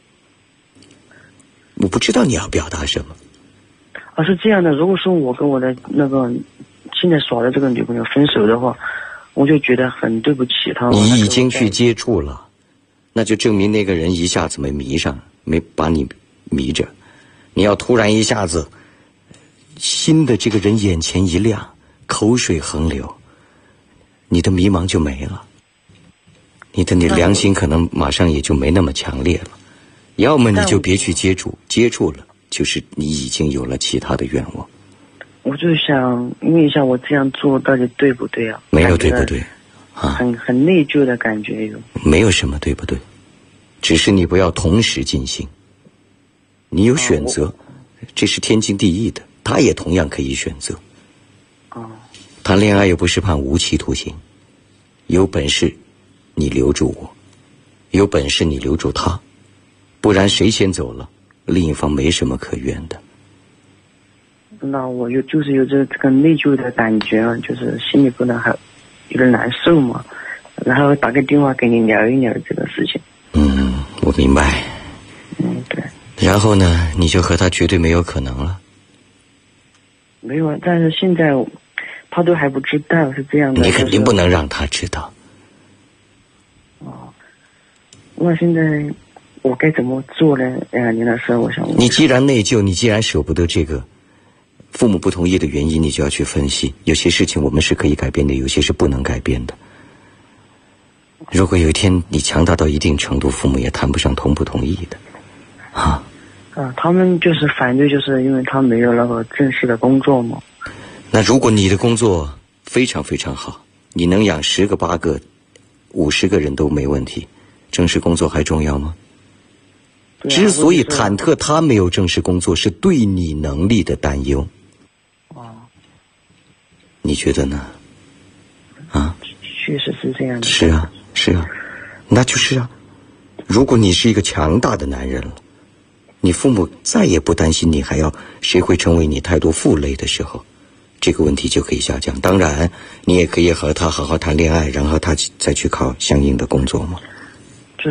我不知道你要表达什么。 啊，是这样的，如果说我跟我的那个现在耍的这个女朋友分手的话，我就觉得很对不起她。 你已经去接触了，那就证明那个人一下子没迷上，没把你迷着。你要突然一下子新的这个人眼前一亮，口水横流，你的迷茫就没了，你的你良心可能马上也就没那么强烈了。要么你就别去接触，接触了就是你已经有了其他的愿望。 我就想问一下，我这样做到底对不对啊？ 没有对不对啊？ 很很内疚的感觉有。 没有什么对不对，只是你不要同时进行。你有选择，哦、这是天经地义的，他也同样可以选择。 哦。 谈恋爱又不是判无期徒刑，有本事你留住我，有本事你留住他，不然谁先走了，另一方没什么可怨的。 那我有就是有这这个内疚的感觉啊，就是心里不能还有点难受嘛，然后打个电话给你聊一聊这个事情。 嗯，我明白。 嗯，对。 然后呢，你就和他绝对没有可能了。 没有啊，但是现在他都还不知道是这样的。 你肯定不能让他知道。 哦，那现在我该怎么做呢？哎，林老师，我想问你既然内疚，你既然舍不得这个父母不同意的原因，你就要去分析，有些事情我们是可以改变的，有些是不能改变的。如果有一天你强大到一定程度，父母也谈不上同不同意的啊。 啊，他们就是反对，就是因为他没有那个正式的工作嘛。 那如果你的工作非常非常好，你能养十个八个五十个人都没问题，正式工作还重要吗？ 啊、 之所以忐忑他没有正式工作，是对你能力的担忧。 哦， 你觉得呢？啊， 确实是这样的。 是啊，是啊，那就是啊。如果你是一个强大的男人了，你父母再也不担心你还要谁会成为你太多负累的时候，这个问题就可以下降。当然你也可以和他好好谈恋爱，然后他再去考相应的工作嘛。 就是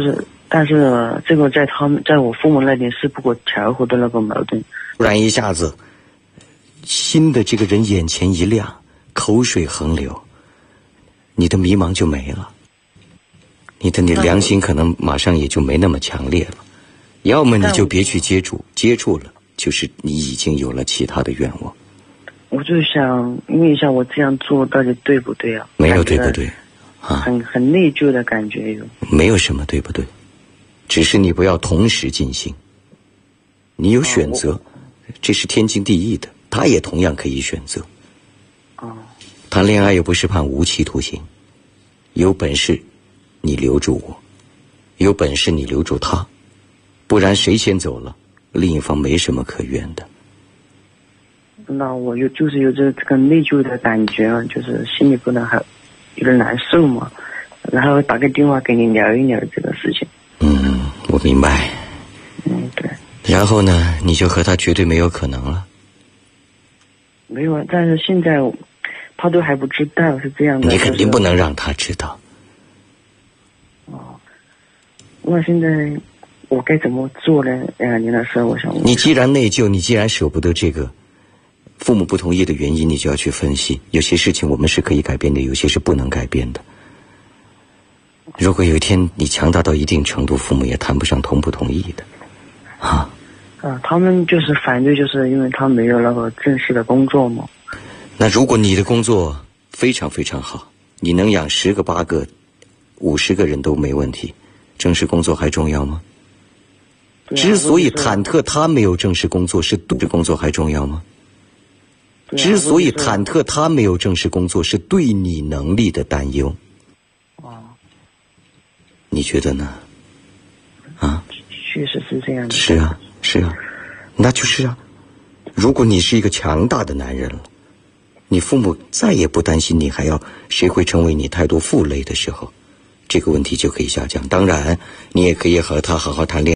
但是这个在他们在我父母那边是不可调和的那个矛盾。 突然一下子，新的这个人眼前一亮，口水横流，你的迷茫就没了，你的你良心可能马上也就没那么强烈了。要么你就别去接触，接触了就是你已经有了其他的愿望。 我就想问一下，我这样做到底对不对啊？ 没有对不对啊？ 很很内疚的感觉有。 没有什么对不对，只是你不要同时进行。你有选择，哦、这是天经地义的，他也同样可以选择。 哦。 谈恋爱又不是判无期徒刑，有本事你留住我，有本事你留住他，不然谁先走了，另一方没什么可怨的。 那我有就是有这这个内疚的感觉啊，就是心里不能还有点难受嘛，然后打个电话给你聊一聊这个事情。 嗯，我明白。 嗯，对。 然后呢，你就和他绝对没有可能了。 没有啊，但是现在他都还不知道是这样的。 你肯定不能让他知道。 哦，那现在我该怎么做呢？哎，林老师，我想问。 你既然内疚，你既然舍不得这个父母不同意的原因，你就要去分析，有些事情我们是可以改变的，有些是不能改变的。如果有一天你强大到一定程度，父母也谈不上同不同意的啊。 啊，他们就是反对，就是因为他没有那个正式的工作嘛。 那如果你的工作非常非常好，你能养十个八个五十个人都没问题，正式工作还重要吗？ 啊、 之所以忐忑他没有正式工作，是对这工作还重要吗？ 啊、 之所以忐忑他没有正式工作，是对你能力的担忧。 哦， 你觉得呢？啊， 确实是这样的。 是啊，是啊，那就是啊。如果你是一个强大的男人了，你父母再也不担心你还要谁会成为你太多负累的时候，这个问题就可以下降。当然，你也可以和他好好谈恋爱。